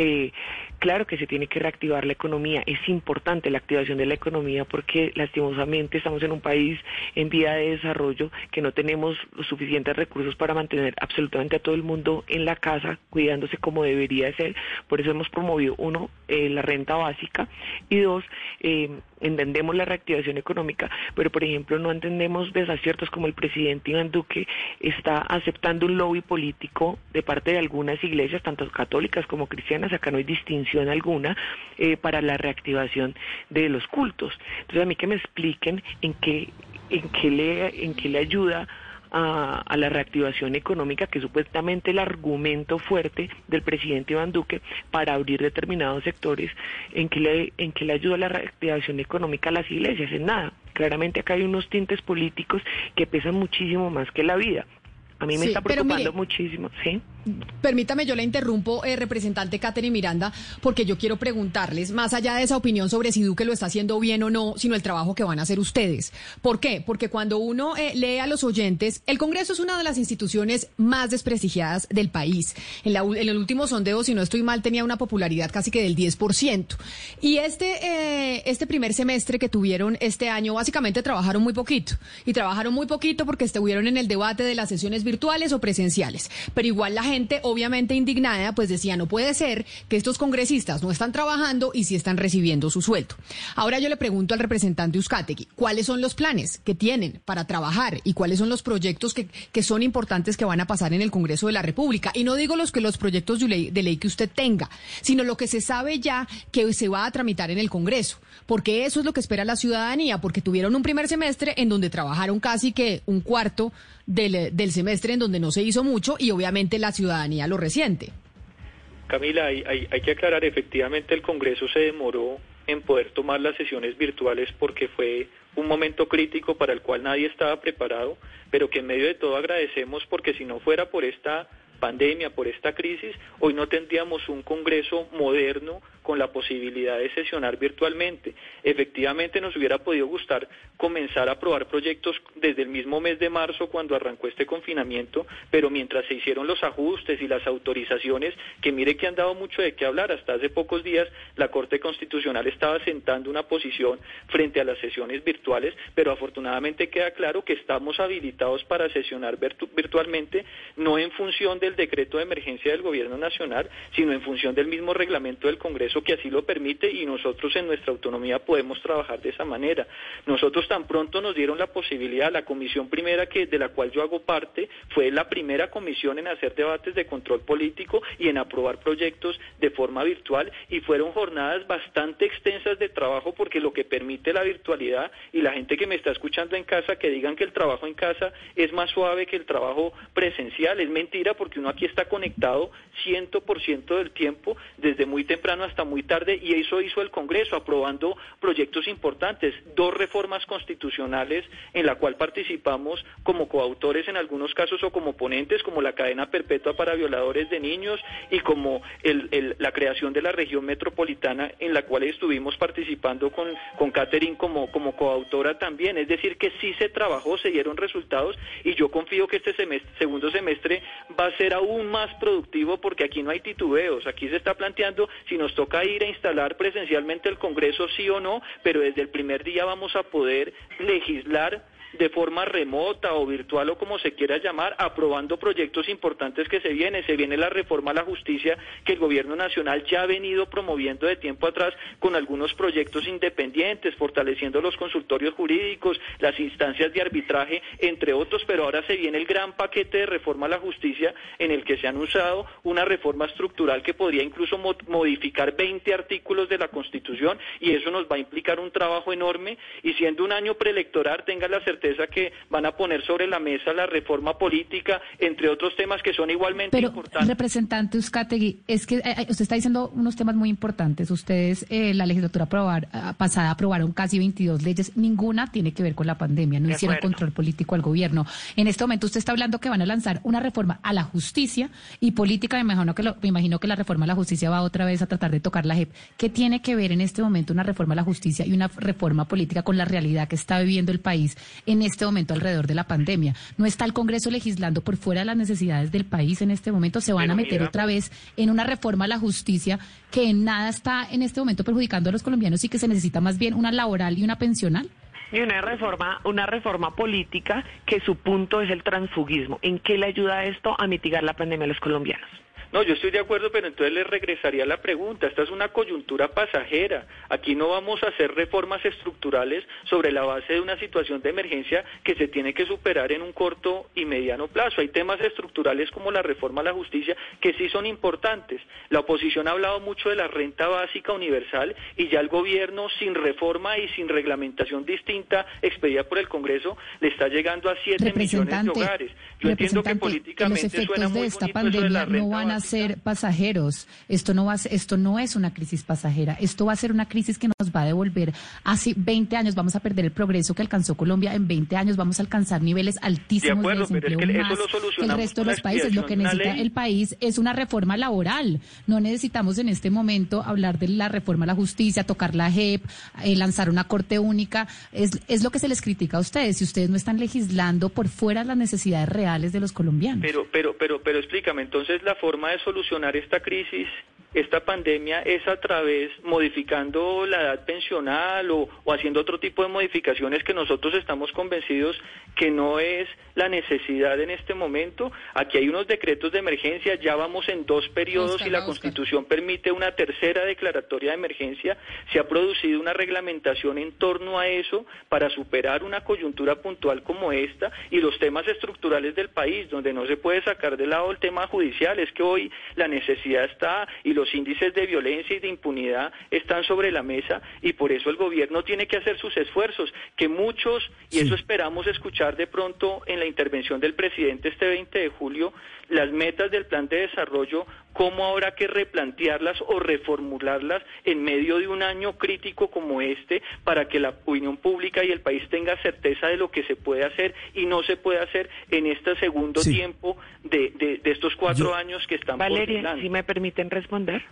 claro que se tiene que reactivar la economía, es importante la activación de la economía porque lastimosamente estamos en un país en vía de desarrollo que no tenemos los suficientes recursos para mantener absolutamente a todo el mundo en la casa, cuidándose como debería ser. Por eso hemos promovido, uno, la renta básica, y dos, entendemos la reactivación económica, pero por ejemplo no entendemos desaciertos como el presidente Iván Duque está aceptando un lobby político de parte de algunas iglesias, tanto católicas como cristianas, acá no hay distinción alguna, para la reactivación de los cultos. Entonces a mí que me expliquen en qué le ayuda a la reactivación económica, que es supuestamente el argumento fuerte del presidente Iván Duque para abrir determinados sectores, en que le ayuda a la reactivación económica a las iglesias. En nada. Claramente acá hay unos tintes políticos que pesan muchísimo más que la vida. A mí me está preocupando muchísimo, ¿sí? Permítame, yo la interrumpo, representante Catherine Miranda, porque yo quiero preguntarles, más allá de esa opinión sobre si Duque lo está haciendo bien o no, sino el trabajo que van a hacer ustedes. ¿Por qué? Porque cuando uno lee a los oyentes, el Congreso es una de las instituciones más desprestigiadas del país. En el último sondeo, si no estoy mal, tenía una popularidad casi que del 10%. Y este primer semestre que tuvieron este año, básicamente trabajaron muy poquito. Y trabajaron muy poquito porque estuvieron en el debate de las sesiones virtuales o presenciales. Pero igual la gente, obviamente indignada, pues decía, no puede ser que estos congresistas no están trabajando y sí están recibiendo su sueldo. Ahora yo le pregunto al representante Uzcategui, ¿cuáles son los planes que tienen para trabajar y cuáles son los proyectos que son importantes que van a pasar en el Congreso de la República? Y no digo los proyectos de ley que usted tenga, sino lo que se sabe ya que se va a tramitar en el Congreso, porque eso es lo que espera la ciudadanía, porque tuvieron un primer semestre en donde trabajaron casi que un cuarto del semestre en donde no se hizo mucho y obviamente la ciudadanía lo resiente. Camila, hay que aclarar, efectivamente el Congreso se demoró en poder tomar las sesiones virtuales porque fue un momento crítico para el cual nadie estaba preparado, pero que en medio de todo agradecemos porque si no fuera por esta pandemia, por esta crisis, hoy no tendríamos un Congreso moderno con la posibilidad de sesionar virtualmente. Efectivamente nos hubiera podido gustar comenzar a aprobar proyectos desde el mismo mes de marzo cuando arrancó este confinamiento, pero mientras se hicieron los ajustes y las autorizaciones, que mire que han dado mucho de qué hablar, hasta hace pocos días la Corte Constitucional estaba sentando una posición frente a las sesiones virtuales, pero afortunadamente queda claro que estamos habilitados para sesionar virtualmente, no en función del decreto de emergencia del Gobierno Nacional, sino en función del mismo reglamento del Congreso que así lo permite, y nosotros en nuestra autonomía podemos trabajar de esa manera. Nosotros tan pronto nos dieron la posibilidad, la comisión primera de la cual yo hago parte, fue la primera comisión en hacer debates de control político y en aprobar proyectos de forma virtual, y fueron jornadas bastante extensas de trabajo porque lo que permite la virtualidad, y la gente que me está escuchando en casa que digan que el trabajo en casa es más suave que el trabajo presencial, es mentira, porque uno aquí está conectado 100% del tiempo, desde muy temprano hasta muy tarde, y eso hizo el Congreso, aprobando proyectos importantes, 2 reformas constitucionales en la cual participamos como coautores en algunos casos o como ponentes, como la cadena perpetua para violadores de niños y como la creación de la región metropolitana, en la cual estuvimos participando con Catherine como coautora también. Es decir, que sí se trabajó, se dieron resultados, y yo confío que este segundo semestre va a ser aún más productivo, porque aquí no hay titubeos, aquí se está planteando si nos toca ir a instalar presencialmente el Congreso sí o no, pero desde el primer día vamos a poder legislar de forma remota o virtual o como se quiera llamar, aprobando proyectos importantes que se viene la reforma a la justicia que el Gobierno Nacional ya ha venido promoviendo de tiempo atrás con algunos proyectos independientes, fortaleciendo los consultorios jurídicos, las instancias de arbitraje, entre otros, pero ahora se viene el gran paquete de reforma a la justicia en el que se ha anunciado una reforma estructural que podría incluso modificar 20 artículos de la Constitución, y eso nos va a implicar un trabajo enorme, y siendo un año preelectoral, tenga la certeza que van a poner sobre la mesa la reforma política, entre otros temas que son igualmente importantes. Pero, representante Uzcategui, es que usted está diciendo unos temas muy importantes. Ustedes, la legislatura pasada aprobaron casi 22 leyes, ninguna tiene que ver con la pandemia, no hicieron control político al gobierno. En este momento usted está hablando que van a lanzar una reforma a la justicia y política, me imagino que la reforma a la justicia va otra vez a tratar de tocar la JEP. ¿Qué tiene que ver en este momento una reforma a la justicia y una reforma política con la realidad que está viviendo el país en este momento alrededor de la pandemia? ¿No está el Congreso legislando por fuera de las necesidades del país en este momento? ¿Se van a meter otra vez en una reforma a la justicia que en nada está en este momento perjudicando a los colombianos y que se necesita más bien una laboral y una pensional? Y una reforma política que su punto es el transfugismo. ¿En qué le ayuda esto a mitigar la pandemia a los colombianos? No, yo estoy de acuerdo, pero entonces le regresaría la pregunta. Esta es una coyuntura pasajera. Aquí no vamos a hacer reformas estructurales sobre la base de una situación de emergencia que se tiene que superar en un corto y mediano plazo. Hay temas estructurales como la reforma a la justicia que sí son importantes. La oposición ha hablado mucho de la renta básica universal, y ya el gobierno, sin reforma y sin reglamentación distinta expedida por el Congreso, le está llegando a 7 millones de hogares. Yo entiendo que políticamente suena muy bonito eso de la renta básica. Ser pasajeros. Esto no es una crisis pasajera. Esto va a ser una crisis que nos va a devolver hace 20 años. Vamos a perder el progreso que alcanzó Colombia en 20 años. Vamos a alcanzar niveles altísimos de desempleo, más que el resto de los países. Lo que necesita el país es una reforma laboral. No necesitamos en este momento hablar de la reforma a la justicia, tocar la JEP, lanzar una corte única. Es lo que se les critica a ustedes, si ustedes no están legislando por fuera de las necesidades reales de los colombianos. Pero explícame, entonces la forma de solucionar esta crisis, esta pandemia, es a través, modificando la edad pensional o haciendo otro tipo de modificaciones que nosotros estamos convencidos que no es la necesidad en este momento. Aquí hay unos decretos de emergencia, ya vamos en 2 periodos y la Constitución permite una tercera declaratoria de emergencia. Se ha producido una reglamentación en torno a eso para superar una coyuntura puntual como esta, y los temas estructurales del país, donde no se puede sacar de lado el tema judicial. Es que hoy la necesidad está, y los índices de violencia y de impunidad están sobre la mesa, y por eso el gobierno tiene que hacer sus esfuerzos, que muchos, y eso esperamos escuchar de pronto en la intervención del presidente este 20 de julio, las metas del plan de desarrollo ¿cómo habrá que replantearlas o reformularlas en medio de un año crítico como este para que la opinión pública y el país tenga certeza de lo que se puede hacer y no se puede hacer en este segundo tiempo de estos 4 años que están Valeria, por delante? si me permiten responder.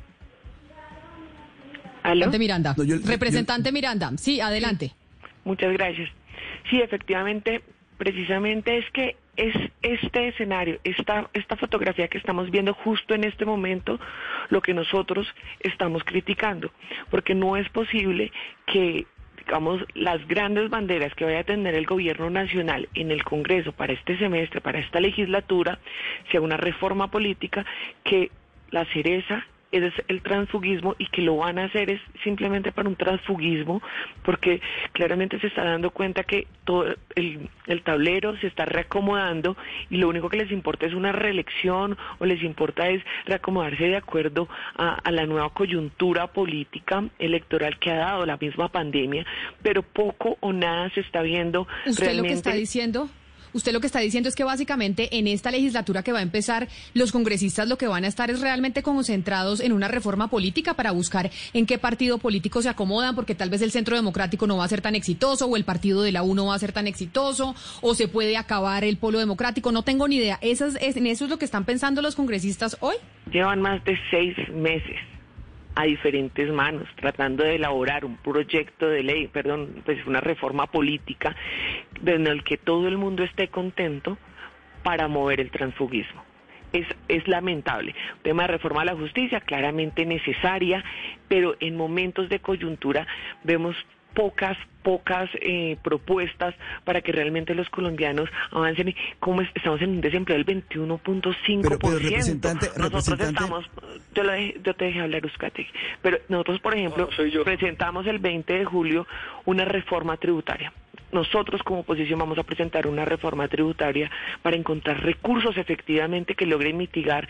¿Aló? Miranda. Representante Miranda, sí, adelante. Muchas gracias. Sí, efectivamente, precisamente es que es este escenario, esta fotografía que estamos viendo justo en este momento, lo que nosotros estamos criticando, porque no es posible que, digamos, las grandes banderas que vaya a tener el gobierno nacional en el Congreso para este semestre, para esta legislatura, sea una reforma política que la cereza es el transfugismo y que lo van a hacer es simplemente para un transfugismo, porque claramente se está dando cuenta que todo el tablero se está reacomodando y lo único que les importa es una reelección o les importa es reacomodarse de acuerdo a la nueva coyuntura política electoral que ha dado la misma pandemia, pero poco o nada se está viendo. ¿Usted realmente lo que está diciendo? Usted lo que está diciendo es que básicamente en esta legislatura que va a empezar, los congresistas lo que van a estar es realmente concentrados en una reforma política para buscar en qué partido político se acomodan, porque tal vez el Centro Democrático no va a ser tan exitoso, o el partido de la U no va a ser tan exitoso, o se puede acabar el Polo Democrático, no tengo ni idea. ¿En eso es lo que están pensando los congresistas hoy? Llevan más de 6 meses a diferentes manos, tratando de elaborar un proyecto de ley, pues una reforma política en el que todo el mundo esté contento para mover el transfugismo. Es lamentable. Un tema de reforma a la justicia, claramente necesaria, pero en momentos de coyuntura vemos pocas propuestas para que realmente los colombianos avancen. Como estamos en un desempleo del 21.5%. Pero representante, nosotros estamos, yo te dejé hablar, Uzcategui, pero nosotros, por ejemplo, presentamos el 20 de julio una reforma tributaria. Nosotros como oposición vamos a presentar una reforma tributaria para encontrar recursos efectivamente que logren mitigar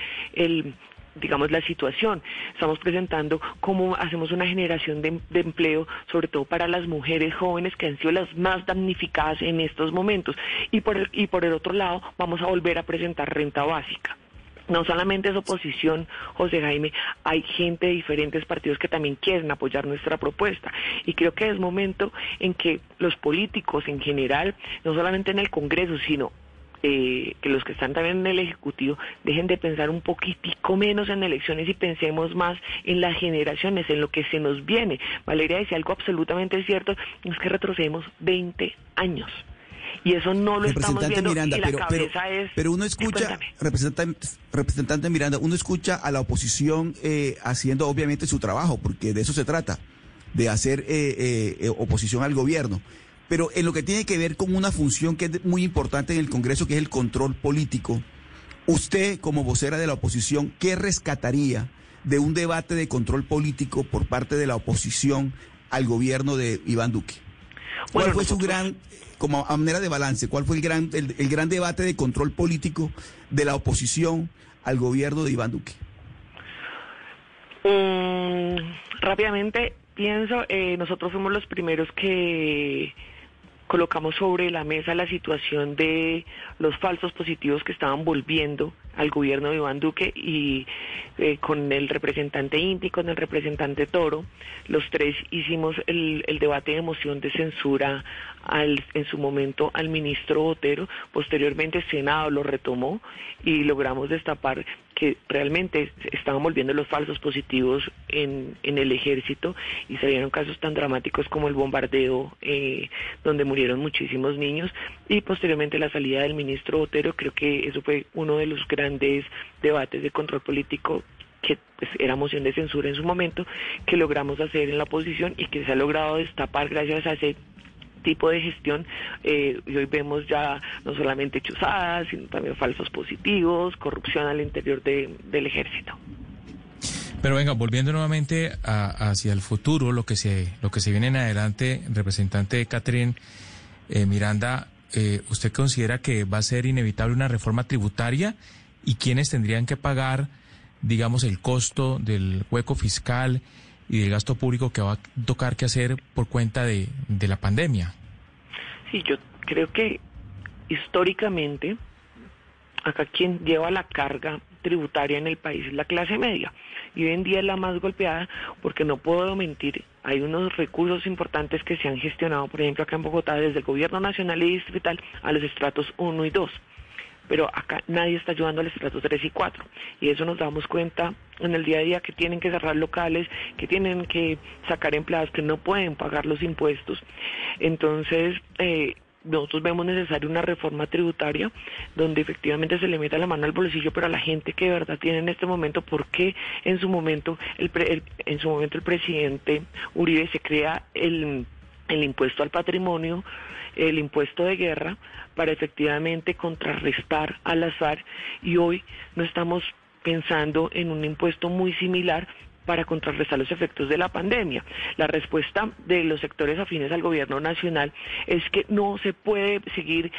la situación. Estamos presentando cómo hacemos una generación de empleo, sobre todo para las mujeres jóvenes que han sido las más damnificadas en estos momentos. Y por el otro lado, vamos a volver a presentar renta básica. No solamente es oposición, José Jaime, hay gente de diferentes partidos que también quieren apoyar nuestra propuesta. Y creo que es momento en que los políticos en general, no solamente en el Congreso, sino que los que están también en el Ejecutivo dejen de pensar un poquitico menos en elecciones y pensemos más en las generaciones, en lo que se nos viene. Valeria decía algo absolutamente cierto, es que retrocedemos 20 años. Y eso no lo estamos viendo. Miranda, y la cabeza es... Pero uno escucha, representante Miranda, uno escucha a la oposición haciendo obviamente su trabajo, porque de eso se trata, de hacer oposición al gobierno. Pero en lo que tiene que ver con una función que es muy importante en el Congreso, que es el control político, usted como vocera de la oposición, ¿qué rescataría de un debate de control político por parte de la oposición al gobierno de Iván Duque? ¿Cuál fue su gran, como a manera de balance, cuál fue el gran debate de control político de la oposición al gobierno de Iván Duque? Rápidamente pienso, nosotros fuimos los primeros que colocamos sobre la mesa la situación de los falsos positivos que estaban volviendo al gobierno de Iván Duque y con el representante Inti, con el representante Toro, los tres hicimos el debate de moción de censura en su momento al ministro Botero. Posteriormente el Senado lo retomó y logramos destapar que realmente estaban volviendo los falsos positivos en el ejército y se dieron casos tan dramáticos como el bombardeo donde murieron muchísimos niños y posteriormente la salida del ministro Botero. Creo que eso fue uno de los grandes debates de control político que pues, era moción de censura en su momento, que logramos hacer en la oposición y que se ha logrado destapar gracias a ese tipo de gestión. Y hoy vemos ya no solamente chuzadas, sino también falsos positivos, corrupción al interior del ejército. Pero venga, volviendo nuevamente hacia el futuro, lo que se viene en adelante, representante Catherine Miranda, ¿usted considera que va a ser inevitable una reforma tributaria? ¿Y quiénes tendrían que pagar, digamos, el costo del hueco fiscal y del gasto público que va a tocar que hacer por cuenta de la pandemia? Sí, yo creo que históricamente acá quien lleva la carga tributaria en el país es la clase media, y hoy en día es la más golpeada, porque no puedo mentir, hay unos recursos importantes que se han gestionado, por ejemplo acá en Bogotá, desde el gobierno nacional y distrital a los estratos 1 y 2, pero acá nadie está ayudando a los estratos 3 y 4, y eso nos damos cuenta en el día a día, que tienen que cerrar locales, que tienen que sacar empleados, que no pueden pagar los impuestos. Entonces, nosotros vemos necesaria una reforma tributaria donde efectivamente se le meta la mano al bolsillo, pero a la gente que de verdad tiene en este momento, porque en su momento el presidente Uribe se crea el impuesto al patrimonio, el impuesto de guerra, para efectivamente contrarrestar al azar, y hoy no estamos pensando en un impuesto muy similar para contrarrestar los efectos de la pandemia. La respuesta de los sectores afines al gobierno nacional es que no se puede seguir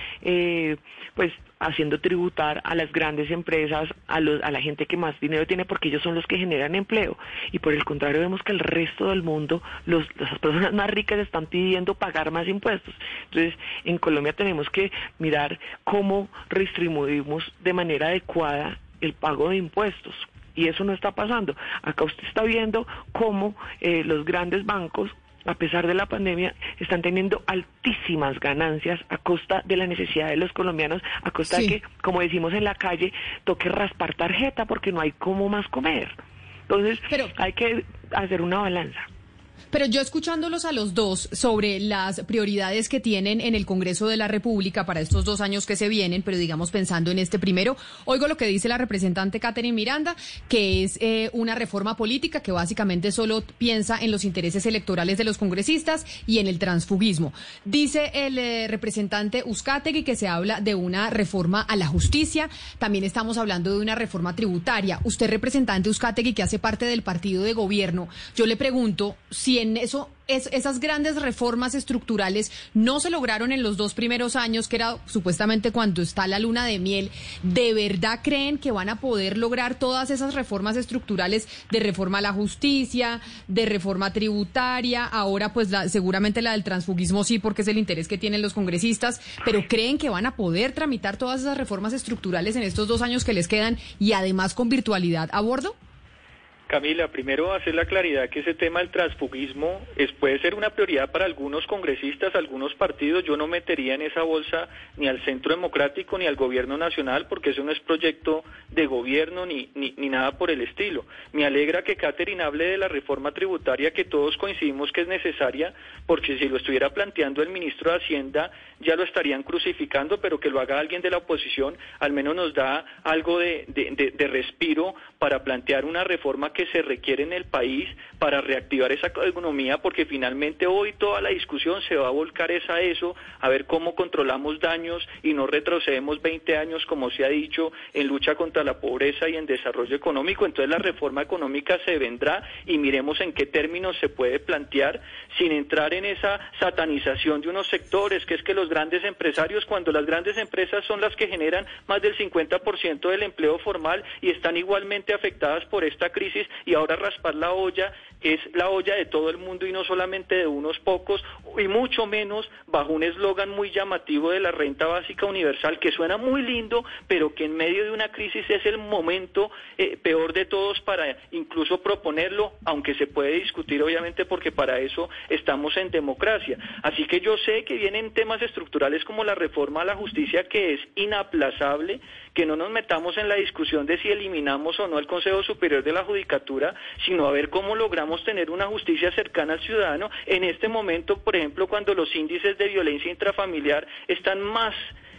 haciendo tributar a las grandes empresas, a la gente que más dinero tiene, porque ellos son los que generan empleo, y por el contrario vemos que el resto del mundo, las personas más ricas están pidiendo pagar más impuestos. Entonces, en Colombia tenemos que mirar cómo redistribuimos de manera adecuada el pago de impuestos, y eso no está pasando. Acá usted está viendo cómo los grandes bancos, a pesar de la pandemia, están teniendo altísimas ganancias a costa de la necesidad de los colombianos, a costa de que, como decimos en la calle, toque raspar tarjeta porque no hay cómo más comer. Entonces, hay que hacer una balanza. Pero yo, escuchándolos a los dos sobre las prioridades que tienen en el Congreso de la República para estos 2 años que se vienen, pero digamos pensando en este primero, oigo lo que dice la representante Catherine Miranda, que es una reforma política que básicamente solo piensa en los intereses electorales de los congresistas y en el transfugismo. Dice el representante Uzcategui que se habla de una reforma a la justicia, también estamos hablando de una reforma tributaria. Usted, representante Uzcategui, que hace parte del partido de gobierno, yo le pregunto si en esas grandes reformas estructurales no se lograron en los 2 primeros años, que era supuestamente cuando está la luna de miel. ¿De verdad creen que van a poder lograr todas esas reformas estructurales, de reforma a la justicia, de reforma tributaria? Ahora pues seguramente la del transfugismo sí, porque es el interés que tienen los congresistas, pero ¿creen que van a poder tramitar todas esas reformas estructurales en estos 2 años que les quedan, y además con virtualidad a bordo? Camila, primero hacer la claridad que ese tema del transfugismo puede ser una prioridad para algunos congresistas, algunos partidos. Yo no metería en esa bolsa ni al Centro Democrático ni al Gobierno Nacional, porque eso no es proyecto de gobierno ni nada por el estilo. Me alegra que Catherine hable de la reforma tributaria, que todos coincidimos que es necesaria, porque si lo estuviera planteando el ministro de Hacienda ya lo estarían crucificando, pero que lo haga alguien de la oposición al menos nos da algo de respiro para plantear una reforma que se requiere en el país para reactivar esa economía, porque finalmente hoy toda la discusión se va a volcar a eso, a ver cómo controlamos daños y no retrocedemos 20 años, como se ha dicho, en lucha contra la pobreza y en desarrollo económico. Entonces la reforma económica se vendrá y miremos en qué términos se puede plantear, sin entrar en esa satanización de unos sectores, que es que los grandes empresarios, cuando las grandes empresas son las que generan más del 50% del empleo formal y están igualmente afectadas por esta crisis, y ahora raspar la olla es la olla de todo el mundo y no solamente de unos pocos, y mucho menos bajo un eslogan muy llamativo de la renta básica universal, que suena muy lindo, pero que en medio de una crisis es el momento peor de todos para incluso proponerlo, aunque se puede discutir obviamente, porque para eso estamos en democracia. Así que yo sé que vienen temas estructurales como la reforma a la justicia, que es inaplazable, que no nos metamos en la discusión de si eliminamos o no el Consejo Superior de la Judicatura, sino a ver cómo logramos tener una justicia cercana al ciudadano. En este momento, por ejemplo, cuando los índices de violencia intrafamiliar están más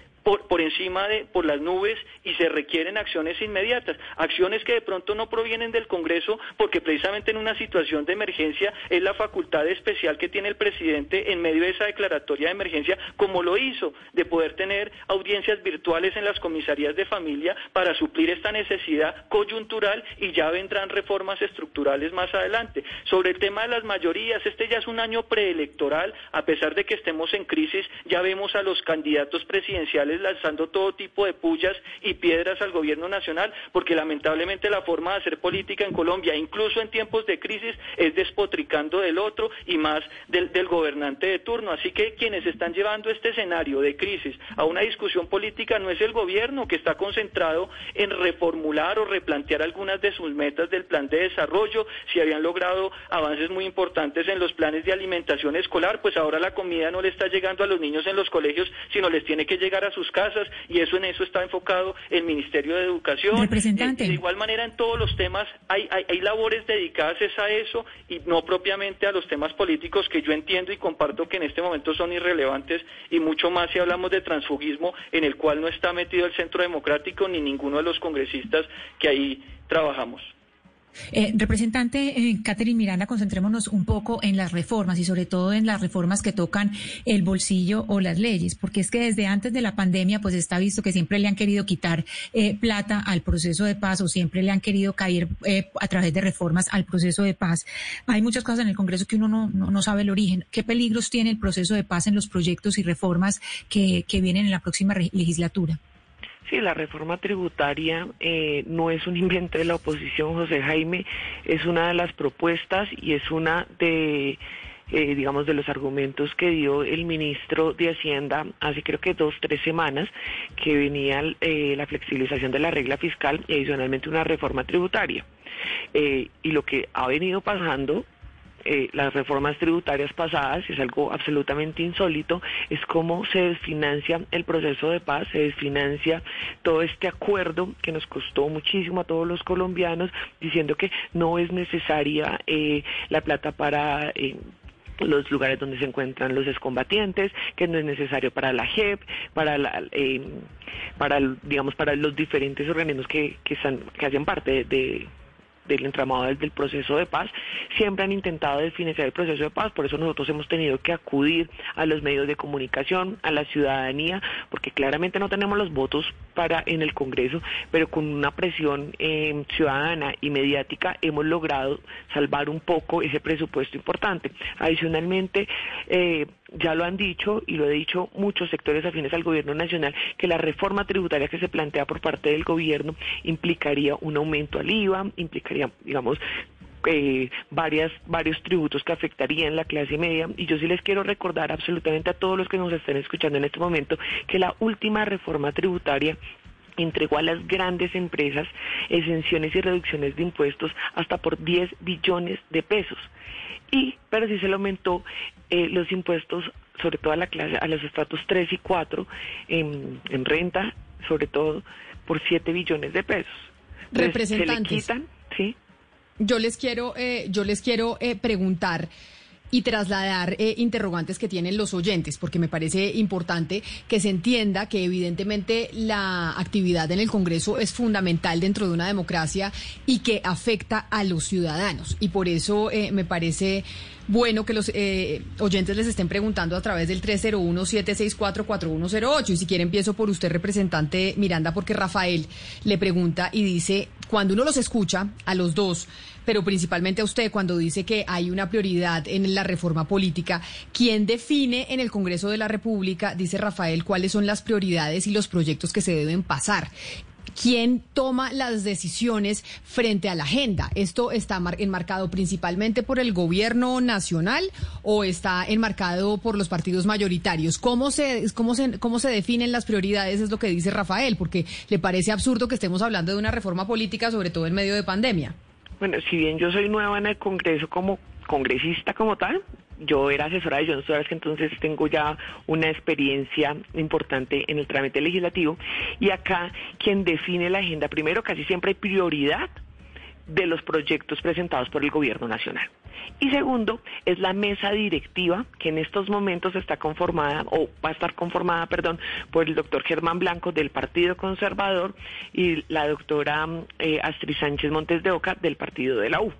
por encima por las nubes, y se requieren acciones inmediatas, acciones que de pronto no provienen del Congreso, porque precisamente en una situación de emergencia es la facultad especial que tiene el presidente en medio de esa declaratoria de emergencia, como lo hizo, de poder tener audiencias virtuales en las comisarías de familia para suplir esta necesidad coyuntural, y ya vendrán reformas estructurales más adelante. Sobre el tema de las mayorías, este ya es un año preelectoral, a pesar de que estemos en crisis, ya vemos a los candidatos presidenciales rurales lanzando todo tipo de pullas y piedras al gobierno nacional, porque lamentablemente la forma de hacer política en Colombia, incluso en tiempos de crisis, es despotricando del otro y más del gobernante de turno. Así que quienes están llevando este escenario de crisis a una discusión política no es el gobierno, que está concentrado en reformular o replantear algunas de sus metas del plan de desarrollo. Si habían logrado avances muy importantes en los planes de alimentación escolar, pues ahora la comida no le está llegando a los niños en los colegios, sino les tiene que llegar a sus casas, y en eso está enfocado el Ministerio de Educación. Representante. De igual manera, en todos los temas hay labores dedicadas a eso y no propiamente a los temas políticos, que yo entiendo y comparto que en este momento son irrelevantes, y mucho más si hablamos de transfugismo, en el cual no está metido el Centro Democrático ni ninguno de los congresistas que ahí trabajamos. Representante Catherine Miranda, concentrémonos un poco en las reformas y sobre todo en las reformas que tocan el bolsillo o las leyes, porque es que desde antes de la pandemia pues está visto que siempre le han querido quitar plata al proceso de paz, o siempre le han querido caer a través de reformas al proceso de paz. Hay muchas cosas en el Congreso que uno no sabe el origen. ¿Qué peligros tiene el proceso de paz en los proyectos y reformas que vienen en la próxima legislatura? Sí, la reforma tributaria no es un invento de la oposición, José Jaime, es una de las propuestas y es una de, digamos, de los argumentos que dio el ministro de Hacienda hace creo que 2-3 semanas, que venía la flexibilización de la regla fiscal y adicionalmente una reforma tributaria. Y lo que ha venido pasando, las reformas tributarias pasadas, es algo absolutamente insólito, es cómo se desfinancia el proceso de paz, se desfinancia todo este acuerdo que nos costó muchísimo a todos los colombianos, diciendo que no es necesaria la plata para los lugares donde se encuentran los excombatientes, que no es necesario para la JEP, para los diferentes organismos que hacen parte del entramado del proceso de paz. Siempre han intentado desfinanciar el proceso de paz, por eso nosotros hemos tenido que acudir a los medios de comunicación, a la ciudadanía, porque claramente no tenemos los votos en el Congreso, pero con una presión ciudadana y mediática hemos logrado salvar un poco ese presupuesto importante. Adicionalmente, ya lo han dicho y lo he dicho muchos sectores afines al gobierno nacional, que la reforma tributaria que se plantea por parte del gobierno implicaría un aumento al IVA, implicaría, digamos, varios tributos que afectarían la clase media, y yo sí les quiero recordar absolutamente a todos los que nos estén escuchando en este momento que la última reforma tributaria entregó a las grandes empresas exenciones y reducciones de impuestos hasta por 10 billones de pesos. Pero sí se le aumentó los impuestos, sobre todo a los estratos 3 y 4, en renta, sobre todo, por 7 billones de pesos. Entonces, representantes, se le quitan, ¿sí? Yo les quiero preguntar y trasladar interrogantes que tienen los oyentes, porque me parece importante que se entienda que evidentemente la actividad en el Congreso es fundamental dentro de una democracia y que afecta a los ciudadanos. Y por eso me parece bueno que los oyentes les estén preguntando a través del 301-764-4108. Y si quiere empiezo por usted, representante Miranda, porque Rafael le pregunta y dice, cuando uno los escucha a los dos, pero principalmente a usted, cuando dice que hay una prioridad en la reforma política, ¿quién define en el Congreso de la República, dice Rafael, cuáles son las prioridades y los proyectos que se deben pasar? ¿Quién toma las decisiones frente a la agenda? ¿Esto está enmarcado principalmente por el gobierno nacional o está enmarcado por los partidos mayoritarios? ¿Cómo se definen las prioridades? Es lo que dice Rafael, porque le parece absurdo que estemos hablando de una reforma política, sobre todo en medio de pandemia. Bueno, si bien yo soy nueva en el Congreso como congresista como tal, yo era asesora de John Suárez, que entonces tengo ya una experiencia importante en el trámite legislativo, y acá quien define la agenda, primero, casi siempre hay prioridad de los proyectos presentados por el gobierno nacional. Y segundo, es la mesa directiva, que en estos momentos está conformada, o va a estar conformada, por el doctor Germán Blanco del Partido Conservador y la doctora Astrid Sánchez Montes de Oca del Partido de la U.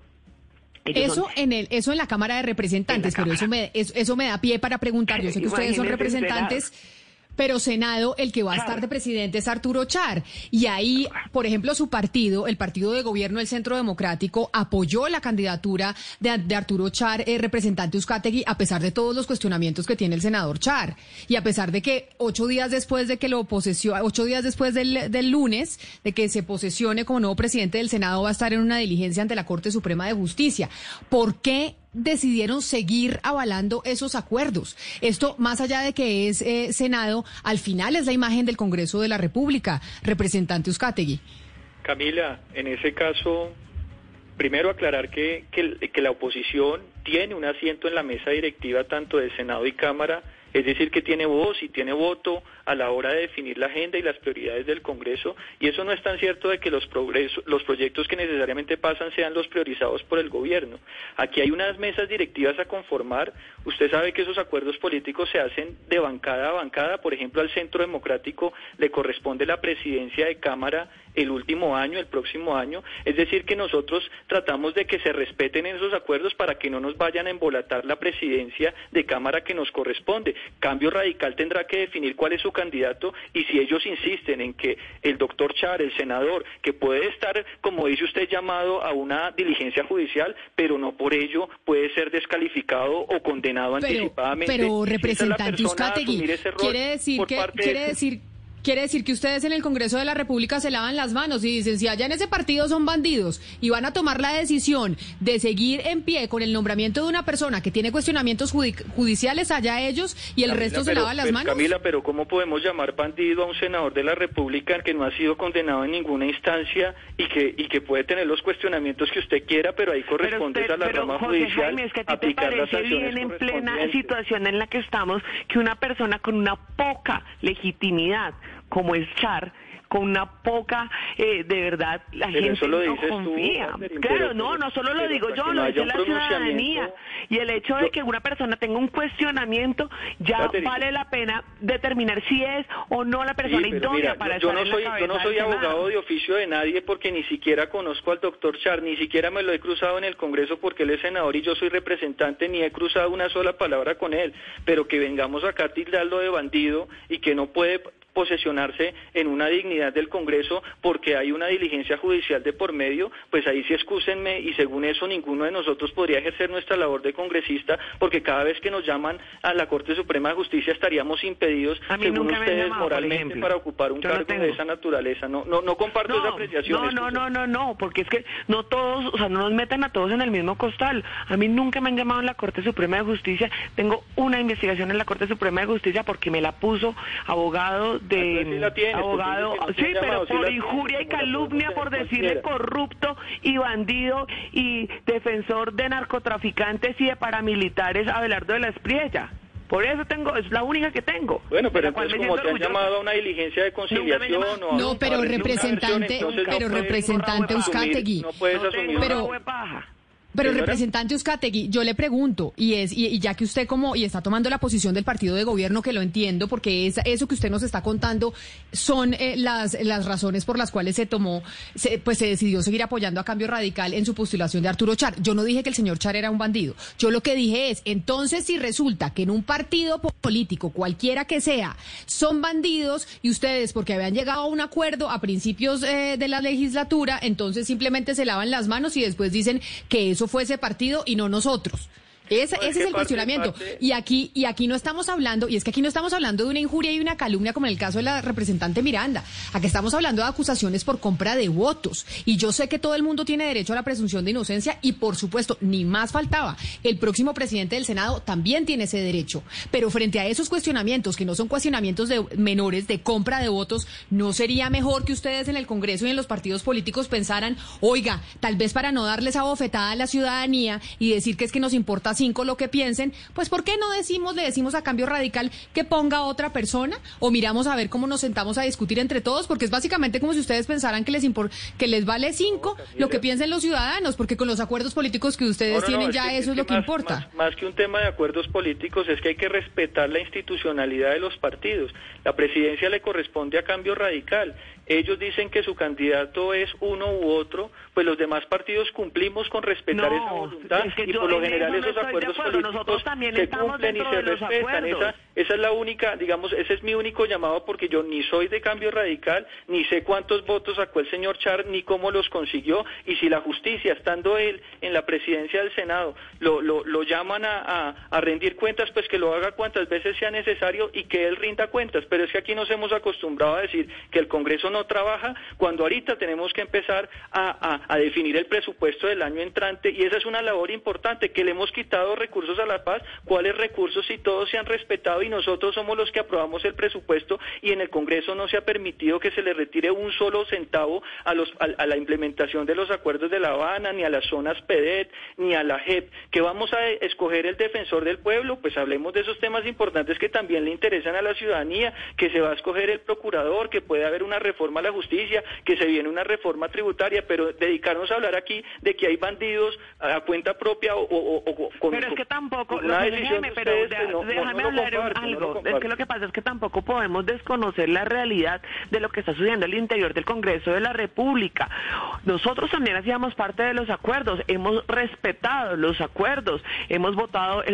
Eso en la Cámara de Representantes, pero eso me da pie para preguntar. Yo sé que ustedes son representantes, Pero Senado, el que va a estar de presidente es Arturo Char. Y ahí, por ejemplo, su partido, el partido de gobierno del Centro Democrático, apoyó la candidatura de Arturo Char, representante Uzcategui, a pesar de todos los cuestionamientos que tiene el senador Char. Y a pesar de que 8 días después de que 8 días después del lunes, de que se posesione como nuevo presidente del Senado, va a estar en una diligencia ante la Corte Suprema de Justicia. ¿Por qué decidieron seguir avalando esos acuerdos? Esto, más allá de que es Senado, al final es la imagen del Congreso de la República, representante Uzcategui. Camila, en ese caso, primero aclarar que la oposición tiene un asiento en la mesa directiva tanto del Senado y Cámara, es decir, que tiene voz y tiene voto a la hora de definir la agenda y las prioridades del Congreso, y eso no es tan cierto de que los proyectos que necesariamente pasan sean los priorizados por el gobierno. Aquí hay unas mesas directivas a conformar. Usted sabe que esos acuerdos políticos se hacen de bancada a bancada. Por ejemplo, al Centro Democrático le corresponde la presidencia de Cámara el último año, el próximo año, es decir, que nosotros tratamos de que se respeten esos acuerdos para que no nos vayan a embolatar la presidencia de Cámara que nos corresponde. Cambio Radical tendrá que definir cuál es su candidato, y si ellos insisten en que el doctor Char, el senador, que puede estar, como dice usted, llamado a una diligencia judicial, pero no por ello puede ser descalificado o condenado anticipadamente. Pero representante Uzcategui, quiere decir que ustedes en el Congreso de la República se lavan las manos y dicen, si allá en ese partido son bandidos y van a tomar la decisión de seguir en pie con el nombramiento de una persona que tiene cuestionamientos judiciales, allá ellos, y el Camila, resto se lavan las manos. Camila, pero ¿cómo podemos llamar bandido a un senador de la República que no ha sido condenado en ninguna instancia y que puede tener los cuestionamientos que usted quiera, pero ahí corresponde a la rama judicial Jaime, es que a ti aplicar te las parece sanciones bien en plena correspondientes? situación en la que estamos que una persona con una poca legitimidad como es Char, con una poca, de verdad, la pero gente no confía. Claro, no solo lo digo yo, lo dice la ciudadanía. Y el hecho de que una persona tenga un cuestionamiento, ya vale la pena determinar si es o no la persona idónea para estar en la cabeza. Yo no soy abogado de oficio de nadie, porque ni siquiera conozco al doctor Char, ni siquiera me lo he cruzado en el Congreso porque él es senador y yo soy representante, ni he cruzado una sola palabra con él. Pero que vengamos acá a tildarlo de bandido y que no puede posesionarse en una dignidad del Congreso porque hay una diligencia judicial de por medio, pues ahí sí excúsenme, y según eso ninguno de nosotros podría ejercer nuestra labor de congresista, porque cada vez que nos llaman a la Corte Suprema de Justicia estaríamos impedidos, según ustedes, moralmente, para ocupar un cargo de esa naturaleza. No comparto esa apreciación. No, porque es que no todos, o sea, no nos metan a todos en el mismo costal. A mí nunca me han llamado en la Corte Suprema de Justicia. Tengo una investigación en la Corte Suprema de Justicia porque me la puso abogado abogado, sí, pero por injuria y calumnia, por decirle corrupto y bandido y defensor de narcotraficantes y de paramilitares a Abelardo de la Espriella. Por eso es la única que tengo. Bueno, pero entonces, como te han llamado a una diligencia de conciliación o no, pero representante Uzcategui, no puedes asumir Pero representante Uzcategui, yo le pregunto, y ya que usted y está tomando la posición del partido de gobierno, que lo entiendo, porque eso que usted nos está contando son las razones por las cuales se decidió seguir apoyando a Cambio Radical en su postulación de Arturo Char. Yo no dije que el señor Char era un bandido. Yo lo que dije es, entonces, si resulta que en un partido político, cualquiera que sea, son bandidos, y ustedes, porque habían llegado a un acuerdo a principios de la legislatura, entonces simplemente se lavan las manos y después dicen que eso fue ese partido y no nosotros. Ese es el cuestionamiento. Y aquí no estamos hablando, y es que aquí no estamos hablando de una injuria y una calumnia como en el caso de la representante Miranda. Aquí estamos hablando de acusaciones por compra de votos. Y yo sé que todo el mundo tiene derecho a la presunción de inocencia y, por supuesto, ni más faltaba. El próximo presidente del Senado también tiene ese derecho. Pero frente a esos cuestionamientos, que no son cuestionamientos de menores de compra de votos, ¿no sería mejor que ustedes en el Congreso y en los partidos políticos pensaran, oiga, tal vez para no darle esa bofetada a la ciudadanía y decir que es que nos importa 5 lo que piensen, pues ¿por qué no le decimos a Cambio Radical que ponga a otra persona? O miramos a ver cómo nos sentamos a discutir entre todos, porque es básicamente como si ustedes pensaran que les vale 5 lo que piensen los ciudadanos, porque con los acuerdos políticos que ustedes tienen ya eso es lo que importa. Más que un tema de acuerdos políticos, es que hay que respetar la institucionalidad de los partidos. La presidencia le corresponde a Cambio Radical. Ellos dicen que su candidato es uno u otro, pues los demás partidos cumplimos con respetar esa voluntad, y por lo general esos acuerdos políticos se cumplen y se respetan. Esa es la única, digamos, ese es mi único llamado, porque yo ni soy de Cambio Radical, ni sé cuántos votos sacó el señor Char, ni cómo los consiguió, y si la justicia, estando él en la presidencia del Senado, lo llaman a rendir cuentas, pues que lo haga cuantas veces sea necesario y que él rinda cuentas. Pero es que aquí nos hemos acostumbrado a decir que el Congreso no trabaja, cuando ahorita tenemos que empezar a definir el presupuesto del año entrante, y esa es una labor importante, que le hemos quitado recursos a la paz. ¿Cuáles recursos si todos se han respetado y nosotros somos los que aprobamos el presupuesto, y en el Congreso no se ha permitido que se le retire un solo centavo a la implementación de los acuerdos de La Habana, ni a las zonas PEDET, ni a la JEP? ¿Que vamos a escoger el defensor del pueblo? Pues hablemos de esos temas importantes que también le interesan a la ciudadanía, que se va a escoger el procurador, que puede haber una reforma a la justicia, que se viene una reforma tributaria, pero dedicarnos a hablar aquí de que hay bandidos a cuenta propia o con... Pero es que tampoco, una decisión pero déjame hablar algo. Es que lo que pasa es que tampoco podemos desconocer la realidad de lo que está sucediendo al interior del Congreso de la República. Nosotros también hacíamos parte de los acuerdos, hemos respetado los acuerdos, hemos votado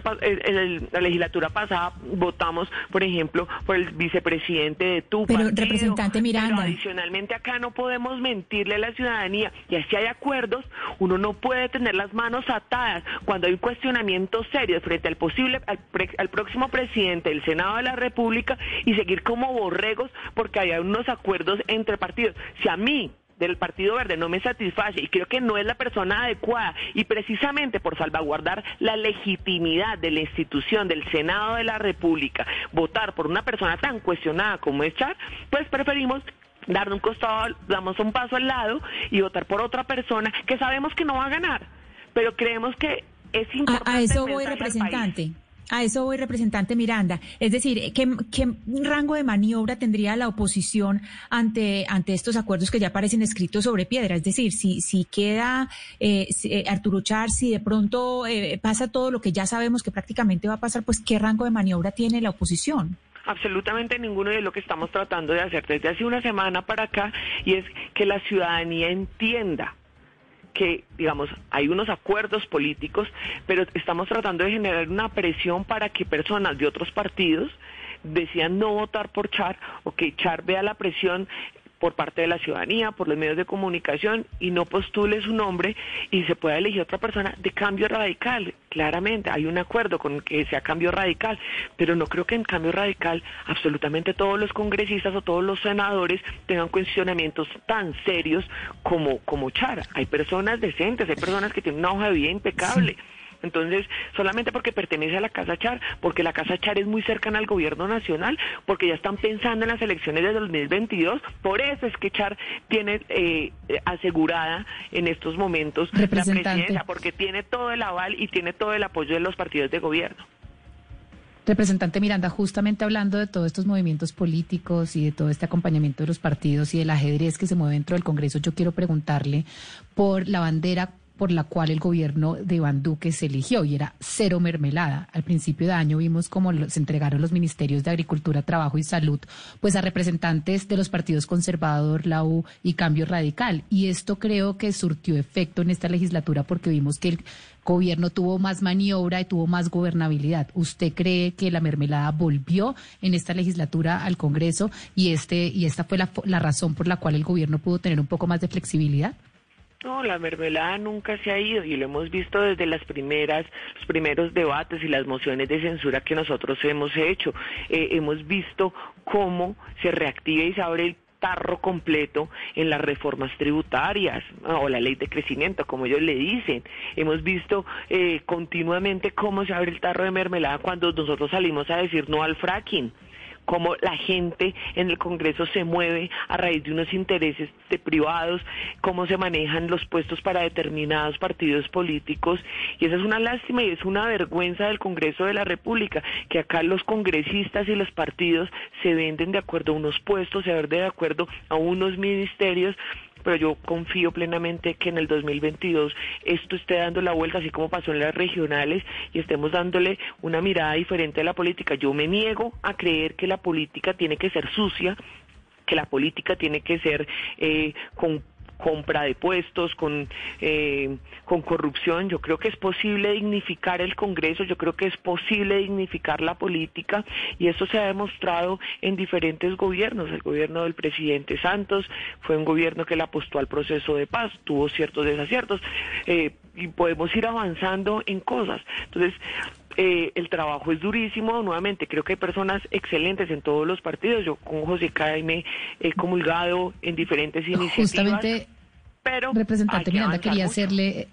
la legislatura pasada, votamos, por ejemplo, por el vicepresidente de tu partido. Pero, representante Miranda. Pero adicionalmente acá no podemos mentirle a la ciudadanía, y así hay acuerdos, uno no puede tener las manos atadas cuando hay un cuestionamiento serio frente al próximo presidente del Senado de la República, y seguir como borregos porque hay unos acuerdos entre partidos. Si a mí del Partido Verde no me satisface y creo que no es la persona adecuada, y precisamente por salvaguardar la legitimidad de la institución del Senado de la República, votar por una persona tan cuestionada como es Char, pues preferimos darle un costado, damos un paso al lado y votar por otra persona que sabemos que no va a ganar, pero creemos que es importante. A eso voy, representante. A eso voy, representante Miranda. Es decir, ¿qué rango de maniobra tendría la oposición ante estos acuerdos que ya parecen escritos sobre piedra? Es decir, si queda Arturo Char, si de pronto pasa todo lo que ya sabemos que prácticamente va a pasar, pues ¿qué rango de maniobra tiene la oposición? Absolutamente ninguno, de lo que estamos tratando de hacer desde hace una semana para acá, y es que la ciudadanía entienda que, digamos, hay unos acuerdos políticos, pero estamos tratando de generar una presión para que personas de otros partidos decidan no votar por Char, o que Char vea la presión por parte de la ciudadanía, por los medios de comunicación, y no postule su nombre y se pueda elegir otra persona de Cambio Radical. Claramente hay un acuerdo con que sea Cambio Radical, pero no creo que en Cambio Radical absolutamente todos los congresistas o todos los senadores tengan cuestionamientos tan serios como Char. Hay personas decentes, hay personas que tienen una hoja de vida impecable. Sí. Entonces, solamente porque pertenece a la Casa Char, porque la Casa Char es muy cercana al gobierno nacional, porque ya están pensando en las elecciones de 2022, por eso es que Char tiene asegurada en estos momentos la presidencia, porque tiene todo el aval y tiene todo el apoyo de los partidos de gobierno. Representante Miranda, justamente hablando de todos estos movimientos políticos y de todo este acompañamiento de los partidos y del ajedrez que se mueve dentro del Congreso, yo quiero preguntarle por la bandera por la cual el gobierno de Iván Duque se eligió, y era cero mermelada. Al principio de año vimos cómo se entregaron los ministerios de Agricultura, Trabajo y Salud pues a representantes de los partidos Conservador, la U y Cambio Radical, y esto creo que surtió efecto en esta legislatura porque vimos que el gobierno tuvo más maniobra y tuvo más gobernabilidad. ¿Usted cree que la mermelada volvió en esta legislatura al Congreso y esta fue la razón por la cual el gobierno pudo tener un poco más de flexibilidad? No, la mermelada nunca se ha ido, y lo hemos visto desde los primeros debates y las mociones de censura que nosotros hemos hecho. Hemos visto cómo se reactiva y se abre el tarro completo en las reformas tributarias, o la ley de crecimiento, como ellos le dicen. Hemos visto continuamente cómo se abre el tarro de mermelada cuando nosotros salimos a decir no al fracking, cómo la gente en el Congreso se mueve a raíz de unos intereses de privados, cómo se manejan los puestos para determinados partidos políticos, y esa es una lástima y es una vergüenza del Congreso de la República, que acá los congresistas y los partidos se venden de acuerdo a unos puestos, se venden de acuerdo a unos ministerios, pero yo confío plenamente que en el 2022 esto esté dando la vuelta, así como pasó en las regionales, y estemos dándole una mirada diferente a la política. Yo me niego a creer que la política tiene que ser sucia, que la política tiene que ser con compra de puestos, con corrupción. Yo creo que es posible dignificar el Congreso, yo creo que es posible dignificar la política, y eso se ha demostrado en diferentes gobiernos. El gobierno del presidente Santos fue un gobierno que le apostó al proceso de paz, tuvo ciertos desaciertos, y podemos ir avanzando en cosas. Entonces, el trabajo es durísimo. Nuevamente, creo que hay personas excelentes en todos los partidos. Yo con José Jaime he comulgado en diferentes iniciativas. Justamente, pero representante Miranda, quería hacerle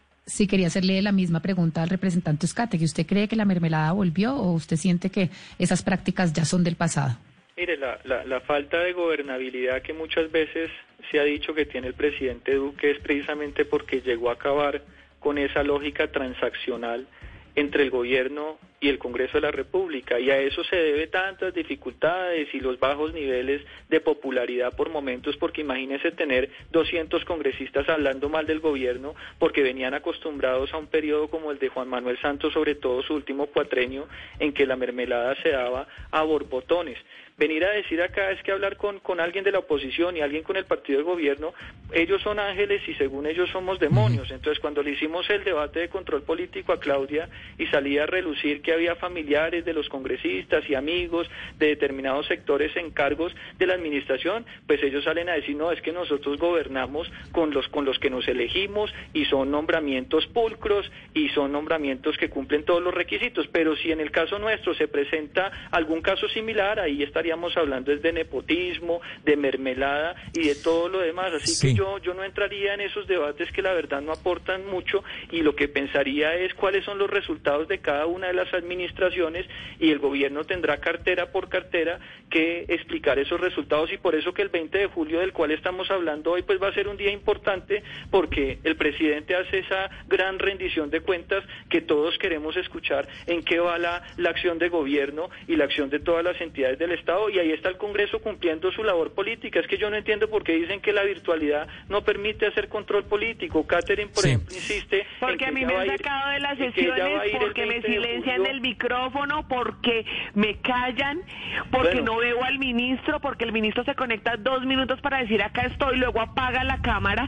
la misma pregunta al representante Uzcategui. ¿Usted cree que la mermelada volvió o usted siente que esas prácticas ya son del pasado? Mire, la falta de gobernabilidad que muchas veces se ha dicho que tiene el presidente Duque es precisamente porque llegó a acabar con esa lógica transaccional entre el gobierno y el Congreso de la República, y a eso se debe tantas dificultades y los bajos niveles de popularidad por momentos, porque imagínese tener 200 congresistas hablando mal del gobierno porque venían acostumbrados a un periodo como el de Juan Manuel Santos, sobre todo su último cuatrenio, en que la mermelada se daba a borbotones. Venir a decir acá es que hablar con alguien de la oposición y alguien con el partido de gobierno, ellos son ángeles y según ellos somos demonios. Entonces, cuando le hicimos el debate de control político a Claudia y salía a relucir que había familiares de los congresistas y amigos de determinados sectores en cargos de la administración, pues ellos salen a decir, no, es que nosotros gobernamos con los que nos elegimos y son nombramientos pulcros y son nombramientos que cumplen todos los requisitos. Pero si en el caso nuestro se presenta algún caso similar, ahí estaríamos hablando es de nepotismo, de mermelada y de todo lo demás. Así que yo no entraría en esos debates que la verdad no aportan mucho, y lo que pensaría es cuáles son los resultados de cada una de las administraciones, y el gobierno tendrá cartera por cartera que explicar esos resultados. Y por eso que el 20 de julio, del cual estamos hablando hoy, pues va a ser un día importante, porque el presidente hace esa gran rendición de cuentas que todos queremos escuchar, en qué va la acción de gobierno y la acción de todas las entidades del Estado, y ahí está el Congreso cumpliendo su labor política. Es que yo no entiendo por qué dicen que la virtualidad no permite hacer control político. Catherine, por ejemplo, insiste porque a mí me han sacado de las sesiones, porque me silencian el micrófono, porque me callan, porque no veo al ministro, porque el ministro se conecta 2 minutos para decir acá estoy, luego apaga la cámara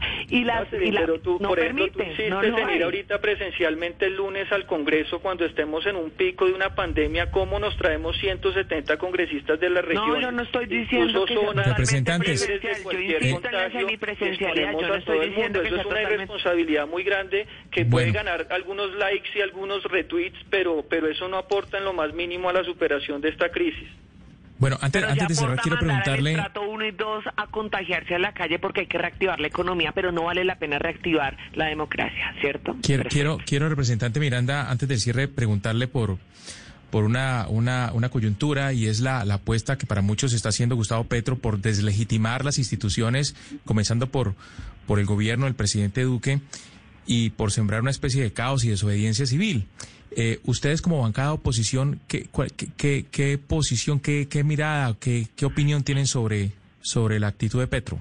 pero tú, no por ejemplo, permite. tú insistes en ir ahorita presencialmente el lunes al Congreso cuando estemos en un pico de una pandemia. ¿Cómo nos traemos 170 congresistas de la región? No, yo no estoy diciendo que sea representantes. Yo insisto en la semipresencialidad. Yo no estoy diciendo que eso sea es una totalmente... irresponsabilidad muy grande que puede ganar algunos likes y algunos retweets, pero eso no aporta en lo más mínimo a la superación de esta crisis. Bueno, antes de cerrar, quiero preguntarle... El estrato 1 y 2 a contagiarse a la calle porque hay que reactivar la economía, pero no vale la pena reactivar la democracia, ¿cierto? Quiero, representante Miranda, antes del cierre, preguntarle por una coyuntura, y es la apuesta que para muchos está haciendo Gustavo Petro por deslegitimar las instituciones, comenzando por el gobierno del presidente Duque, y por sembrar una especie de caos y desobediencia civil. Ustedes como bancada de oposición, ¿qué posición, qué mirada, qué opinión tienen sobre la actitud de Petro?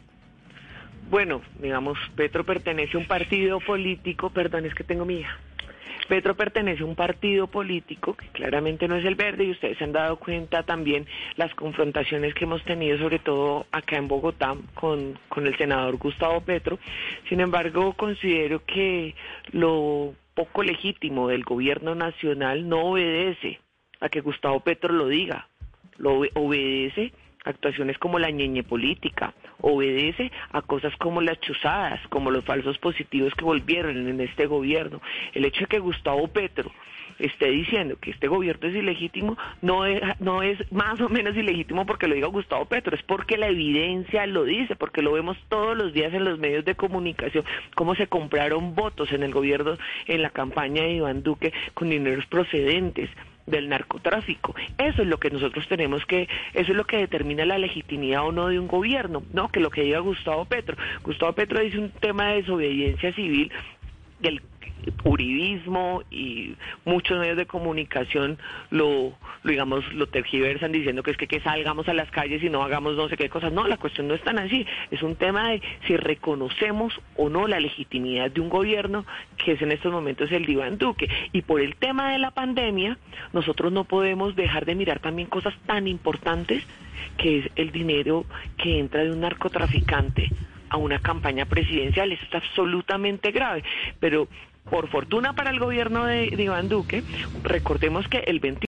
Bueno, digamos, Petro pertenece a un partido político, perdón, es que tengo mi hija. Petro pertenece a un partido político que claramente no es el Verde, y ustedes se han dado cuenta también las confrontaciones que hemos tenido, sobre todo acá en Bogotá, con el senador Gustavo Petro. Sin embargo, considero que lo poco legítimo del gobierno nacional no obedece a que Gustavo Petro lo diga, lo obedece a actuaciones como la ñeñe política, obedece a cosas como las chuzadas, como los falsos positivos que volvieron en este gobierno. El hecho de que Gustavo Petro esté diciendo que este gobierno es ilegítimo no es más o menos ilegítimo porque lo diga Gustavo Petro, es porque la evidencia lo dice, porque lo vemos todos los días en los medios de comunicación, cómo se compraron votos en el gobierno, en la campaña de Iván Duque, con dineros procedentes del narcotráfico. Eso es lo que nosotros tenemos que, eso es lo que determina la legitimidad o no de un gobierno, no que lo que diga Gustavo Petro. Gustavo Petro dice un tema de desobediencia civil, del uribismo, y muchos medios de comunicación lo tergiversan diciendo que es que salgamos a las calles y no hagamos no sé qué cosas. No, la cuestión no es tan así, es un tema de si reconocemos o no la legitimidad de un gobierno, que es en estos momentos el de Iván Duque. Y por el tema de la pandemia, nosotros no podemos dejar de mirar también cosas tan importantes, que es el dinero que entra de un narcotraficante a una campaña presidencial. Eso es absolutamente grave, pero por fortuna para el gobierno de Iván Duque, recordemos que el 20